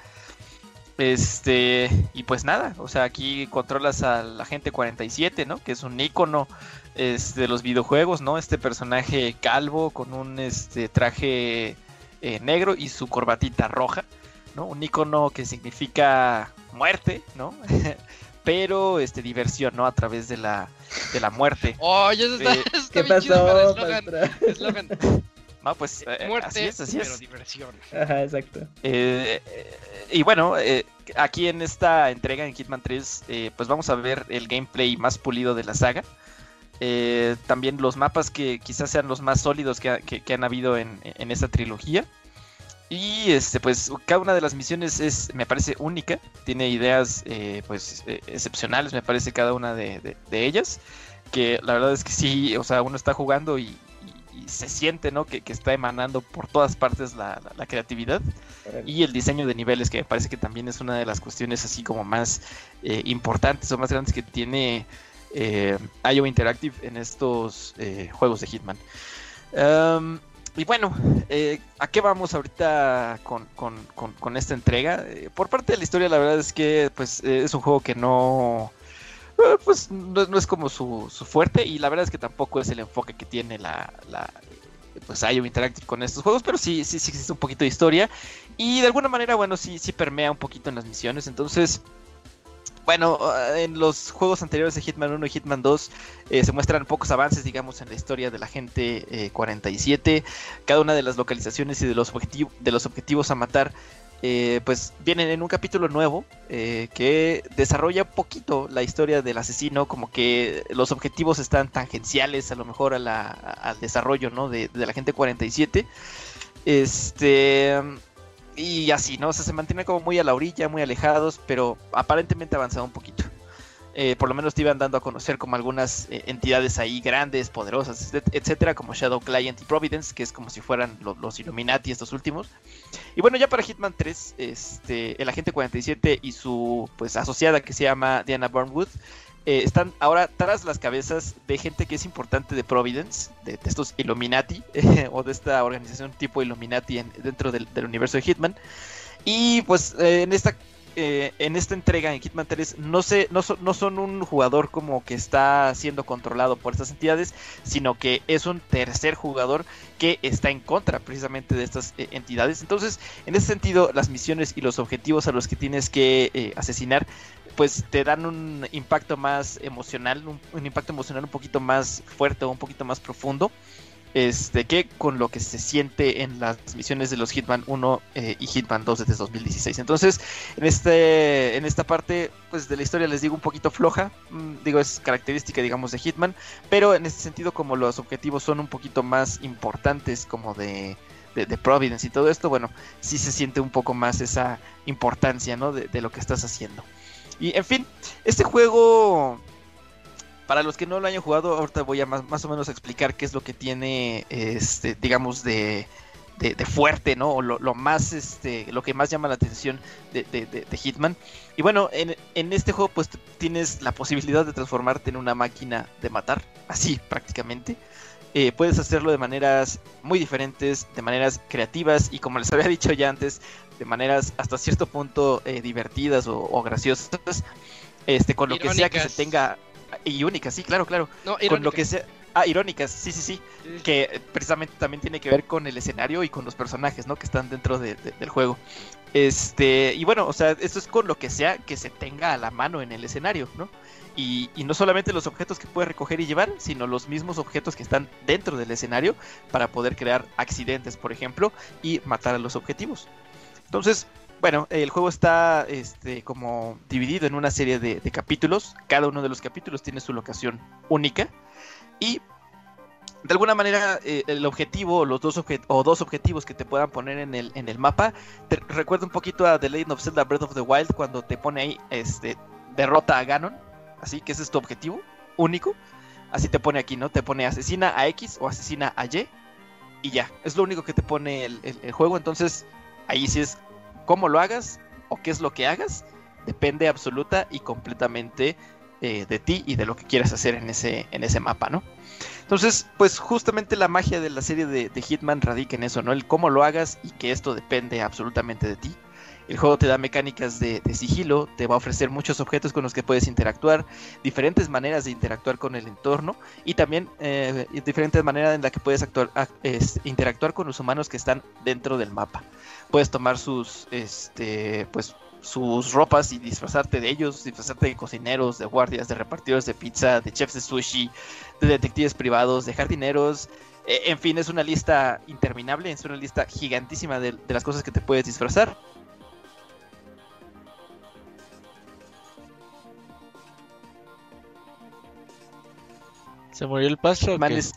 Este, y pues nada, o sea, aquí controlas al agente cuarenta y siete, ¿no? Que es un ícono este, de los videojuegos, ¿no? Este personaje calvo con un este, traje eh, negro y su corbatita roja, ¿no? Un ícono que significa muerte, ¿no? Pero este, diversión, ¿no? A través de la, de la muerte. Oh, eso está, eh, eso está ¿Qué bien pasó, chido, eslogan. No, pues eh, muerte, así es, así pero es. diversión. Ajá, exacto. Eh, eh, y bueno, eh, aquí en esta entrega en Hitman tres, eh, pues vamos a ver el gameplay más pulido de la saga. Eh, también los mapas que quizás sean los más sólidos que, ha, que, que han habido en, en esta trilogía. Y este, pues cada una de las misiones es, me parece única, tiene ideas eh, pues eh, excepcionales, me parece cada una de, de, de ellas. Que la verdad es que sí, o sea, uno está jugando y y se siente, ¿no? Que, que está emanando por todas partes la, la, la creatividad y el diseño de niveles, que me parece que también es una de las cuestiones así como más eh, importantes o más grandes que tiene eh, I O Interactive en estos eh, juegos de Hitman. Um, y bueno, eh, ¿a qué vamos ahorita con, con, con, con esta entrega? Eh, por parte de la historia, la verdad es que pues eh, es un juego que no... pues no, no es como su, su fuerte, y la verdad es que tampoco es el enfoque que tiene la, la pues I O Interactive con estos juegos, pero sí, sí, sí existe un poquito de historia y de alguna manera, bueno, sí, sí permea un poquito en las misiones. Entonces, bueno, en los juegos anteriores de Hitman uno y Hitman dos eh, se muestran pocos avances, digamos, en la historia del agente eh, cuarenta y siete. Cada una de las localizaciones y de los, objetivo, de los objetivos a matar Eh, pues vienen en un capítulo nuevo eh, que desarrolla un poquito la historia del asesino, como que los objetivos están tangenciales a lo mejor a la, a, al desarrollo, ¿no? de, de la agente cuarenta y siete. Este, y así, ¿no? O sea, se mantienen como muy a la orilla, muy alejados, pero aparentemente avanzado un poquito. Eh, por lo menos te iban dando a conocer como algunas eh, entidades ahí grandes, poderosas, etcétera, como Shadow Client y Providence, que es como si fueran lo, los Illuminati estos últimos. Y bueno, ya para Hitman tres, este, el agente cuarenta y siete y su pues asociada que se llama Diana Burnwood eh, están ahora tras las cabezas de gente que es importante de Providence, de, de estos Illuminati, eh, o de esta organización tipo Illuminati en, dentro del, del universo de Hitman. Y pues eh, en esta Eh, en esta entrega en Hitman tres no, se, no, so, no son un jugador como que está siendo controlado por estas entidades, sino que es un tercer jugador que está en contra precisamente de estas eh, entidades. Entonces, en ese sentido, las misiones y los objetivos a los que tienes que eh, asesinar pues te dan un impacto más emocional, un, un impacto emocional un poquito más fuerte o un poquito más profundo. este, que con lo que se siente en las misiones de los Hitman uno eh, y Hitman dos desde dos mil dieciséis. Entonces, en este en esta parte pues de la historia les digo un poquito floja, mmm, digo es característica digamos de Hitman, pero en este sentido como los objetivos son un poquito más importantes como de, de, de Providence y todo esto, bueno, sí se siente un poco más esa importancia, ¿no? de, de lo que estás haciendo. Y en fin, este juego... Para los que no lo hayan jugado, ahorita voy a más, más o menos explicar qué es lo que tiene, este, digamos, de, de, de fuerte, ¿no? O lo, lo más, este, lo que más llama la atención de, de, de, de Hitman. Y bueno, en, en este juego, pues tienes la posibilidad de transformarte en una máquina de matar, así prácticamente. Eh, puedes hacerlo de maneras muy diferentes, de maneras creativas y como les había dicho ya antes, de maneras hasta cierto punto eh, divertidas o, o graciosas, este, con lo Irónicas. que sea que se tenga. Y únicas, sí, claro, claro. No, con lo que sea. Ah, irónicas, sí, sí, sí, sí. Que precisamente también tiene que ver con el escenario y con los personajes, ¿no? Que están dentro de, de, del juego. Este, y bueno, o sea, esto es con lo que sea que se tenga a la mano en el escenario, ¿no? Y, y no solamente los objetos que puedes recoger y llevar, sino los mismos objetos que están dentro del escenario para poder crear accidentes, por ejemplo, y matar a los objetivos. Entonces, bueno, el juego está este, como dividido en una serie de, de capítulos. Cada uno de los capítulos tiene su locación única. Y de alguna manera eh, el objetivo los dos objet- o dos objetivos que te puedan poner en el, en el mapa te recuerda un poquito a The Legend of Zelda Breath of the Wild, cuando te pone ahí este, derrota a Ganon. Así que ese es tu objetivo único. Así te pone aquí, ¿no? Te pone asesina a X o asesina a Y. Y ya, es lo único que te pone el, el, el juego. Entonces ahí sí es... Cómo lo hagas o qué es lo que hagas depende absoluta y completamente eh, de ti y de lo que quieras hacer en ese, en ese mapa, ¿no? Entonces, pues justamente la magia de la serie de, de Hitman radica en eso, ¿no? El cómo lo hagas y que esto depende absolutamente de ti. El juego te da mecánicas de, de sigilo, te va a ofrecer muchos objetos con los que puedes interactuar, diferentes maneras de interactuar con el entorno y también eh, diferentes maneras en las que puedes actuar, es, interactuar con los humanos que están dentro del mapa. Puedes tomar sus, este, pues, sus ropas y disfrazarte de ellos, disfrazarte de cocineros, de guardias, de repartidores de pizza, de chefs de sushi, de detectives privados, de jardineros. Eh, en fin, es una lista interminable, es una lista gigantísima de, de las cosas que te puedes disfrazar. ¿Se murió el pasto? Man, es...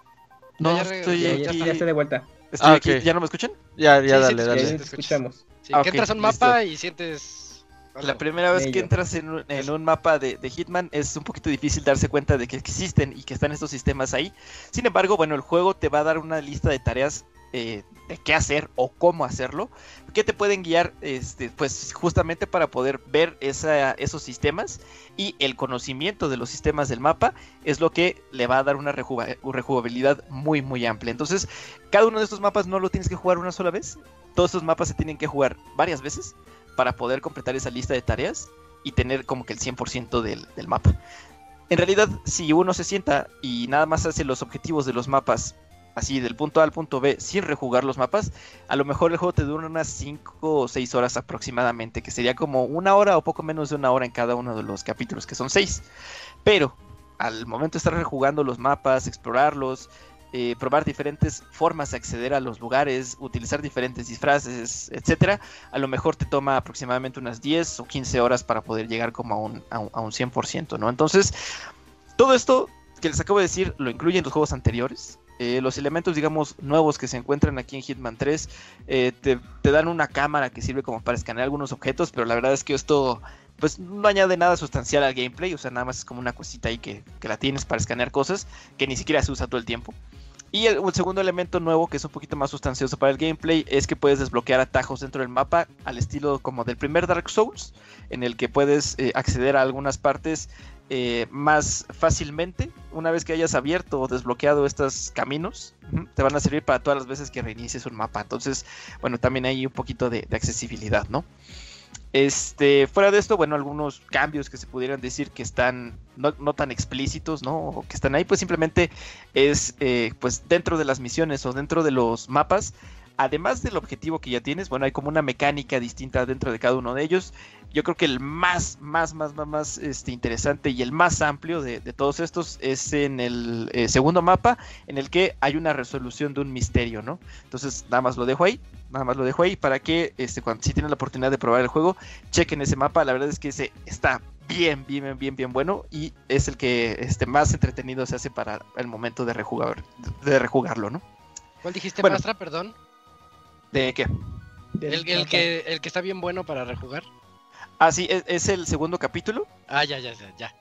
No, ya, estoy ya, ya, aquí. ya estoy de vuelta. Estoy ah, aquí. okay. ¿Ya no me escuchan? Ya, ya, sí, dale, sí, dale. Ya te escuchamos. Sí, ah, que okay, entras a un listo. mapa y sientes... La primera vez Ello. que entras en un, en un mapa de, de Hitman es un poquito difícil darse cuenta de que existen y que están estos sistemas ahí. Sin embargo, bueno, el juego te va a dar una lista de tareas eh, de qué hacer o cómo hacerlo, que te pueden guiar este, pues justamente para poder ver esa, esos sistemas, y el conocimiento de los sistemas del mapa es lo que le va a dar una rejuva- rejugabilidad muy muy amplia. Entonces, cada uno de estos mapas no lo tienes que jugar una sola vez, todos estos mapas se tienen que jugar varias veces para poder completar esa lista de tareas y tener como que el cien por ciento del, del mapa. En realidad, si uno se sienta y nada más hace los objetivos de los mapas, así del punto A al punto B, sin rejugar los mapas, a lo mejor el juego te dura unas cinco o seis horas aproximadamente, que sería como una hora o poco menos de una hora en cada uno de los capítulos, que son seis. Pero al momento de estar rejugando los mapas, explorarlos, Eh, probar diferentes formas de acceder a los lugares, utilizar diferentes disfraces, etcétera, a lo mejor te toma aproximadamente unas diez o quince horas para poder llegar como a un, a un, a un cien por ciento, ¿no? Entonces, todo esto que les acabo de decir lo incluyen los juegos anteriores. Eh, los elementos, digamos, nuevos que se encuentran aquí en Hitman tres eh, te, te dan una cámara que sirve como para escanear algunos objetos, pero la verdad es que esto pues no añade nada sustancial al gameplay, o sea, nada más es como una cosita ahí que, que la tienes para escanear cosas, que ni siquiera se usa todo el tiempo. Y el, el segundo elemento nuevo, que es un poquito más sustancioso para el gameplay, es que puedes desbloquear atajos dentro del mapa al estilo como del primer Dark Souls, en el que puedes eh, acceder a algunas partes eh, más fácilmente. Una vez que hayas abierto o desbloqueado estos caminos, uh-huh, te van a servir para todas las veces que reinicies un mapa. Entonces, bueno, también hay un poquito de, de accesibilidad, ¿no? Este, fuera de esto, bueno, algunos cambios que se pudieran decir que están no, no tan explícitos, ¿no? O que están ahí, pues simplemente es, eh, pues dentro de las misiones o dentro de los mapas además del objetivo que ya tienes, bueno, hay como una mecánica distinta dentro de cada uno de ellos. Yo creo que el más, más, más, más, más este, interesante y el más amplio de, de todos estos es en el eh, segundo mapa, en el que hay una resolución de un misterio, ¿no? Entonces, nada más lo dejo ahí, nada más lo dejo ahí para que, este, cuando si tienen la oportunidad de probar el juego, chequen ese mapa. La verdad es que ese está bien, bien, bien, bien bueno y es el que este, más entretenido se hace para el momento de rejugar, de rejugarlo, ¿no? ¿Cuál dijiste, bueno, Mastra, perdón? ¿De qué? El, el, que, el que está bien bueno para rejugar. Ah, sí, es, es el segundo capítulo. Ah, ya, ya, ya, ya.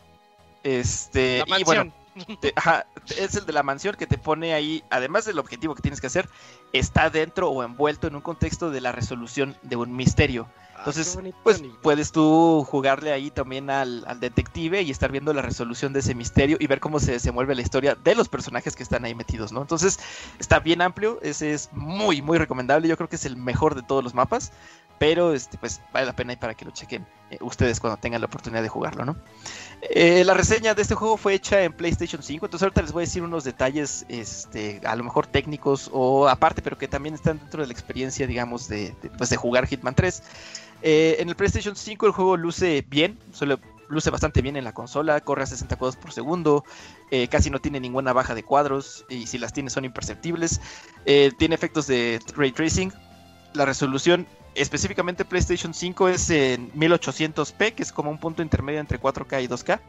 Este, la y bueno, te, ajá, es el de la mansión que te pone ahí, además del objetivo que tienes que hacer, está dentro o envuelto en un contexto de la resolución de un misterio. Entonces, ah, bonito, pues bonito. Puedes tú jugarle ahí también al, al detective y estar viendo la resolución de ese misterio y ver cómo se desenvuelve la historia de los personajes que están ahí metidos, ¿no? Entonces, está bien amplio, ese es muy, muy recomendable, yo creo que es el mejor de todos los mapas. Pero este, pues vale la pena ahí para que lo chequen eh, ustedes cuando tengan la oportunidad de jugarlo, ¿no? Eh, la reseña de este juego fue hecha en PlayStation cinco, entonces ahorita les voy a decir unos detalles, este, a lo mejor técnicos o aparte, pero que también están dentro de la experiencia, digamos, de, de, pues, de jugar Hitman tres. Eh, en el PlayStation cinco el juego luce bien, suele, luce bastante bien en la consola, corre a sesenta cuadros por segundo, eh, casi no tiene ninguna baja de cuadros y si las tiene son imperceptibles. Eh, tiene efectos de Ray Tracing, la resolución específicamente PlayStation cinco es en mil ochocientos p, que es como un punto intermedio entre cuatro K y dos K.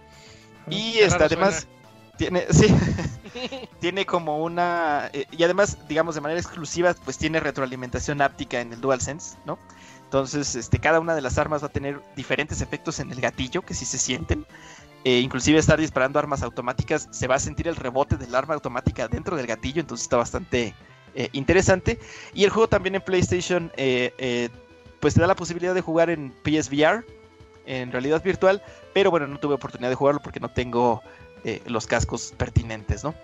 Y está además tiene sí, tiene como una eh, y además, digamos, de manera exclusiva, pues tiene retroalimentación áptica en el DualSense, ¿no? Entonces, este cada una de las armas va a tener diferentes efectos en el gatillo que sí se sienten. Eh, inclusive estar disparando armas automáticas, se va a sentir el rebote del arma automática dentro del gatillo, entonces está bastante Eh, interesante. Y el juego también en PlayStation eh, eh, pues te da la posibilidad de jugar en P S V R, en realidad virtual, pero bueno, no tuve oportunidad de jugarlo porque no tengo eh, los cascos pertinentes, ¿no?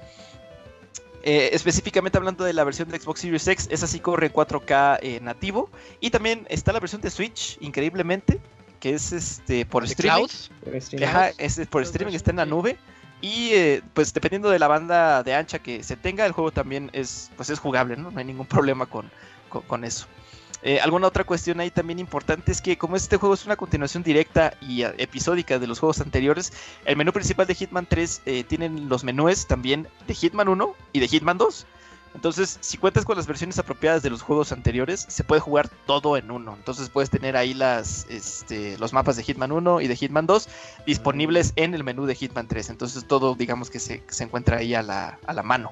Eh, específicamente hablando de la versión de Xbox Series X, esa sí corre cuatro K eh, nativo, y también está la versión de Switch, increíblemente, que es este por streaming. Por streaming. Ajá, es por streaming, está en la nube. Y eh, pues dependiendo de la banda de ancha que se tenga, el juego también es, pues es jugable, ¿no? No hay ningún problema con, con, con eso. Eh, alguna otra cuestión ahí también importante es que como este juego es una continuación directa y uh, episódica de los juegos anteriores, el menú principal de Hitman tres eh, tienen los menús también de Hitman uno y de Hitman dos. Entonces, si cuentas con las versiones apropiadas de los juegos anteriores, se puede jugar todo en uno. Entonces puedes tener ahí las, este, los mapas de Hitman uno y de Hitman dos disponibles en el menú de Hitman tres. Entonces todo, digamos que se, se encuentra ahí a la, a la mano.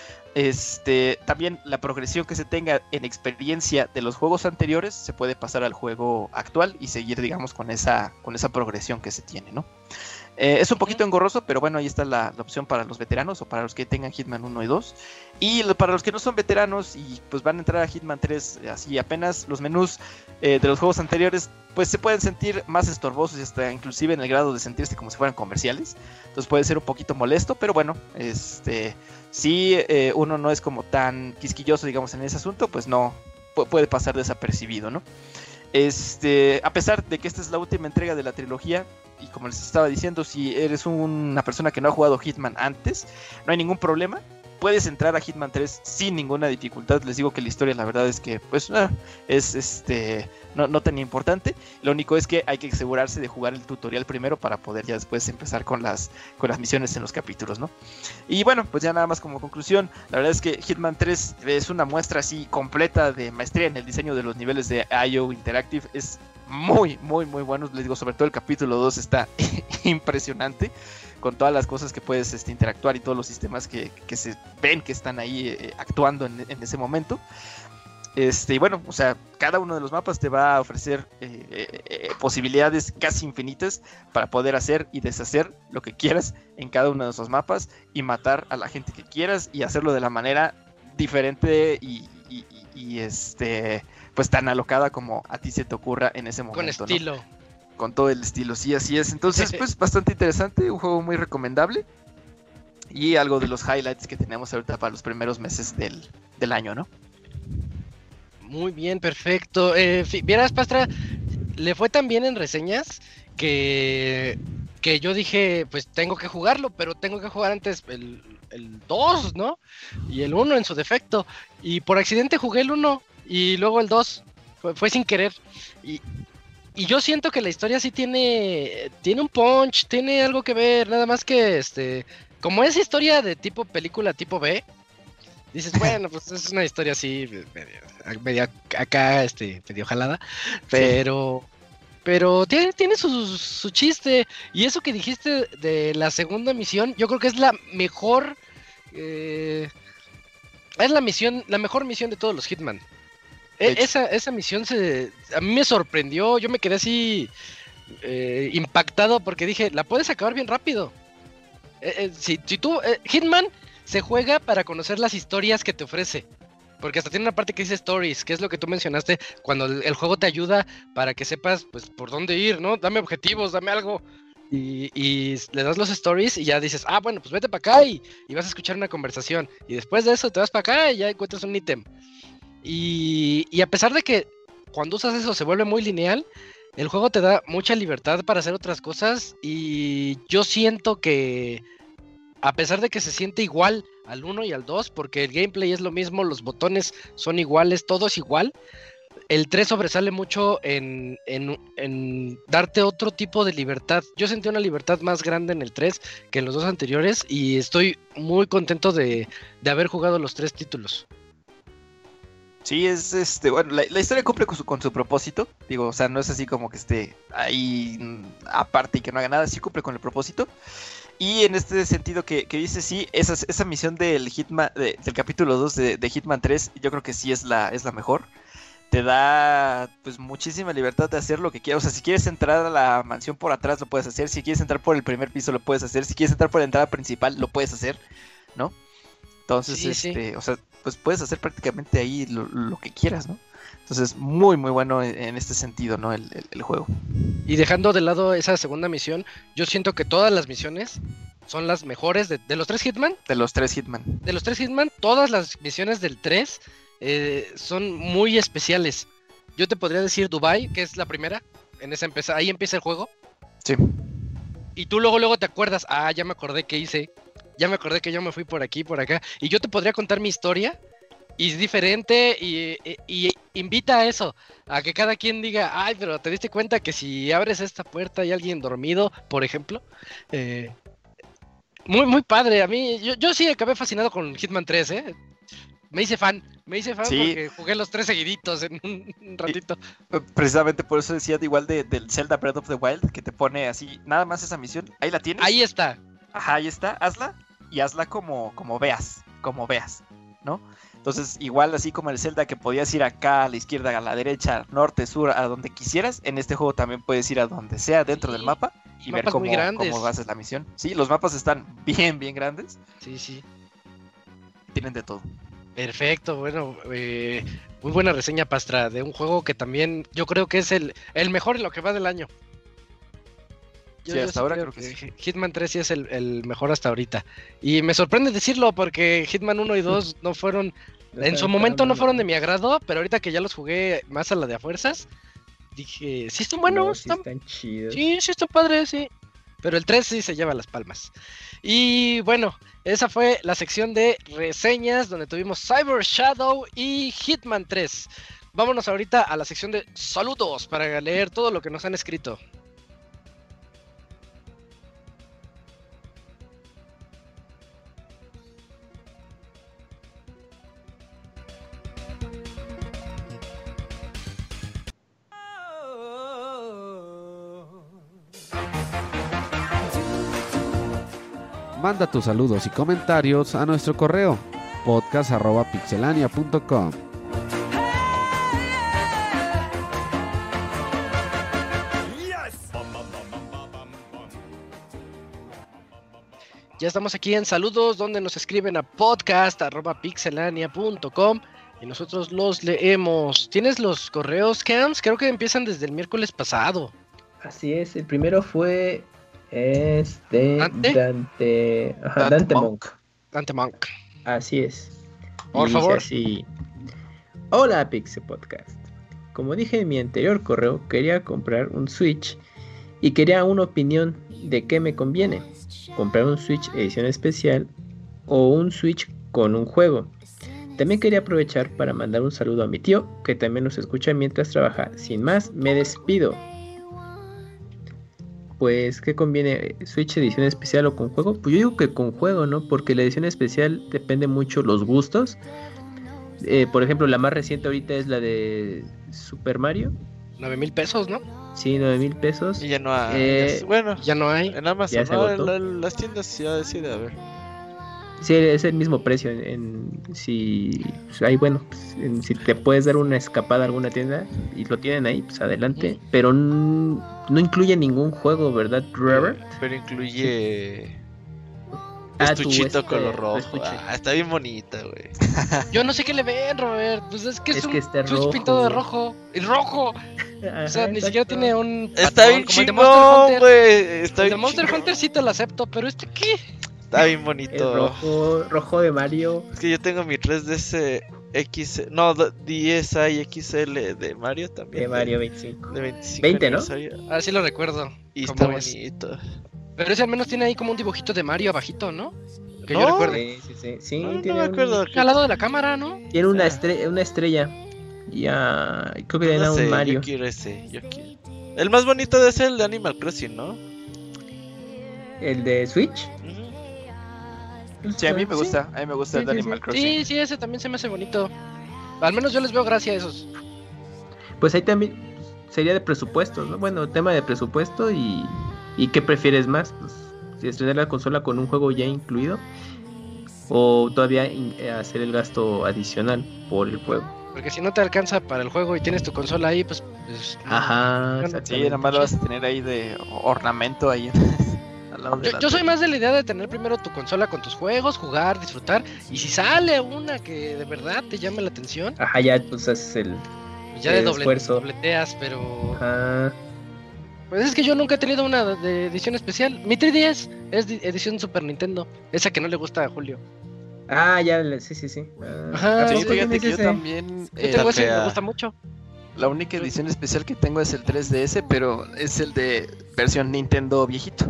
Este, también la progresión que se tenga en experiencia de los juegos anteriores se puede pasar al juego actual y seguir, digamos, con esa, con esa progresión que se tiene, ¿no? Eh, es un poquito engorroso, pero bueno, ahí está la, la opción para los veteranos o para los que tengan Hitman uno y dos. Y lo, para los que no son veteranos y pues van a entrar a Hitman tres así apenas, los menús eh, de los juegos anteriores pues se pueden sentir más estorbosos y hasta inclusive en el grado de sentirse como si fueran comerciales. Entonces puede ser un poquito molesto, pero bueno, este si eh, uno no es como tan quisquilloso, digamos, en ese asunto, pues no puede pasar desapercibido, ¿no? Este, a pesar de que esta es la última entrega de la trilogía, y como les estaba diciendo, si eres una persona que no ha jugado Hitman antes, no hay ningún problema. Puedes entrar a Hitman tres sin ninguna dificultad. Les digo que la historia, la verdad es que pues eh, es este no, no tan importante. Lo único es que hay que asegurarse de jugar el tutorial primero para poder ya después empezar con las, con las misiones en los capítulos, ¿no? Y bueno, pues ya nada más como conclusión, la verdad es que Hitman tres es una muestra así completa de maestría en el diseño de los niveles de I O Interactive. Es muy, muy, muy bueno. Les digo, sobre todo el capítulo dos está impresionante, con todas las cosas que puedes este, interactuar y todos los sistemas que, que se ven que están ahí eh, actuando en, en ese momento. Este, y bueno, o sea, cada uno de los mapas te va a ofrecer eh, eh, posibilidades casi infinitas para poder hacer y deshacer lo que quieras en cada uno de esos mapas y matar a la gente que quieras y hacerlo de la manera diferente y, y, y, y este, pues tan alocada como a ti se te ocurra en ese momento. Con estilo. ¿no? Con todo el estilo, sí, así es. Entonces, pues bastante interesante, un juego muy recomendable y algo de los highlights que tenemos ahorita para los primeros meses del, del año, ¿no? Muy bien, perfecto. Eh, Vieras, Pastra, le fue tan bien en reseñas que, que yo dije, pues tengo que jugarlo, pero tengo que jugar antes el, el dos, ¿no? Y el uno en su defecto. Y por accidente jugué el uno. y luego el dos fue, fue sin querer. Y, y yo siento que la historia sí tiene, tiene un punch, tiene algo que ver, nada más que este, como es historia de tipo película tipo B, dices, bueno, pues es una historia así, medio, medio acá, este, medio jalada, pero... Sí. Pero tiene, tiene su, su chiste. Y eso que dijiste de la segunda misión, yo creo que es la mejor. Eh, es la misión, la mejor misión de todos los Hitman. E, esa, esa misión se, a mí me sorprendió. Yo me quedé así eh, impactado porque dije, la puedes acabar bien rápido. Eh, eh, si, si tú, eh, Hitman se juega para conocer las historias que te ofrece. Porque hasta tiene una parte que dice stories, que es lo que tú mencionaste, cuando el, el juego te ayuda para que sepas, pues, por dónde ir, ¿no? Dame objetivos, dame algo. Y, y le das los stories y ya dices, ah, bueno, pues vete para acá y, y vas a escuchar una conversación. Y después de eso te vas para acá y ya encuentras un ítem. Y, y a pesar de que cuando usas eso se vuelve muy lineal, el juego te da mucha libertad para hacer otras cosas. Y yo siento que, a pesar de que se siente igual al uno y al dos, porque el gameplay es lo mismo, los botones son iguales, todo es igual, el tres sobresale mucho en, en, en darte otro tipo de libertad. Yo sentí una libertad más grande en el tres que en los dos anteriores y estoy muy contento de, de haber jugado los tres títulos. Sí, es este, bueno, la, la historia cumple con su, con su propósito, digo, o sea, no es así como que esté ahí aparte y que no haga nada, sí cumple con el propósito. Y en este sentido que, que dice, sí, esa, esa misión del Hitman, de, del capítulo dos de, de Hitman tres, yo creo que sí es la, es la mejor. Te da pues muchísima libertad de hacer lo que quieras. O sea, si quieres entrar a la mansión por atrás, lo puedes hacer. Si quieres entrar por el primer piso, lo puedes hacer. Si quieres entrar por la entrada principal, lo puedes hacer, ¿no? Entonces, sí, este, sí. O sea, pues puedes hacer prácticamente ahí lo, lo que quieras, ¿no? Entonces, muy, muy bueno en, en este sentido, ¿no? El, el, el juego. Y dejando de lado esa segunda misión, yo siento que todas las misiones son las mejores de, de los tres Hitman. De los tres Hitman. De los tres Hitman, todas las misiones del tres eh, son muy especiales. Yo te podría decir Dubai, que es la primera. En esa empieza, ahí empieza el juego. Sí. Y tú luego, luego te acuerdas, ah, ya me acordé que hice. Ya me acordé que yo me fui por aquí, por acá. Y yo te podría contar mi historia. Y es diferente y, y, y invita a eso, a que cada quien diga, ay, pero te diste cuenta que si abres esta puerta hay alguien dormido, por ejemplo. Eh, muy, muy padre. A mí, yo, yo sí acabé fascinado con Hitman tres, ¿eh? Me hice fan, me hice fan sí. Porque jugué los tres seguiditos en un ratito. Y, precisamente por eso decía igual de, del Zelda Breath of the Wild, que te pone así, nada más esa misión, ahí la tienes. Ahí está. Ajá, ahí está, hazla y hazla como, como veas, como veas, ¿no? Entonces, igual así como el Zelda que podías ir acá, a la izquierda, a la derecha, norte, sur, a donde quisieras, en este juego también puedes ir a donde sea dentro sí. del mapa y ver cómo, cómo haces la misión. Sí, los mapas están bien, bien grandes. Sí, sí. Tienen de todo. Perfecto, bueno, eh, muy buena reseña, Pastra, de un juego que también yo creo que es el, el mejor en lo que va del año. Yo, sí, hasta yo ahora creo, creo que, que sí. Hitman tres sí es el, el mejor hasta ahorita. Y me sorprende decirlo porque Hitman uno y dos no fueron... En su momento no fueron de mi agrado, pero ahorita que ya los jugué más a la de a fuerzas, dije, sí están buenos, no, sí están... están chidos. Sí, sí están padres, sí. Pero el tres sí se lleva las palmas. Y bueno, esa fue la sección de reseñas donde tuvimos Cyber Shadow y Hitman tres. Vámonos ahorita a la sección de saludos para leer todo lo que nos han escrito. Manda tus saludos y comentarios a nuestro correo podcast arroba pixelania punto com. Ya estamos aquí en saludos donde nos escriben a podcast arroba pixelania punto com y nosotros los leemos. ¿Tienes los correos, Camps? Creo que empiezan desde el miércoles pasado. Así es, el primero fue este ¿Dante? Dante, ajá, Dante Dante Monk. Monk. Dante Monk. Así es. Por Y favor. dice así: Hola Pixel Podcast. Como dije en mi anterior correo, quería comprar un Switch y quería una opinión de qué me conviene. Comprar un Switch edición especial o un Switch con un juego. También quería aprovechar para mandar un saludo a mi tío, que también nos escucha mientras trabaja. Sin más, me despido. Pues, ¿qué conviene? ¿Switch edición especial o con juego? Pues yo digo que con juego, ¿no? Porque la edición especial depende mucho los gustos. Eh, por ejemplo, la más reciente ahorita es la de Super Mario. nueve mil pesos, ¿no? Sí, nueve mil pesos. Y ya no hay. Eh, es- bueno, Ya no hay. en Amazon, ya se ¿no? agotó. En la- las tiendas ya decide, a ver. Sí, es el mismo precio. En, en- si pues, ahí, bueno, pues, en- si te puedes dar una escapada a alguna tienda y lo tienen ahí, pues adelante. Ujú. Pero n- no incluye ningún juego, ¿verdad, Robert? Pero incluye. Ah, tu, Estuchito este, color tu rojo. estuche. Ah, está bien bonita, güey. Yo no sé qué le ven, Robert. Pues es que es, Es un que está Switch rojo, pintado de güey. rojo. ¡El rojo! Ajá, O sea, ni exacto. siquiera tiene un. Está patrón, bien como el de Monster chingón, Hunter. güey. Está El de bien Monster chingón. Hunter sí te lo acepto, pero este qué? Está bien El bonito. rojo, rojo de Mario. Es que yo tengo mi tres D S X. No, D S i X L de Mario también. De Mario veinticinco. De veinticinco veinte, ¿no? aniversario. Ah, sí lo recuerdo. Y ¿Cómo está es? bonito. Pero ese al menos tiene ahí como un dibujito de Mario abajito, ¿no? Que yo No. recuerde. Sí, sí, sí. Sí, No, no tiene, me un- acuerdo. Al lado de la cámara, ¿no? tiene una, Ah. estre- una estrella. Ya. Creo que No era sé, un Mario. yo quiero ese. Yo quiero. El más bonito debe ser el de Animal Crossing, ¿no? El de Switch. Ujú. Sí, a mí me gusta. A mí me gusta Sí, el de sí, Animal sí. Crossing. Sí, sí, ese también se me hace bonito. Al menos yo les veo gracia a esos. Pues ahí también sería de presupuesto, ¿no? Bueno, tema de presupuesto y, y ¿qué prefieres más? Pues, si estrenar la consola con un juego ya incluido o todavía in- eh, hacer el gasto adicional por el juego. Porque si no te alcanza para el juego y tienes tu consola ahí, pues. pues, Ajá, no. Sí, exactamente. nada más lo vas a tener ahí de ornamento ahí al lado de Yo, la yo soy tele. más de la idea de tener primero tu consola con tus juegos, jugar, disfrutar. Y si sale una que de verdad te llame la atención, Ajá, ya pues haces el... pues ya de El doble, esfuerzo. dobleteas, pero. Ajá. Pues es que yo nunca he tenido una de edición especial. Mi tres D S es de edición Super Nintendo. Esa que no le gusta a Julio. Ah, ya, le- sí, sí, sí. Ah, Ajá, ¿a Sí, poco fíjate tienes que yo ese? también. Yo eh, tengo ese y fea. me gusta mucho. La única edición especial que tengo es el tres D S, pero es el de versión Nintendo viejito.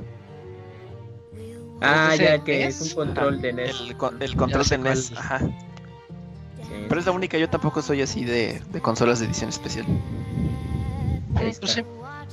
Ah, ¿Es ya, ese que N E es S? un control de N E S. El, con- el control sé de N E S. cuál. Ajá. Sí. Pero es la única, yo tampoco soy así de, de consolas de edición especial. Ahí Mm, pues está. sí.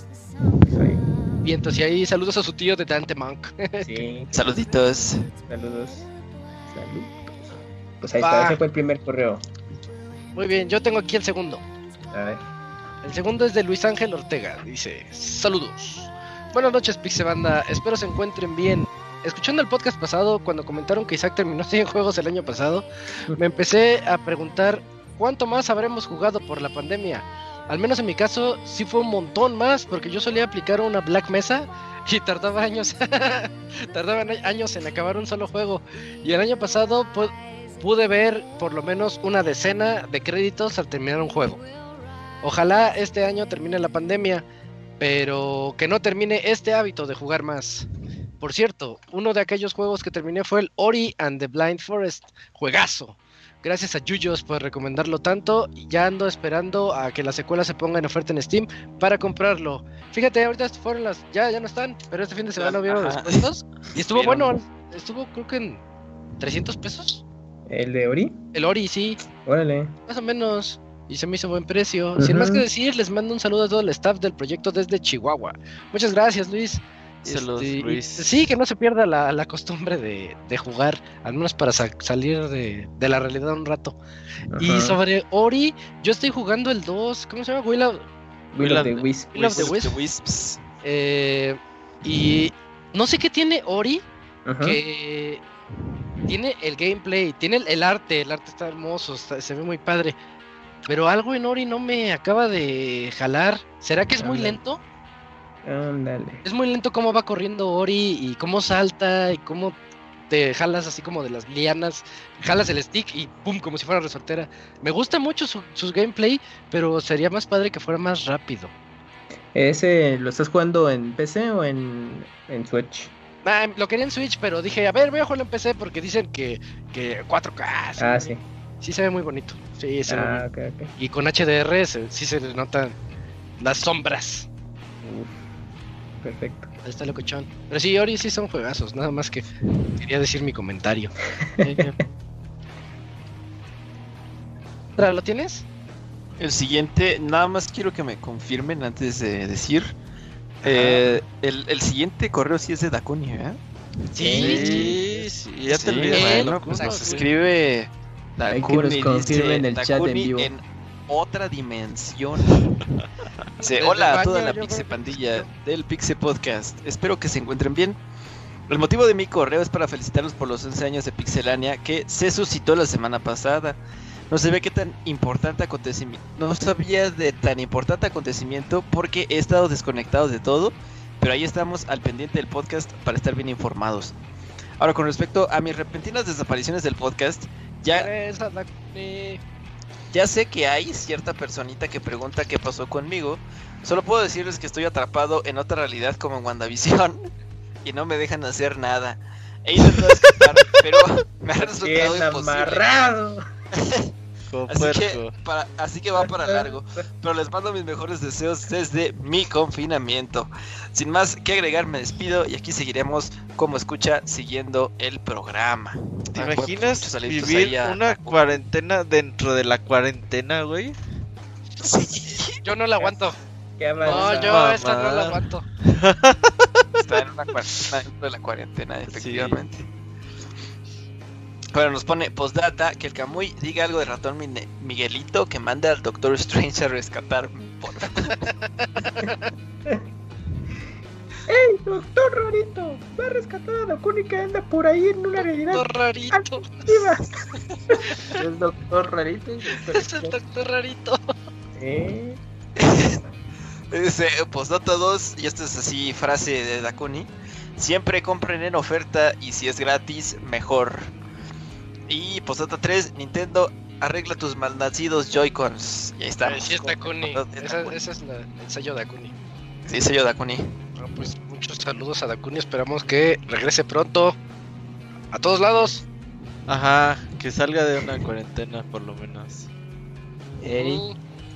Soy- Bien, entonces y ahí saludos a su tío de Dante Monk. Sí, Saluditos. saludos. Saludos. Pues ahí Va. está, ese fue el primer correo. Muy bien, yo tengo aquí el segundo. A ver. El segundo es de Luis Ángel Ortega. Dice: Saludos. Buenas noches, Pixebanda. Espero se encuentren bien. Escuchando el podcast pasado, cuando comentaron que Isaac terminó cien juegos el año pasado, me empecé a preguntar cuánto más habremos jugado por la pandemia. Al menos en mi caso, sí fue un montón más, porque yo solía aplicar una Black Mesa y tardaba años, tardaban años en acabar un solo juego. Y el año pasado pu- pude ver por lo menos una decena de créditos al terminar un juego. Ojalá este año termine la pandemia, pero que no termine este hábito de jugar más. Por cierto, uno de aquellos juegos que terminé fue el Ori and the Blind Forest. Juegazo. Gracias a Yuyos por recomendarlo tanto. Y ya ando esperando a que la secuela se ponga en oferta en Steam para comprarlo. Fíjate, ahorita fueron las... Ya, ya no están, pero este fin de semana vieron Ajá. descuentos. Y estuvo Vieron. bueno. Estuvo creo que en trescientos pesos. ¿El de Ori? El Ori, sí. Órale. Más o menos. Y se me hizo buen precio. Sin más que Ujú. decir, les mando un saludo a todo el staff del proyecto desde Chihuahua. Muchas gracias, Luis. Saludos, Este, y- Luis. Sí, que no se pierda la, la costumbre de, de jugar, al menos para sa- salir de, de la realidad un rato. Y Ajá. sobre Ori, yo estoy jugando el dos, ¿cómo se llama? Will of, Will of the Will Wisp. Will of the Will Wisp. Wisps. eh, y no sé qué tiene Ori, Ajá. que tiene el gameplay, tiene el, el arte, el arte está hermoso, está- se ve muy padre. Pero algo en Ori no me acaba de jalar. ¿Será que es muy Ándale. lento? Ándale. Es muy lento cómo va corriendo Ori y cómo salta y cómo te jalas así como de las lianas, jalas el stick y pum, como si fuera resortera. Me gusta mucho su, su gameplay, pero sería más padre que fuera más rápido. ¿Ese lo estás jugando en P C o en, en Switch? Ah, lo quería en Switch, pero dije, a ver, voy a jugarlo en P C porque dicen que, que cuatro K. Ah, sí. Sí se ve muy bonito. Sí, se ve Ah, bonito. ok, ok. Y con H D R se- sí se le notan las sombras. Uf, perfecto. Ahí está locochón. Pero sí, Ori sí son juegazos, nada más que quería decir mi comentario. ¿Lo tienes? El siguiente, nada más quiero que me confirmen antes de decir. Eh, el, el siguiente correo sí es de Dakuni, ¿eh? Sí, sí, sí, ya te Sí, olvidé. bueno, pues nos escribe Hay que nos Dakuni, confirme dice, en el chat en Dakuni vivo. en otra dimensión. Dice, Desde hola el a toda baño, la yo Pixe creo que- Pandilla del Pixe Podcast. Espero que se encuentren bien. El motivo de mi correo es para felicitarlos por los once años de Pixelania que se suscitó la semana pasada. No se ve qué tan importante acontecimiento. No sabía de tan importante acontecimiento porque he estado desconectado de todo. Pero ahí estamos al pendiente del podcast para estar bien informados. Ahora, con respecto a mis repentinas desapariciones del podcast, ya, Esa, Dakuni. ya sé que hay cierta personita que pregunta qué pasó conmigo. Solo puedo decirles que estoy atrapado en otra realidad como en WandaVision y no me dejan hacer nada. He intentado escapar, pero me ha resultado Bien imposible. amarrado. Como Así que, puerco. para, así que va para largo. Pero les mando mis mejores deseos desde mi confinamiento. Sin más que agregar, me despido y aquí seguiremos como escucha siguiendo el programa. ¿Te Ah, pues, imaginas muchos saluditos vivir ahí a- una cuarentena dentro de la cuarentena, güey? Yo no la aguanto. Qué No, avanzado. yo Mamá. esta no la aguanto. Está en una cuarentena dentro de la cuarentena, efectivamente. Bueno, nos pone postdata que el Camuy diga algo de ratón Mine- Miguelito que manda al Doctor Strange a rescatar. Por... ¡Ey, doctor Rarito! Va a rescatar a Dakuni que anda por ahí en una realidad Doctor rarito. activa. El doctor Rarito. Es el doctor rarito. ¿Eh? Dice postdata dos, y esto es así frase de Dakuni: siempre compren en oferta y si es gratis, mejor. Y postdata tres, Nintendo, arregla tus malnacidos Joy-Cons. Y ahí está. Sí, es Dakuni. Esa, ese es la, el sello de Dakuni. Sí, sello Dakuni. Bueno, pues muchos saludos a Dakuni. Esperamos que regrese pronto. A todos lados. Ajá, que salga de una cuarentena por lo menos. Ey. Mm.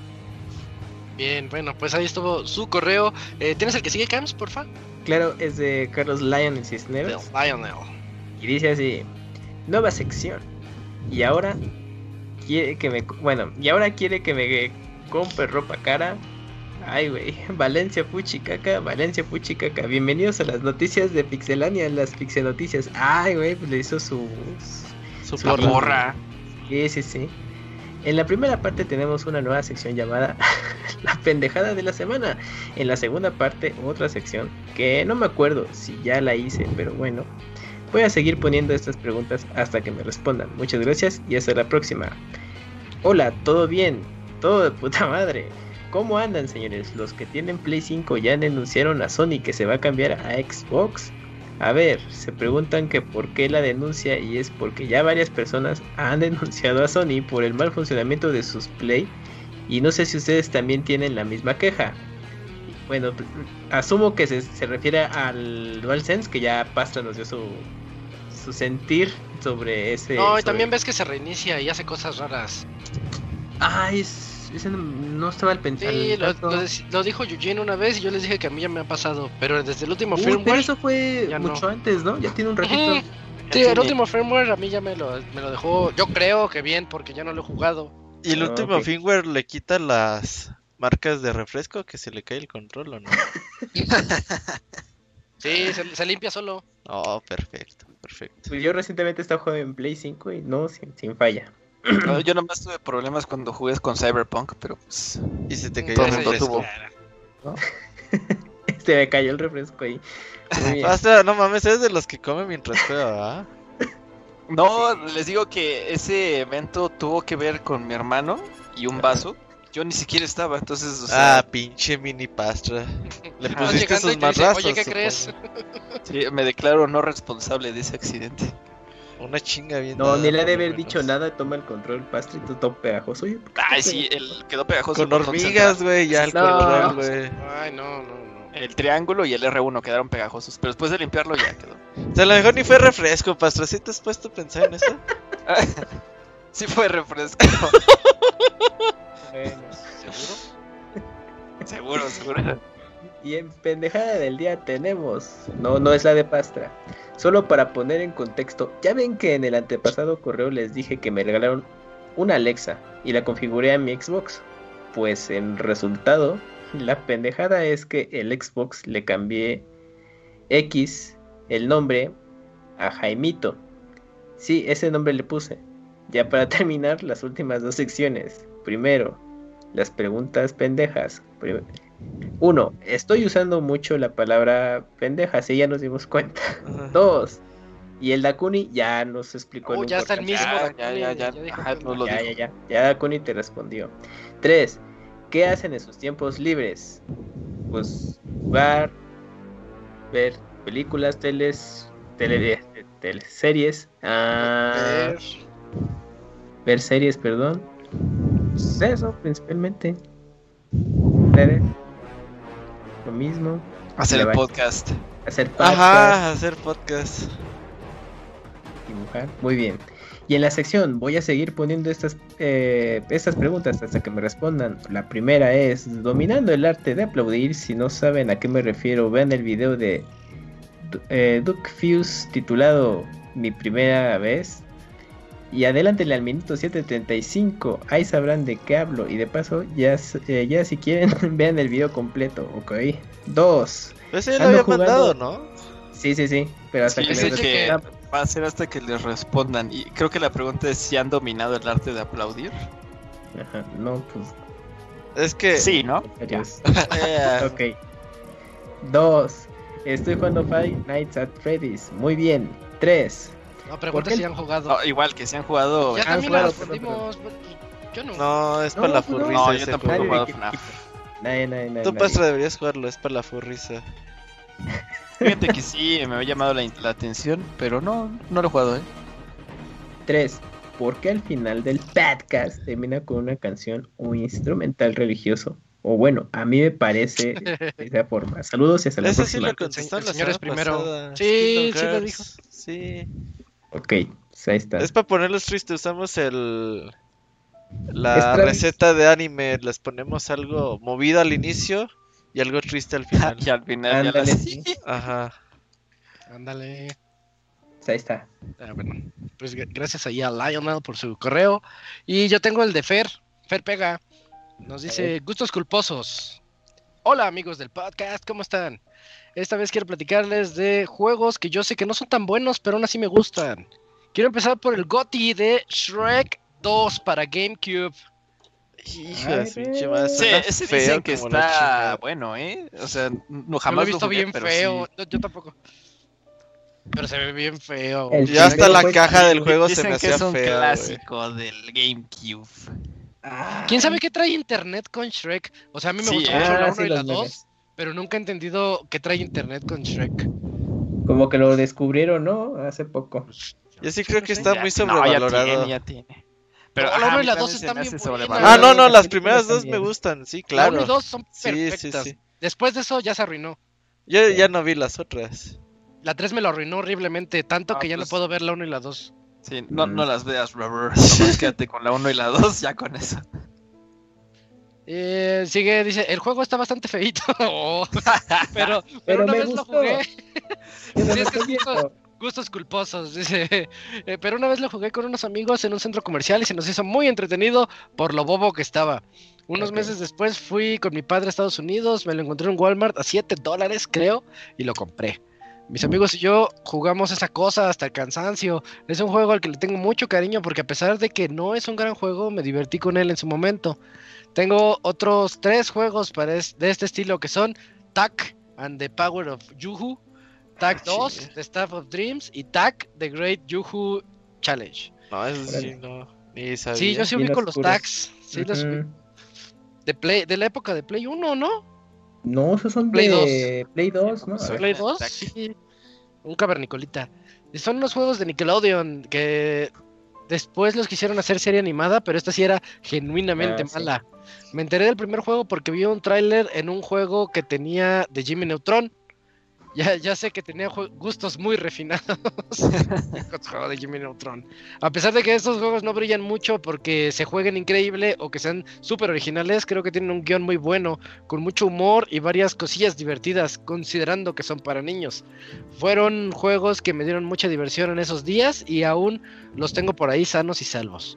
Bien, bueno, pues ahí estuvo su correo. Eh, ¿Tienes el que sigue, Cams, porfa? Claro, es de Carlos Lyon Del Cisneros. Lionel. Y dice así: nueva sección. Y ahora quiere que me. Bueno, y ahora quiere que me compre ropa cara. Ay, güey. Valencia Puchicaca, Valencia Puchicaca. Bienvenidos a las noticias de Pixelania, las Pixel Noticias. Ay, güey, pues le hizo su. Su Su La porra. porra. Sí, sí, sí. En la primera parte tenemos una nueva sección llamada La pendejada de la semana. En la segunda parte otra sección que no me acuerdo si ya la hice, pero bueno. Voy a seguir poniendo estas preguntas hasta que me respondan. Muchas gracias y hasta la próxima. Hola, ¿todo bien? Todo de puta madre. ¿Cómo andan, señores? Los que tienen Play cinco ya denunciaron a Sony que se va a cambiar a Xbox. A ver, se preguntan que por qué la denuncia, y es porque ya varias personas han denunciado a Sony por el mal funcionamiento de sus Play, y no sé si ustedes también tienen la misma queja. Bueno, asumo que se, se refiere al DualSense, que ya Pastra nos dio su, su sentir sobre ese... No, y sobre- también ves que se reinicia y hace cosas raras. Ah, es, ese no, no estaba al pensar. Sí, lo, lo dec- lo dijo Eugene una vez y yo les dije que a mí ya me ha pasado. Pero desde el último Uy, firmware. pero eso fue ya mucho no. antes, ¿no? Ya tiene un ratito. Ujú. Ya Sí, el tiene- último firmware a mí ya me lo, me lo dejó. Yo creo que bien, porque ya no lo he jugado. ¿Y el Ah, último ok. firmware le quita las marcas de refresco que se le cae el control o no? Sí, se, se limpia solo. Oh, perfecto, perfecto. Pues yo recientemente estaba jugando en Play cinco y no, sin, sin falla. No, yo nomás tuve problemas cuando jugué con Cyberpunk, pero pues. Y se te Mm, cayó todo el el mundo refresco. tuvo. Se me cayó el refresco ahí. Muy bien. Pastra, no mames, eres de los que come mientras juega, ¿verdad? No, les digo que ese evento tuvo que ver con mi hermano y un vaso. Yo ni siquiera estaba, entonces, o sea, Ah, pinche mini Pastra. Le Vas pusiste llegando y sus te dice, marrazos. oye, ¿qué supongo. crees? sí, me declaro no responsable de ese accidente. Una chinga bien. No, dada, ni le ha por de lo haber menos. dicho nada, toma el control, pastrito todo pegajoso. Oye, ¿por qué Ay, está sí, pegajoso? el quedó pegajoso. Con el botón hormigas, central. güey, ya el No. control, güey. Ay, no, no, no. El triángulo y el R uno quedaron pegajosos, pero después de limpiarlo ya quedó. O sea, a lo mejor ni fue refresco, Pastra. ¿Sí te has puesto a pensar en eso? Sí fue refresco. Bueno. Seguro, seguro. Y en pendejada del día tenemos, no, no es la de Pastra. Solo para poner en contexto, ya ven que en el antepasado correo les dije que me regalaron una Alexa y la configuré a mi Xbox. Pues en resultado, la pendejada es que el Xbox le cambié X, el nombre, a Jaimito. Sí, ese nombre le puse. Ya para terminar, las últimas dos secciones. Primero, las preguntas pendejas. Prim- Uno, estoy usando mucho la palabra pendejas y ya nos dimos cuenta. Ajá. Dos, y el Dakuni ya nos explicó. en Oh, un ya está el podcast. mismo. Ya, Dakuni, ya, ya, ya, dijo ajá, que nos lo Ya, dijo. ya, ya. Ya Dakuni te respondió. Tres, ¿qué hacen en sus tiempos libres? Pues jugar, ver películas, teles, tele, eh, teleseries, ah, Ver. ver series, perdón. Pues eso, principalmente. Ustedes, lo mismo. Hacer el Le va- podcast. Hacer podcast, Ajá, hacer podcast. dibujar. Muy bien. Y en la sección voy a seguir poniendo estas, eh, estas preguntas hasta que me respondan. La primera es, dominando el arte de aplaudir. Si no saben a qué me refiero, vean el video de eh, Duke Fuse titulado Mi primera vez. Y adelántenle al minuto siete treinta y cinco. Ahí sabrán de qué hablo. Y de paso, ya, s- eh, ya si quieren, vean el video completo. Ok. Dos. Ese ya lo Ando había jugando- mandado, ¿no? Sí, sí, sí. Pero hasta Sí, que ese les que- responda- Va a ser hasta que les respondan. Y creo que la pregunta es si han dominado el arte de aplaudir. Ajá, no, pues. Es que... Sí, ¿no? Adiós. eh, Ok. Dos. Estoy jugando Five Nights at Freddy's. Muy bien. Tres. No, pregunta ¿Por qué? si han jugado. No, igual que si han jugado. ya ah, también claro, la respondimos. pues, Yo no. no, es No, para la pues no. furrisa No, yo ese tampoco he juego. jugado Nadie- FNAF. Nadie, nadie, nadie, Tú, nadie. Pastra, deberías jugarlo, es para la furrisa. Fíjate que sí, me había llamado la, la atención, pero no, no lo he jugado, ¿eh? Tres. ¿Por qué al final del podcast termina con una canción o instrumental religioso? O bueno, a mí me parece de esa forma. Saludos y hasta la Ese sí próxima. lo contestó El la señor es semana primero. pasada. Sí, Kingdom sí lo Hearts, dijo. Sí. Ok, pues ahí está. Es para ponerlos tristes, usamos el... La Extra- receta de anime, les ponemos algo movido al inicio y algo triste al final. Y al final ya Ándale, las... sí. Ajá. Ándale. Pues ahí está. Ah, bueno, pues g- gracias ahí a Lionel por su correo. Y yo tengo el de Fer. Fer Pega. Nos dice, gustos culposos. Hola amigos del podcast, ¿cómo están? Esta vez quiero platicarles de juegos que yo sé que no son tan buenos, pero aún así me gustan. Quiero empezar por el GOTY de Shrek dos para GameCube. Hijo Ay, de su pinche madre, Sí, suena ese feo dicen que como la está chingada. bueno, ¿eh? O sea, no Yo lo jamás he visto jugué, bien pero feo. sí. No, yo tampoco. Pero se ve bien feo. El Ya hasta la Pues, caja del juego se Dicen me que hacía es un fea, güey. clásico del GameCube. ¿Quién sabe qué trae internet con Shrek? O sea, a mí me Sí, gusta ¿eh? mucho la Ah, uno sí, y la los dos, memes. pero nunca he entendido qué trae internet con Shrek. Como que lo descubrieron, ¿no? Hace poco. Yo sí creo no que sé. está Ya- muy no, ya sobrevalorado. tiene, ya tiene. Pero No, la ajá, uno a y mí la también dos se están me hace bien sobrevalorado. Ah, no, no, Las las películas primeras dos me también. gustan, sí, La claro. uno y dos son Sí, sí, perfectas. sí. Después de eso ya se arruinó. Yo Sí. ya no vi las otras. La tres me lo arruinó horriblemente, tanto Ah, que ya pues- no puedo ver la uno y la dos. Sí, no, Mm. no las veas, Robert. Nomás quédate con la uno y la dos, ya con eso. Eh, sigue, dice, el juego está bastante feito. Oh, pero, pero, Pero una me vez lo gustó. jugué. Yo Sí, no es lo que estoy es justo- viendo. Gustos culposos, dice. Eh, pero una vez lo jugué con unos amigos en un centro comercial y se nos hizo muy entretenido por lo bobo que estaba. Unos Ok. meses después fui con mi padre a Estados Unidos, me lo encontré en Walmart a siete dólares, creo, y lo compré. Mis amigos y yo jugamos esa cosa hasta el cansancio. Es un juego al que le tengo mucho cariño porque a pesar de que no es un gran juego, me divertí con él en su momento. Tengo otros tres juegos para es- de este estilo que son Tak and the Power of Yuhu, Tak Ah, dos, chinga. The Staff of Dreams y Tak The Great Yuhu Challenge. No, eso sí, Órale. no. Ni sabía. Sí, yo sí Bien ubico los oscuros. tags. Sí, los Ujú. ubico. de, Play, de la época de Play uno, ¿no? No, esos son Play de Play dos, ¿no? pues, A ver. Play dos, Tac. sí. Un cavernicolita. Y son unos juegos de Nickelodeon que después los quisieron hacer serie animada, pero esta sí era genuinamente Ah, sí. mala. Me enteré del primer juego porque vi un tráiler en un juego que tenía de Jimmy Neutron. Ya, ya sé que tenía jue- gustos muy refinados con su juego de Jimmy Neutron. A pesar de que estos juegos no brillan mucho porque se jueguen increíble o que sean súper originales, creo que tienen un guión muy bueno, con mucho humor y varias cosillas divertidas, considerando que son para niños. Fueron juegos que me dieron mucha diversión en esos días y aún los tengo por ahí sanos y salvos.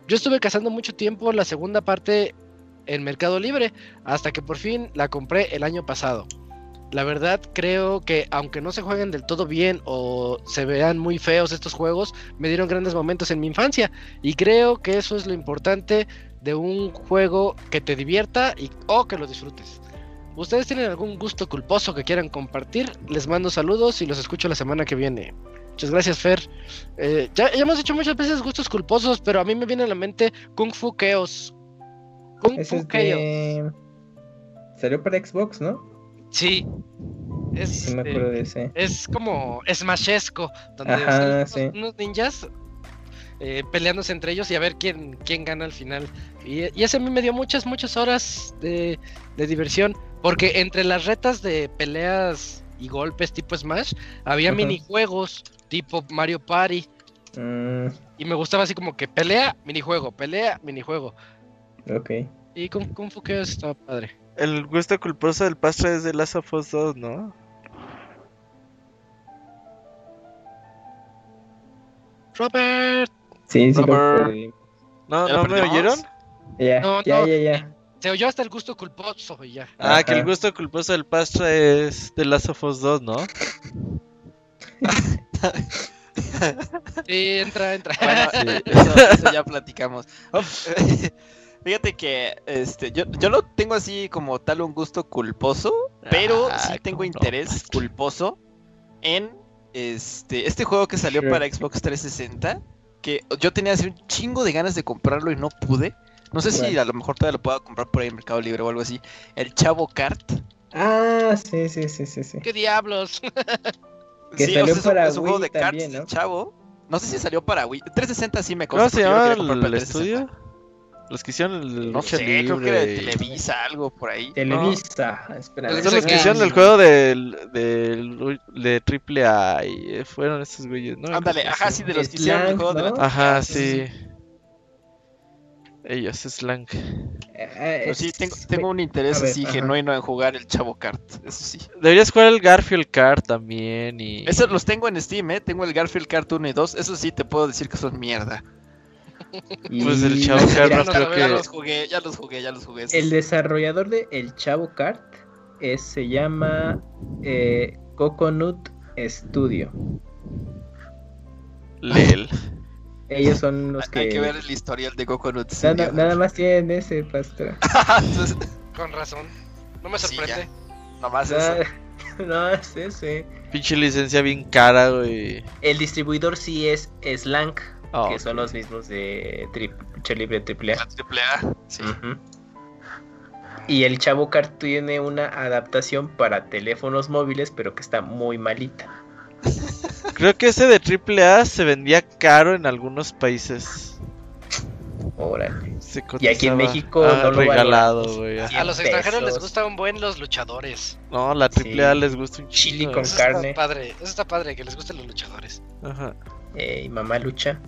Yo estuve cazando mucho tiempo la segunda parte en Mercado Libre, hasta que por fin la compré el año pasado. La verdad creo que aunque no se jueguen del todo bien o se vean muy feos estos juegos, me dieron grandes momentos en mi infancia, y creo que eso es lo importante de un juego, que te divierta y o que lo disfrutes. ¿Ustedes tienen algún gusto culposo que quieran compartir? Les mando saludos y los escucho la semana que viene. Muchas gracias, Fer. Eh, ya, ya hemos dicho muchas veces gustos culposos, pero a mí me viene a la mente Kung Fu Chaos. Kung Ese Fu es Chaos. de... Salió para Xbox, ¿no? Sí. Es, Sí me acuerdo eh, de ese. es como Smashesco, donde Ajá, salen unos, sí. unos ninjas eh, peleándose entre ellos y a ver quién, quién gana al final. Y, y ese a mí me dio muchas, muchas horas de, de diversión, porque entre las retas de peleas y golpes tipo Smash, había Ajá. minijuegos tipo Mario Party, Mm, y me gustaba así como que pelea, minijuego, pelea, minijuego. ok. Y Kung, Kung Fu Chaos estaba padre. El gusto culposo del Pastra es de Last of Us dos, ¿no? Robert. Sí, sí, Robert. lo... ¿No, ¿Ya lo no me perdimos? oyeron? Ya, No, ya, no. ya, ya. Se oyó hasta el gusto culposo y ya. Ah, que el Ajá. gusto culposo del Pastra es de Last of Us dos, ¿no? Sí, entra, entra. Bueno, Sí. eso, eso ya platicamos. Oh, fíjate que este, yo, yo no tengo así como tal un gusto culposo, pero Ah, sí tengo ¿cómo no? interés culposo en este, este juego que salió Sure. para Xbox trescientos sesenta, que yo tenía así un chingo de ganas de comprarlo y no pude. No sé si Bueno. a lo mejor todavía lo puedo comprar por ahí en Mercado Libre o algo así. El Chavo Kart. Ah, sí, sí, sí, sí, sí. ¿Qué diablos? Que Sí, salió o sea, es un- para es un juego Wii de karts también, del ¿no? Chavo. No sé si salió para Wii. trescientos sesenta sí me ¿Cómo consta. se porque yo lo llama quería comprar para el trescientos sesenta. estudio? Los que hicieron el No lucha sé, creo que era de libre y- Televisa, algo por ahí. Televisa. Espera. Pues Son los que Gas. hicieron el juego del, del, de triple A y eh, fueron estos güeyes, ¿no? Ándale, Creo que ajá, sí. sí, de los que hicieron el Slang, juego de la ¿no? Ajá, sí, sí. sí. Ellos, Slang. Eh, Pero sí, es- tengo, tengo un interés A ver, así ajá. genuino en jugar el Chavo Kart, eso sí. Deberías jugar el Garfield Kart también y... Esos los tengo en Steam, eh. Tengo el Garfield Kart uno y dos. Eso sí, te puedo decir que son mierda. y- Pues el Chavo Kart Mira, no no creo sabemos. Ya que... los jugué, ya los jugué, ya los jugué. esos. el desarrollador de El Chavo Kart es, se llama eh, Coconut Studio. Lel. Ellos son los que... Hay que ver el historial de Coconut. Nada, Studio. nada más tienen ese, pastor. Entonces, Con razón. No me Sí, sorprende. nomás eso. No, no, es ese. Pinche licencia bien cara, güey. El distribuidor sí es Slang, Oh, que son ok. los mismos de tri- Lucha Libre Triple La A. triple A. Sí. Ujú. Y el Chavo Kart tiene una adaptación para teléfonos móviles, pero que está muy malita. Creo que ese de triple A se vendía caro en algunos países. Órale. Se Y aquí en cotizaba- México ah, no lo regalado, valoramos. güey. Sí. A los cien extranjeros les pesos. gusta un buen los luchadores. No, la triple A Sí. les gusta un Chili chingo. con Eso carne. está padre. Eso está padre, que les gusten los luchadores. Ajá. Eh, y mamá lucha.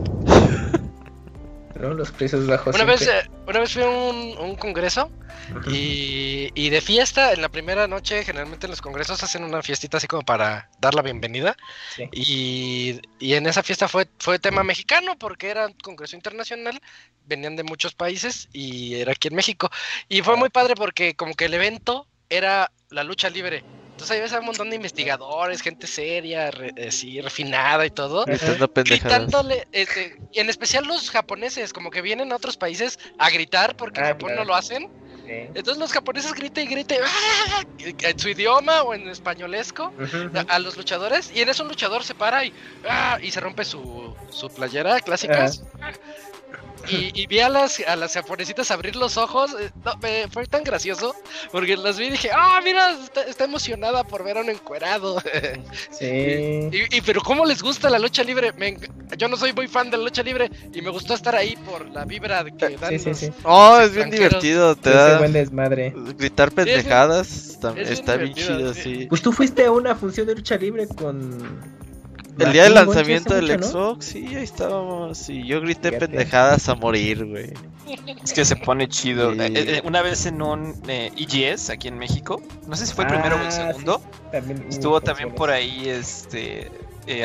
¿No? Los precios bajos. Una vez, siempre. eh, una vez fui a un, un congreso Ujú. y, y de fiesta, en la primera noche, generalmente en los congresos hacen una fiestita así como para dar la bienvenida. Sí. Y, y en esa fiesta fue, fue tema mexicano porque era un congreso internacional, venían de muchos países y era aquí en México. Y fue muy padre porque como que el evento era la lucha libre. Entonces ahí ves a un montón de investigadores, gente seria, re- eh, sí, refinada y todo. Gritando pendejadas. Gritándole, este, y en especial los japoneses, como que vienen a otros países a gritar porque en Ah, Japón claro. no lo hacen. Sí. Entonces los japoneses gritan y gritan ¡ah! En su idioma o en españolesco Ujú, ujú. a, a los luchadores, y en eso un luchador se para y, ¡ah! Y se rompe su, su playera clásica. Y, y vi a las, a las japonesitas abrir los ojos. eh, no, me, fue tan gracioso porque las vi y dije, ¡ah, mira! Está, está emocionada por ver a un encuerado. Sí. Y, y pero cómo les gusta la lucha libre. Me enc- yo no soy muy fan de la lucha libre y me gustó estar ahí por la vibra de que dan Sí, sí, los- sí. Oh, es bien extranjeros. divertido. Te Ese da buen desmadre. gritar pendejadas. tam- es bien Está bien divertido, chido, sí. sí. Pues tú fuiste a una función de lucha libre con... El día del Martín Goncha lanzamiento hace del mucho, ¿no? Xbox, sí, ahí estábamos. Y yo grité Fíjate. pendejadas a morir, güey. Es que se pone chido. Sí. Eh, eh, una vez en un eh, E G S aquí en México, no sé si fue el primero o el Ah, segundo, También hubo estuvo también funciones. por ahí este eh,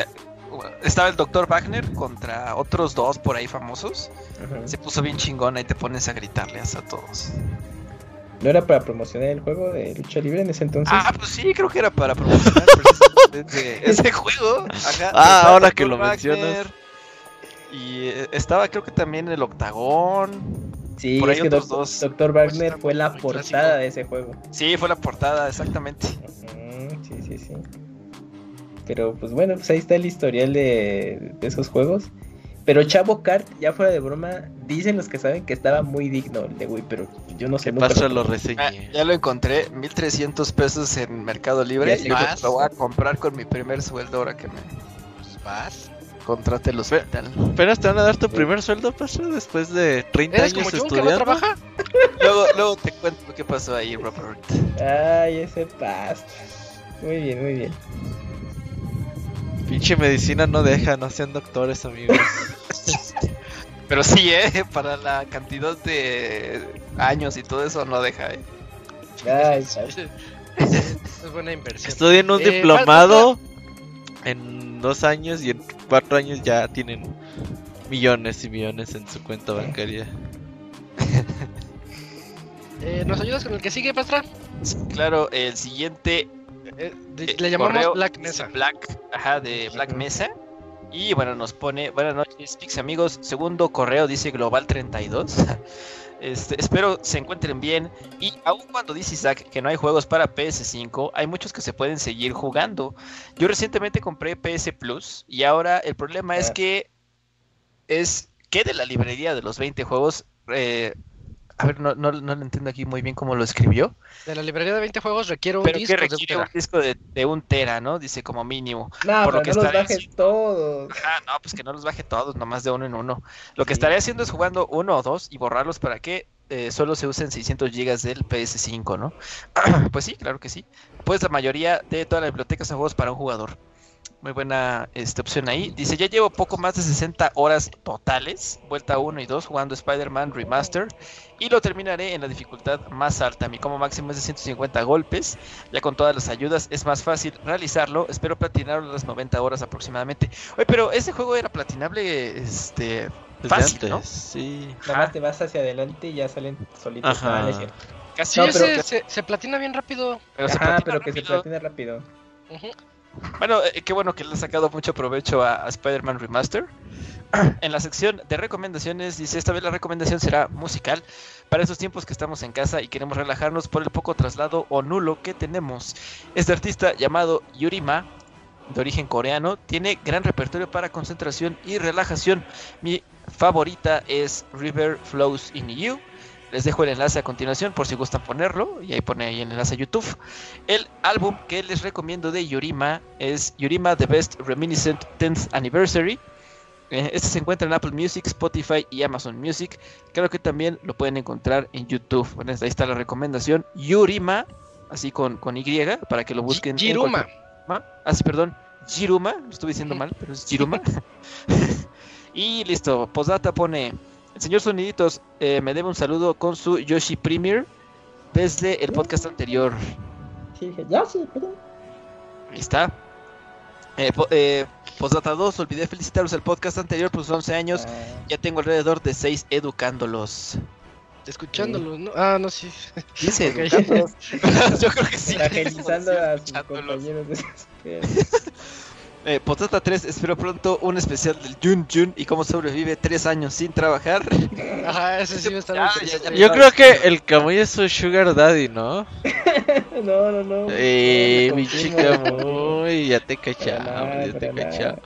estaba el doctor Wagner contra otros dos por ahí famosos. Ajá. Se puso bien chingona y te pones a gritarles a todos. ¿No era para promocionar el juego de lucha libre en ese entonces? Ah, pues sí, creo que era para promocionar precisamente ese juego. Ajá, Ah, estaba ahora el que doctor lo mencionas. Wagner, Y eh, estaba creo que también el Octagón. Sí, por ahí es que otros Doc- dos. doctor Wagner Pues, fue la muy portada clásico. de ese juego. Sí, fue la portada, exactamente. Ujú, sí, sí, sí. Pero pues bueno, pues ahí está el historial de, de esos juegos. Pero Chavo Kart, ya fuera de broma, dicen los que saben que estaba muy digno el de Wii, pero yo no sé. ¿Qué nunca pasa? lo- Lo Ah, reseñé. ya lo encontré, mil trescientos pesos en Mercado Libre. Ya Y sé. yo creo que ¿Vas? lo voy a comprar con mi primer sueldo ahora que me Pues vas. contrate el hospital. ¿Apenas te van a dar tu primer sueldo, Pastor, después de treinta ¿Eres años como yo que no estudiando? trabaja? Luego, luego te cuento qué pasó ahí, Robert. Ay, ese pasta. Muy bien, muy bien. Pinche medicina no deja, no sean doctores, amigos. Pero sí, eh, para la cantidad de años y todo eso no deja, eh. Ay, pasta. Es buena inversión. Estudien un Eh, diplomado en dos años y en cuatro años ya tienen millones y millones en su cuenta bancaria. Eh, ¿Nos ayudas con el que sigue, Pastra? Claro, el siguiente Eh, de- eh, le llamamos correo Black es Mesa. Black, ajá, de Black Ujú. Mesa. Y bueno, nos pone, buenas noches, Pix amigos. Segundo correo dice Global treinta y dos. Este, espero se encuentren bien. Y aun cuando dice Isaac que no hay juegos para P S cinco, hay muchos que se pueden seguir jugando. Yo recientemente compré P S Plus y ahora el problema es Ah. que es que de la librería de los veinte juegos, eh, a ver, no, no, no lo entiendo aquí muy bien cómo lo escribió. De la librería de veinte juegos requiere un Pero disco que de un requiere un tera. disco de, de un tera, ¿no? Dice como mínimo. No, Por lo pero que no los estaré bajes haciendo. todos. Ah, no, pues que no los baje todos, nomás de uno en uno. Lo que Sí. estaré haciendo es jugando uno o dos y borrarlos para que eh, solo se usen seiscientos gigas del P S cinco, ¿no? Pues sí, claro que sí. Pues la mayoría de toda la biblioteca son juegos para un jugador. Muy buena esta opción ahí. Dice, ya llevo poco más de sesenta horas totales, vuelta uno y dos, jugando Spider-Man Remaster. Y lo terminaré en la dificultad más alta. Mi como máximo es de ciento cincuenta golpes. Ya con todas las ayudas es más fácil realizarlo. Espero platinar las noventa horas aproximadamente. Oye, pero ese juego era platinable, este... Desde fácil, antes, ¿no? sí. Nada más te vas hacia adelante y ya salen solitos. Ajá. No, no es cierto. Casi Sí, No, ese pero- se, se platina bien rápido. pero se Ajá, platina pero que se rápido. platina rápido. Ujú. Bueno, eh, qué bueno que le ha sacado mucho provecho a, a Spider-Man Remaster. En la sección de recomendaciones dice, esta vez la recomendación será musical. Para esos tiempos que estamos en casa y queremos relajarnos por el poco traslado o nulo que tenemos. Este artista llamado Yuri Ma, de origen coreano, tiene gran repertorio para concentración y relajación. Mi favorita es River Flows in You. Les dejo el enlace a continuación por si gustan ponerlo. Y ahí pone ahí el enlace a YouTube. El álbum que les recomiendo de Yurima es Yurima The Best Reminiscent tenth Anniversary. Eh, Este se encuentra en Apple Music, Spotify y Amazon Music. Creo que también lo pueden encontrar en YouTube. Bueno, ahí está la recomendación. Yurima, así con, con Y, para que lo busquen. en Jiruma. cualquier- Ah, ah, sí, perdón. Jiruma, lo estuve diciendo mal, pero es Jiruma. Y listo. Postdata pone: el señor Soniditos eh, me debe un saludo con su Yoshi Premier desde el podcast anterior. Sí, dije, ya sí, pero... Ahí está. Eh, po- eh, Postdata dos, olvidé felicitaros el podcast anterior por sus once años. Ah, Ya tengo alrededor de seis educándolos. Escuchándolo, ¿no? Ah, no, sí. Dice Ok. educándolos. Yo creo que sí. evangelizando a sus Escuchándolos. compañeros de escuela. Eh, Postdata tres, espero pronto un especial del Jun Jun y cómo sobrevive tres años sin trabajar. Ajá, ese sí me está Ya, muy ya, ya. Yo creo que el Camuy es su sugar daddy, ¿no? No, no, no. Eh, no, mi no, chica no, no, muy, ya te para cachamos, nada, ya te para nada. cachamos.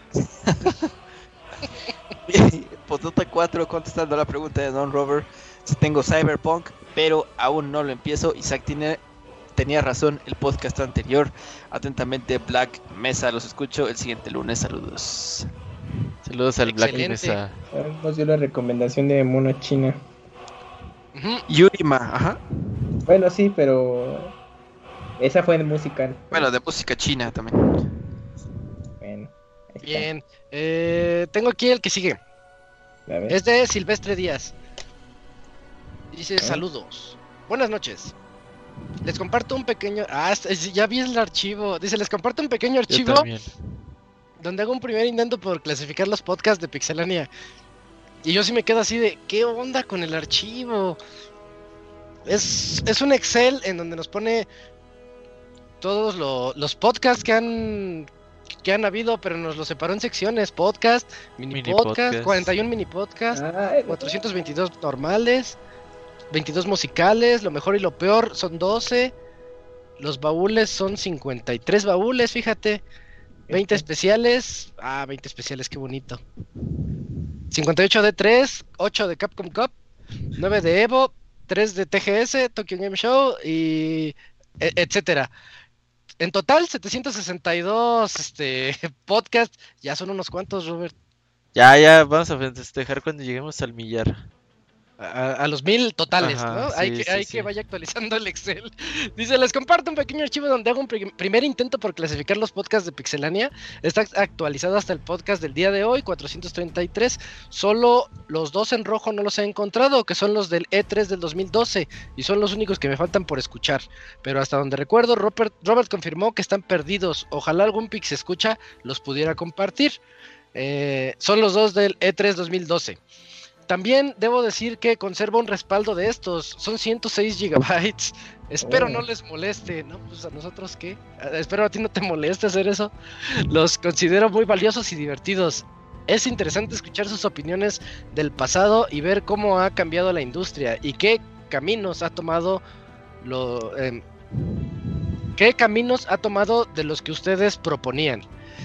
Postdata cuatro, contestando a la pregunta de Don Robert, si tengo Cyberpunk, pero aún no lo empiezo. Isaac tiene, tenía razón el podcast anterior. Atentamente, Black Mesa, los escucho el siguiente lunes. Saludos. Saludos al Black Excelente. Mesa. Ah, nos dio la recomendación de Mono China. Ujú. Yurima, ajá. Bueno, sí, pero esa fue en musical. Bueno, de música china también. Bueno, ahí está. Bien. Eh, tengo aquí el que sigue. A ver. Es de Silvestre Díaz. Dice, Ah. saludos. Buenas noches. Les comparto un pequeño... Ah, es- ya vi el archivo. Dice, les comparto un pequeño Yo archivo también. donde hago un primer intento por clasificar los podcasts de Pixelania. Y yo sí me quedo así de, ¿qué onda con el archivo? Es, es un Excel en donde nos pone todos lo, los podcasts que han que han habido, pero nos los separó en secciones: podcast, mini, Mini podcast, podcast. cuarenta y uno mini podcast, Ay, cuatrocientos veintidós normales, veintidós musicales, lo mejor y lo peor son doce, los baúles son cincuenta y tres baúles, fíjate, veinte especiales, ah, veinte especiales, qué bonito, cincuenta y ocho de tres, ocho de Capcom Cup, nueve de Evo, tres de T G S, Tokyo Game Show y e- etcétera. En total, setecientos sesenta y dos este, podcasts. Ya son unos cuantos, Robert. Ya, ya, vamos a festejar cuando lleguemos al millar. A, a los mil totales, Ajá, ¿no? sí, hay que, sí, hay sí. que vaya actualizando el Excel. Dice, les comparto un pequeño archivo donde hago un pri- primer intento por clasificar los podcasts de Pixelania. Está actualizado hasta el podcast del día de hoy, cuatrocientos treinta y tres. Solo los dos en rojo no los he encontrado, que son los del E tres del dos mil doce. Y son los únicos que me faltan por escuchar. Pero hasta donde recuerdo, Robert, Robert confirmó que están perdidos. Ojalá algún Pix escucha los pudiera compartir. Eh, son los dos del E tres dos mil doce. También debo decir que conservo un respaldo de estos, son ciento seis gigabytes, espero Oh. no les moleste, ¿no? Pues a nosotros qué, A- espero a ti no te moleste hacer eso, los considero muy valiosos y divertidos. Es interesante escuchar sus opiniones del pasado y ver cómo ha cambiado la industria y qué caminos ha tomado lo, eh, qué caminos ha tomado de los que ustedes proponían.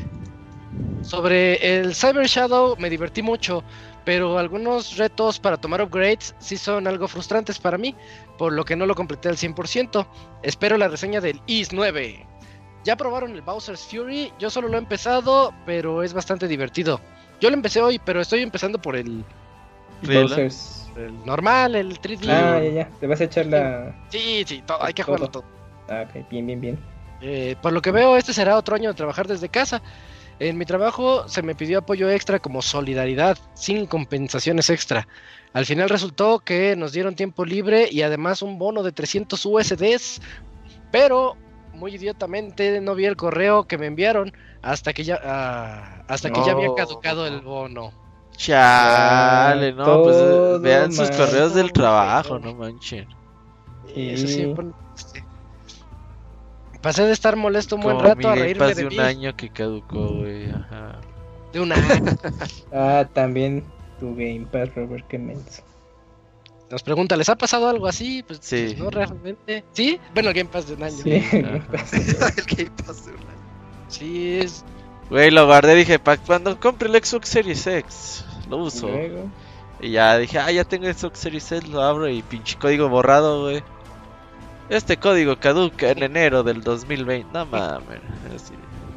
Sobre el Cyber Shadow me divertí mucho, pero algunos retos para tomar upgrades sí son algo frustrantes para mí, por lo que no lo completé al cien por ciento. Espero la reseña del I S nueve. Ya probaron el Bowser's Fury, yo solo lo he empezado, pero es bastante divertido. Yo lo empecé hoy, pero estoy empezando por el, Bowser's. el normal, el tres D. Ah, ya, ya. Te vas a echar la. Sí, sí, todo, hay que jugarlo todo. Ah, ok, bien, bien, bien. Eh, por lo que veo, este será otro año de trabajar desde casa. En mi trabajo se me pidió apoyo extra como solidaridad, sin compensaciones extra. Al final resultó que nos dieron tiempo libre y además un bono de trescientos U S Ds, pero muy idiotamente no vi el correo que me enviaron hasta que ya ah, hasta que ya había No. caducado el bono. Chale, no, pues eh, Todo vean sus mal. correos del trabajo, no manchen. Y eso sí Sí. me pone triste. Pasé de estar molesto un buen Como mi rato a Game reírme Pass de de mí. un año que caducó, güey, ajá. De un año. Ah, también tu Game Pass, Robert, qué menso. Nos pregunta, ¿les ha pasado algo así? Pues, Sí. pues no realmente. ¿Sí? Bueno, el Game Pass de un año. Sí, Ajá. Game Pass. El Game Pass de un año. Sí, es... Güey, lo guardé, dije, para cuando compre el Xbox Series X, lo uso. Luego. Y ya dije, ah, ya tengo el Xbox Series X, lo abro y pinche código borrado, güey. Este código caduca en enero del dos mil veinte. No mames. Así.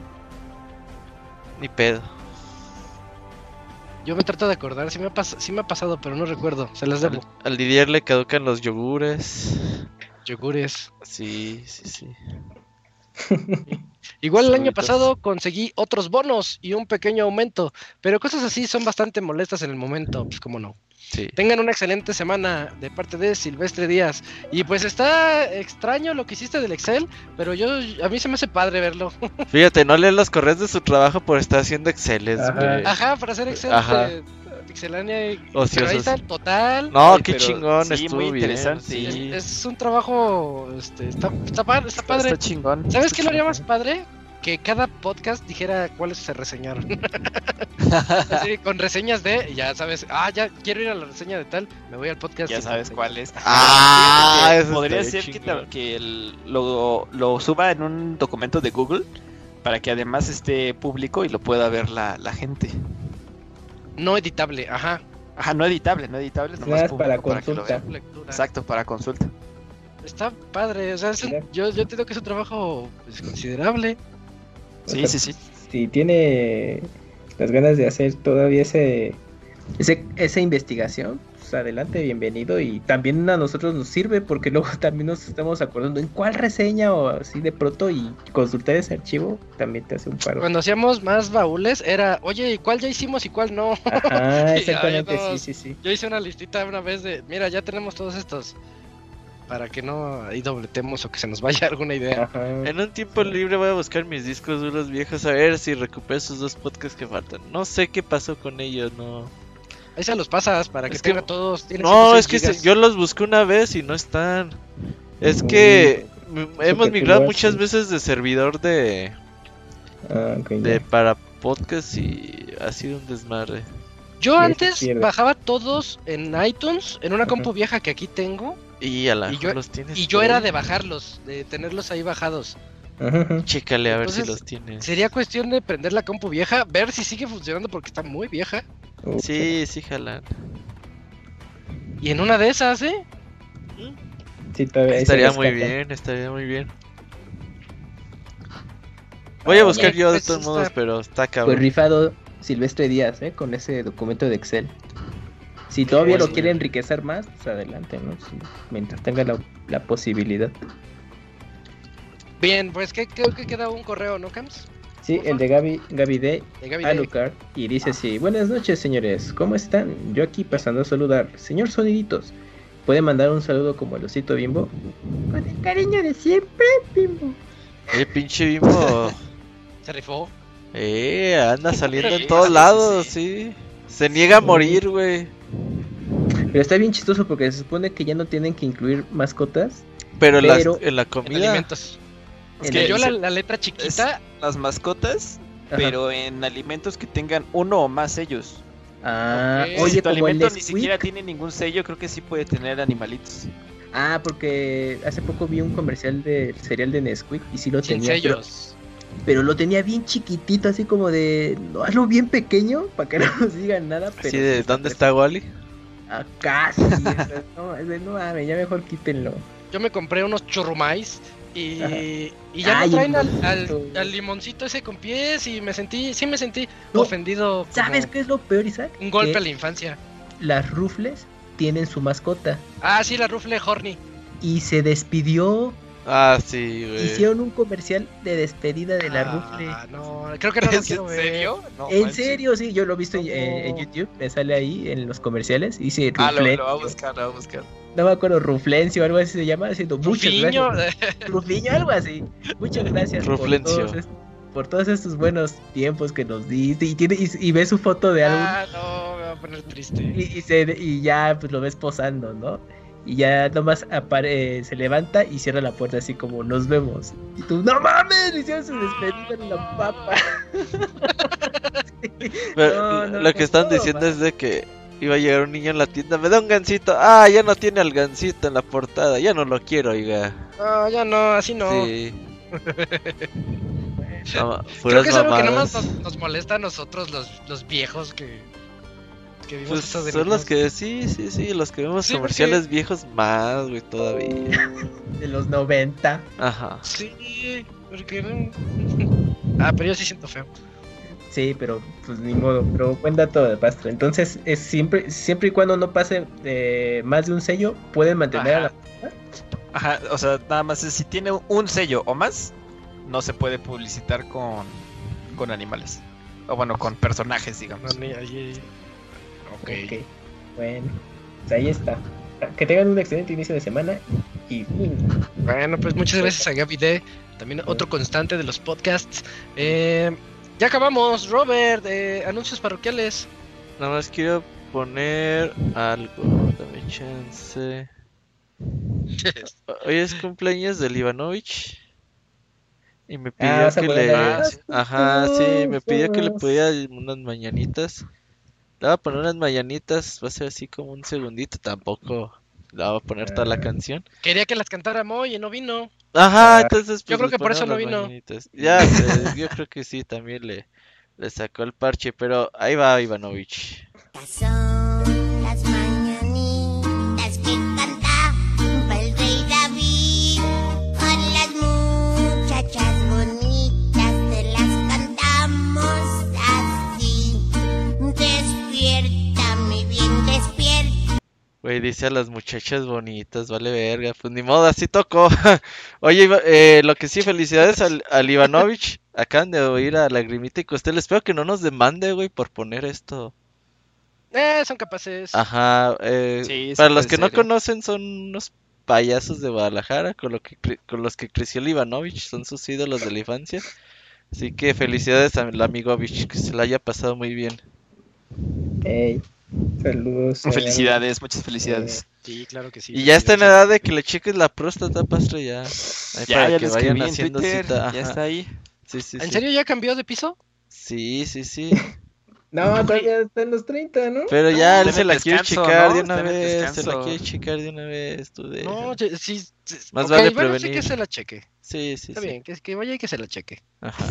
Ni pedo. Yo me trato de acordar, sí me ha, pas- sí me ha pasado, pero no recuerdo. Se las Al, debo. al Didier le caducan los yogures. Yogures. Sí, sí, sí. Igual el año Saluditos. pasado conseguí otros bonos y un pequeño aumento, pero cosas así son bastante molestas en el momento, pues cómo no. Sí. Tengan una excelente semana de parte de Silvestre Díaz. Y pues está extraño lo que hiciste del Excel, pero yo a mí se me hace padre verlo. Fíjate, no leen los correos de su trabajo por estar haciendo Exceles, Ajá. güey. Ajá, para hacer Excel Ajá. de Pixelania. y- Ociosos. Pero ahí está el total. No, Ay, qué pero chingón, sí, estuvo muy bien. interesante. Sí. Es, es un trabajo, este, está, está, padre, está padre. Está chingón. ¿Sabes está qué lo haría chingón. más padre? Que cada podcast dijera cuáles se reseñaron. Así, con reseñas de, y ya sabes, ah, ya quiero ir a la reseña de tal, me voy al podcast. Ya sabes cincuenta. cuál es. Ah, Fíjate que eso podría estaría ser que, chingón. ta- que el- lo, lo suba en un documento de Google para que además esté público y lo pueda ver la, la gente. No editable, ajá. Ajá, no editable, no editable, Nada nomás más para público para que lo consulta. vean. Lectura. Exacto, para consulta. Está padre, o sea, es un- Mira. yo, yo entiendo que es un trabajo pues, considerable. O Sí, sea, sí, sí. Si tiene las ganas de hacer todavía ese, ese esa investigación, pues adelante, bienvenido. Y también a nosotros nos sirve porque luego también nos estamos acordando en cuál reseña o así de pronto, y consultar ese archivo también te hace un paro. Cuando hacíamos más baúles era, oye, ¿y cuál ya hicimos y cuál no? Ajá, Y exactamente, ahí sí, nos- sí, sí. Yo hice una listita una vez de, mira, ya tenemos todos estos. para que no ahí dobletemos o que se nos vaya alguna idea. Ajá. En un tiempo libre voy a buscar mis discos duros viejos a ver si recupero esos dos podcasts que faltan. No sé qué pasó con ellos, no. Ahí se los pasas para que Es que- tenga todos. tiene No, ciento es que seis se- gigas. yo los busqué una vez y no están. Es Uy, que m- hemos que tú migrado lo muchas haces. veces de servidor de, Ah, ok, de ya. para podcast y ha sido un desmadre. Yo Sí, se antes pierde. bajaba todos en iTunes, en una Ajá. compu vieja que aquí tengo, Y a la Y mejor yo- los tienes. y yo por era ahí. de bajarlos, de tenerlos ahí bajados. Ajá, ajá. Chécale a ver si Entonces, los tienes. Sería cuestión de prender la compu vieja, ver si sigue funcionando porque está muy vieja. Ok. Sí, sí, jalan. Y en una de esas, ¿eh? Sí, todavía ahí se Estaría muy rescata. bien, estaría muy bien. Voy a Ah, buscar oye, yo de pues todos está- modos, pero está Pues cabrón. rifado Silvestre Díaz, ¿eh? Con ese documento de Excel. Si todavía pues, lo quiere enriquecer más, pues adelante, ¿no? Sí, mientras tenga la, la posibilidad. Bien, pues que creo que queda un correo, ¿no, Cams? Sí, el de Gaby, Gaby D. De Gaby Day. Alucard. Y dice así: buenas noches, señores. ¿Cómo están? Yo aquí pasando a saludar. Señor Soniditos, ¿puede mandar un saludo como el osito Bimbo? Con el cariño de siempre, Bimbo. Eh, pinche Bimbo. Se rifó. Eh, anda saliendo en Sí, todos sí, lados, sí. sí. Se niega a morir, güey. Pero está bien chistoso porque se supone que ya no tienen que incluir mascotas. Pero, en la- Pero- en la En comida. alimentos. Es En que el- Yo la, dice- la letra chiquita. las mascotas, Ajá. pero en alimentos que tengan uno o más sellos. Ah, Ok. oye, si tu como el alimento ni Nesquik. siquiera tiene ningún sello, creo que sí puede tener animalitos. Ah, porque hace poco vi un comercial del cereal de Nesquik y sí lo Sin tenía. Pero, sellos. pero lo tenía bien chiquitito, así como de. No, hazlo bien pequeño para que no nos digan nada. Pero Así de, sí ¿dónde está Wally? Acá sí. Esas- no, es de, no mames, ya mejor quítenlo. Yo me compré unos churrumais y, Ajá. y ya Ay, no traen al, el al, limoncito. al limoncito ese con pies y me sentí, sí me sentí No, ofendido. como ¿Sabes qué es lo peor, Isaac? Un golpe Que a la infancia. las rufles tienen su mascota Ah, sí, la rufle Horny. y se despidió. Ah, sí, güey. Hicieron un comercial de despedida de la Ah, rufle. no, creo que no lo ¿En quiero ver. serio? No, En manches. serio, sí, yo lo he visto en, en ¿Cómo? YouTube, me sale ahí en los comerciales, dice Ah, lo, Ruflencio, lo va a buscar, lo va a buscar. no me acuerdo, Ruflencio o algo así se llama, haciendo muchas Rufiño. gracias. Rufiño, algo así. Muchas gracias por Ruflencio. todos, est- por todos estos buenos tiempos que nos diste y, tiene, y, y ves su foto de álbum Ah, no, me va a poner triste. y, y, se, y ya pues lo ves posando, ¿no? Y ya nomás apare, se levanta y cierra la puerta así como nos vemos. Y tú, no mames, le hicieron su despedida en la papa. Sí. Pero No, no, lo que no, están no, diciendo va. es de que iba a llegar un niño en la tienda, me da un gansito. Ah, ya no tiene al gansito en la portada, ya no lo quiero, oiga. No, ya no, así no. Sí. No, Creo puras que es algo que mamadas. nomás nos, nos molesta a nosotros, los, los viejos que, que vimos Pues eso de son niños. los que, sí, sí, sí, los que vemos Sí, comerciales viejos más, güey, todavía. De los noventa. Ajá. Sí, porque no. Ah, pero yo sí siento feo. Sí, pero pues ni modo. Pero buen dato de Pastra. Entonces, es siempre, siempre y cuando no pase eh, más de un sello, pueden mantener a la. Ajá, o sea, nada más es si tiene un sello o más, no se puede publicitar con, con animales. O bueno, con personajes, No, digamos. ni allí. Ok. Ok. Bueno, pues ahí está. Que tengan un excelente inicio de semana y fin. Bueno, pues muchas gracias a Gaby D. También otro constante de los podcasts. Eh, ya acabamos, Robert. Eh, anuncios parroquiales. Nada más quiero poner algo, dame chance. Hoy es cumpleaños del Ivanovich y me pidió Ah, ¿vas a que poner le... la- Ajá, sí, me pidió que le pudiera unas mañanitas. Le voy a poner unas mañanitas, va a ser así como un segundito, tampoco le voy a poner toda la Ah. canción. Quería que las cantara Moy y no vino. Ajá, Ah, entonces pues yo creo le que por eso ponemos no las vino. mañanitas. Ya, sé, yo creo que sí, también le, le sacó el parche, pero ahí va Ivanovich. Estas son las mañanitas que cantaba el rey David. A las muchachas bonitas te las cantamos así. Despierta, mi bien, despierta. Güey, dice a las muchachas bonitas, vale verga, pues ni modo, así tocó. Oye, Iva- eh, lo que sí, felicidades al, al Ivanovich. Acaban de oír a Lagrimita y Costel. Espero que no nos demande, güey, por poner esto. Eh, son capaces. Ajá, eh, Sí, sí para los puede que no ser, ¿eh? conocen, son unos payasos de Guadalajara con, lo que, cre- con los que creció el Ivanovich, son sus ídolos de la infancia. Así que felicidades al amigo Vich, que se la haya pasado muy bien. Ey, saludos. eh, Felicidades, muchas felicidades. Sí, claro que sí. Y ya está en la edad de que le cheques la próstata, Pastre, ya. Ahí Ya, para ya que lo vayan escribí en haciendo Twitter, cita. ya Ajá. está ahí. Sí, sí, ¿En sí. serio ya cambió de piso? Sí, sí, sí. No, todavía está en los treinta, ¿no? Pero ya él Deme se la quiere descanso, checar ¿no? de una Deme vez, se descanso. la quiere checar de una vez, tú de... No, ye- sí. sí, Más ok, vale bueno, sí prevenir. que se la cheque. Sí, sí, Está sí. bien, que, que vaya y que se la cheque. Ajá.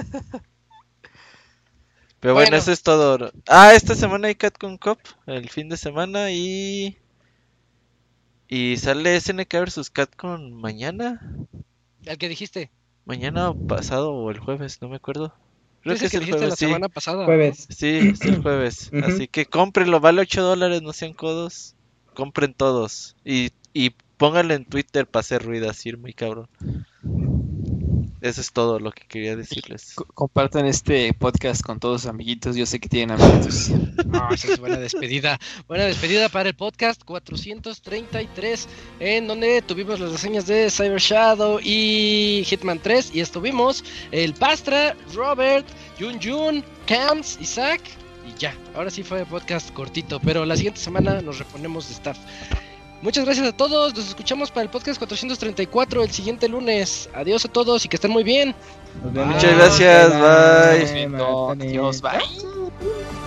Pero bueno, Bueno. eso es todo. Ah, esta semana hay Capcom Cup, el fin de semana y... Y sale S N K versus Capcom mañana. El que dijiste. Mañana pasado o el jueves, no me acuerdo. Creo Ese que es que el dijiste jueves, la sí. semana pasada. Jueves. Sí, es el jueves. Ujú. Así que cómprenlo, vale ocho dólares, no sean codos. Compren todos. Y, y pónganlo en Twitter para hacer ruido, así muy cabrón. Eso es todo lo que quería decirles. Co- Compartan este podcast con todos sus amiguitos. Yo sé que tienen amiguitos. Ah, esa es buena despedida. Buena despedida para el podcast cuatrocientos treinta y tres, en donde tuvimos las reseñas de Cyber Shadow y Hitman tres. Y estuvimos el Pastra, Robert, Jun Jun, Camps, Isaac. Y ya, ahora sí fue podcast cortito, pero la siguiente semana nos reponemos de staff. Muchas gracias a todos, nos escuchamos para el podcast cuatrocientos treinta y cuatro el siguiente lunes. Adiós a todos y que estén muy bien. Nos vemos. Muchas gracias, bye. Nos viendo. Mártales. Adiós, bye.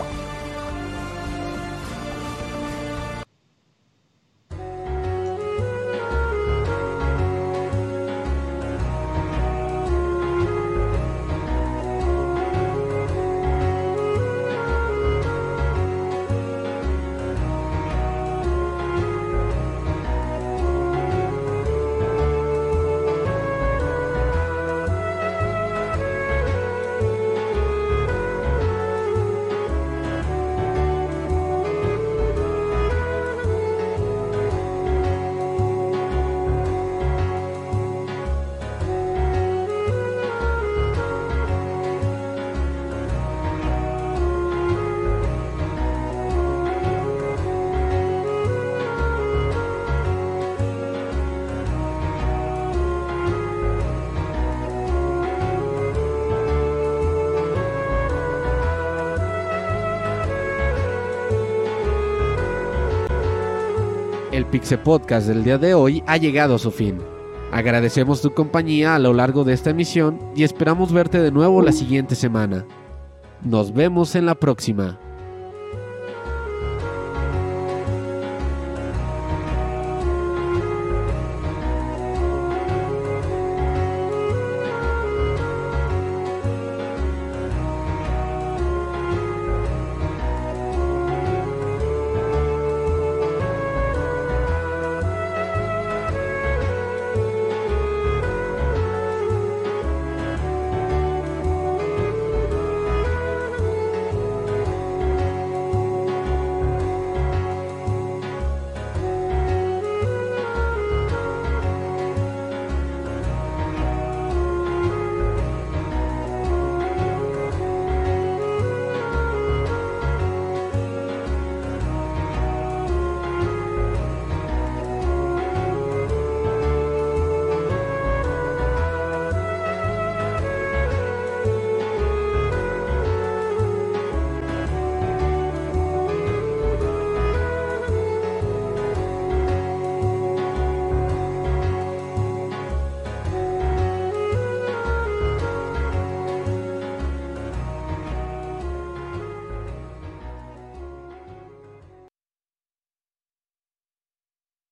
El Pixel Podcast del día de hoy ha llegado a su fin. Agradecemos tu compañía a lo largo de esta emisión y esperamos verte de nuevo la siguiente semana. Nos vemos en la próxima.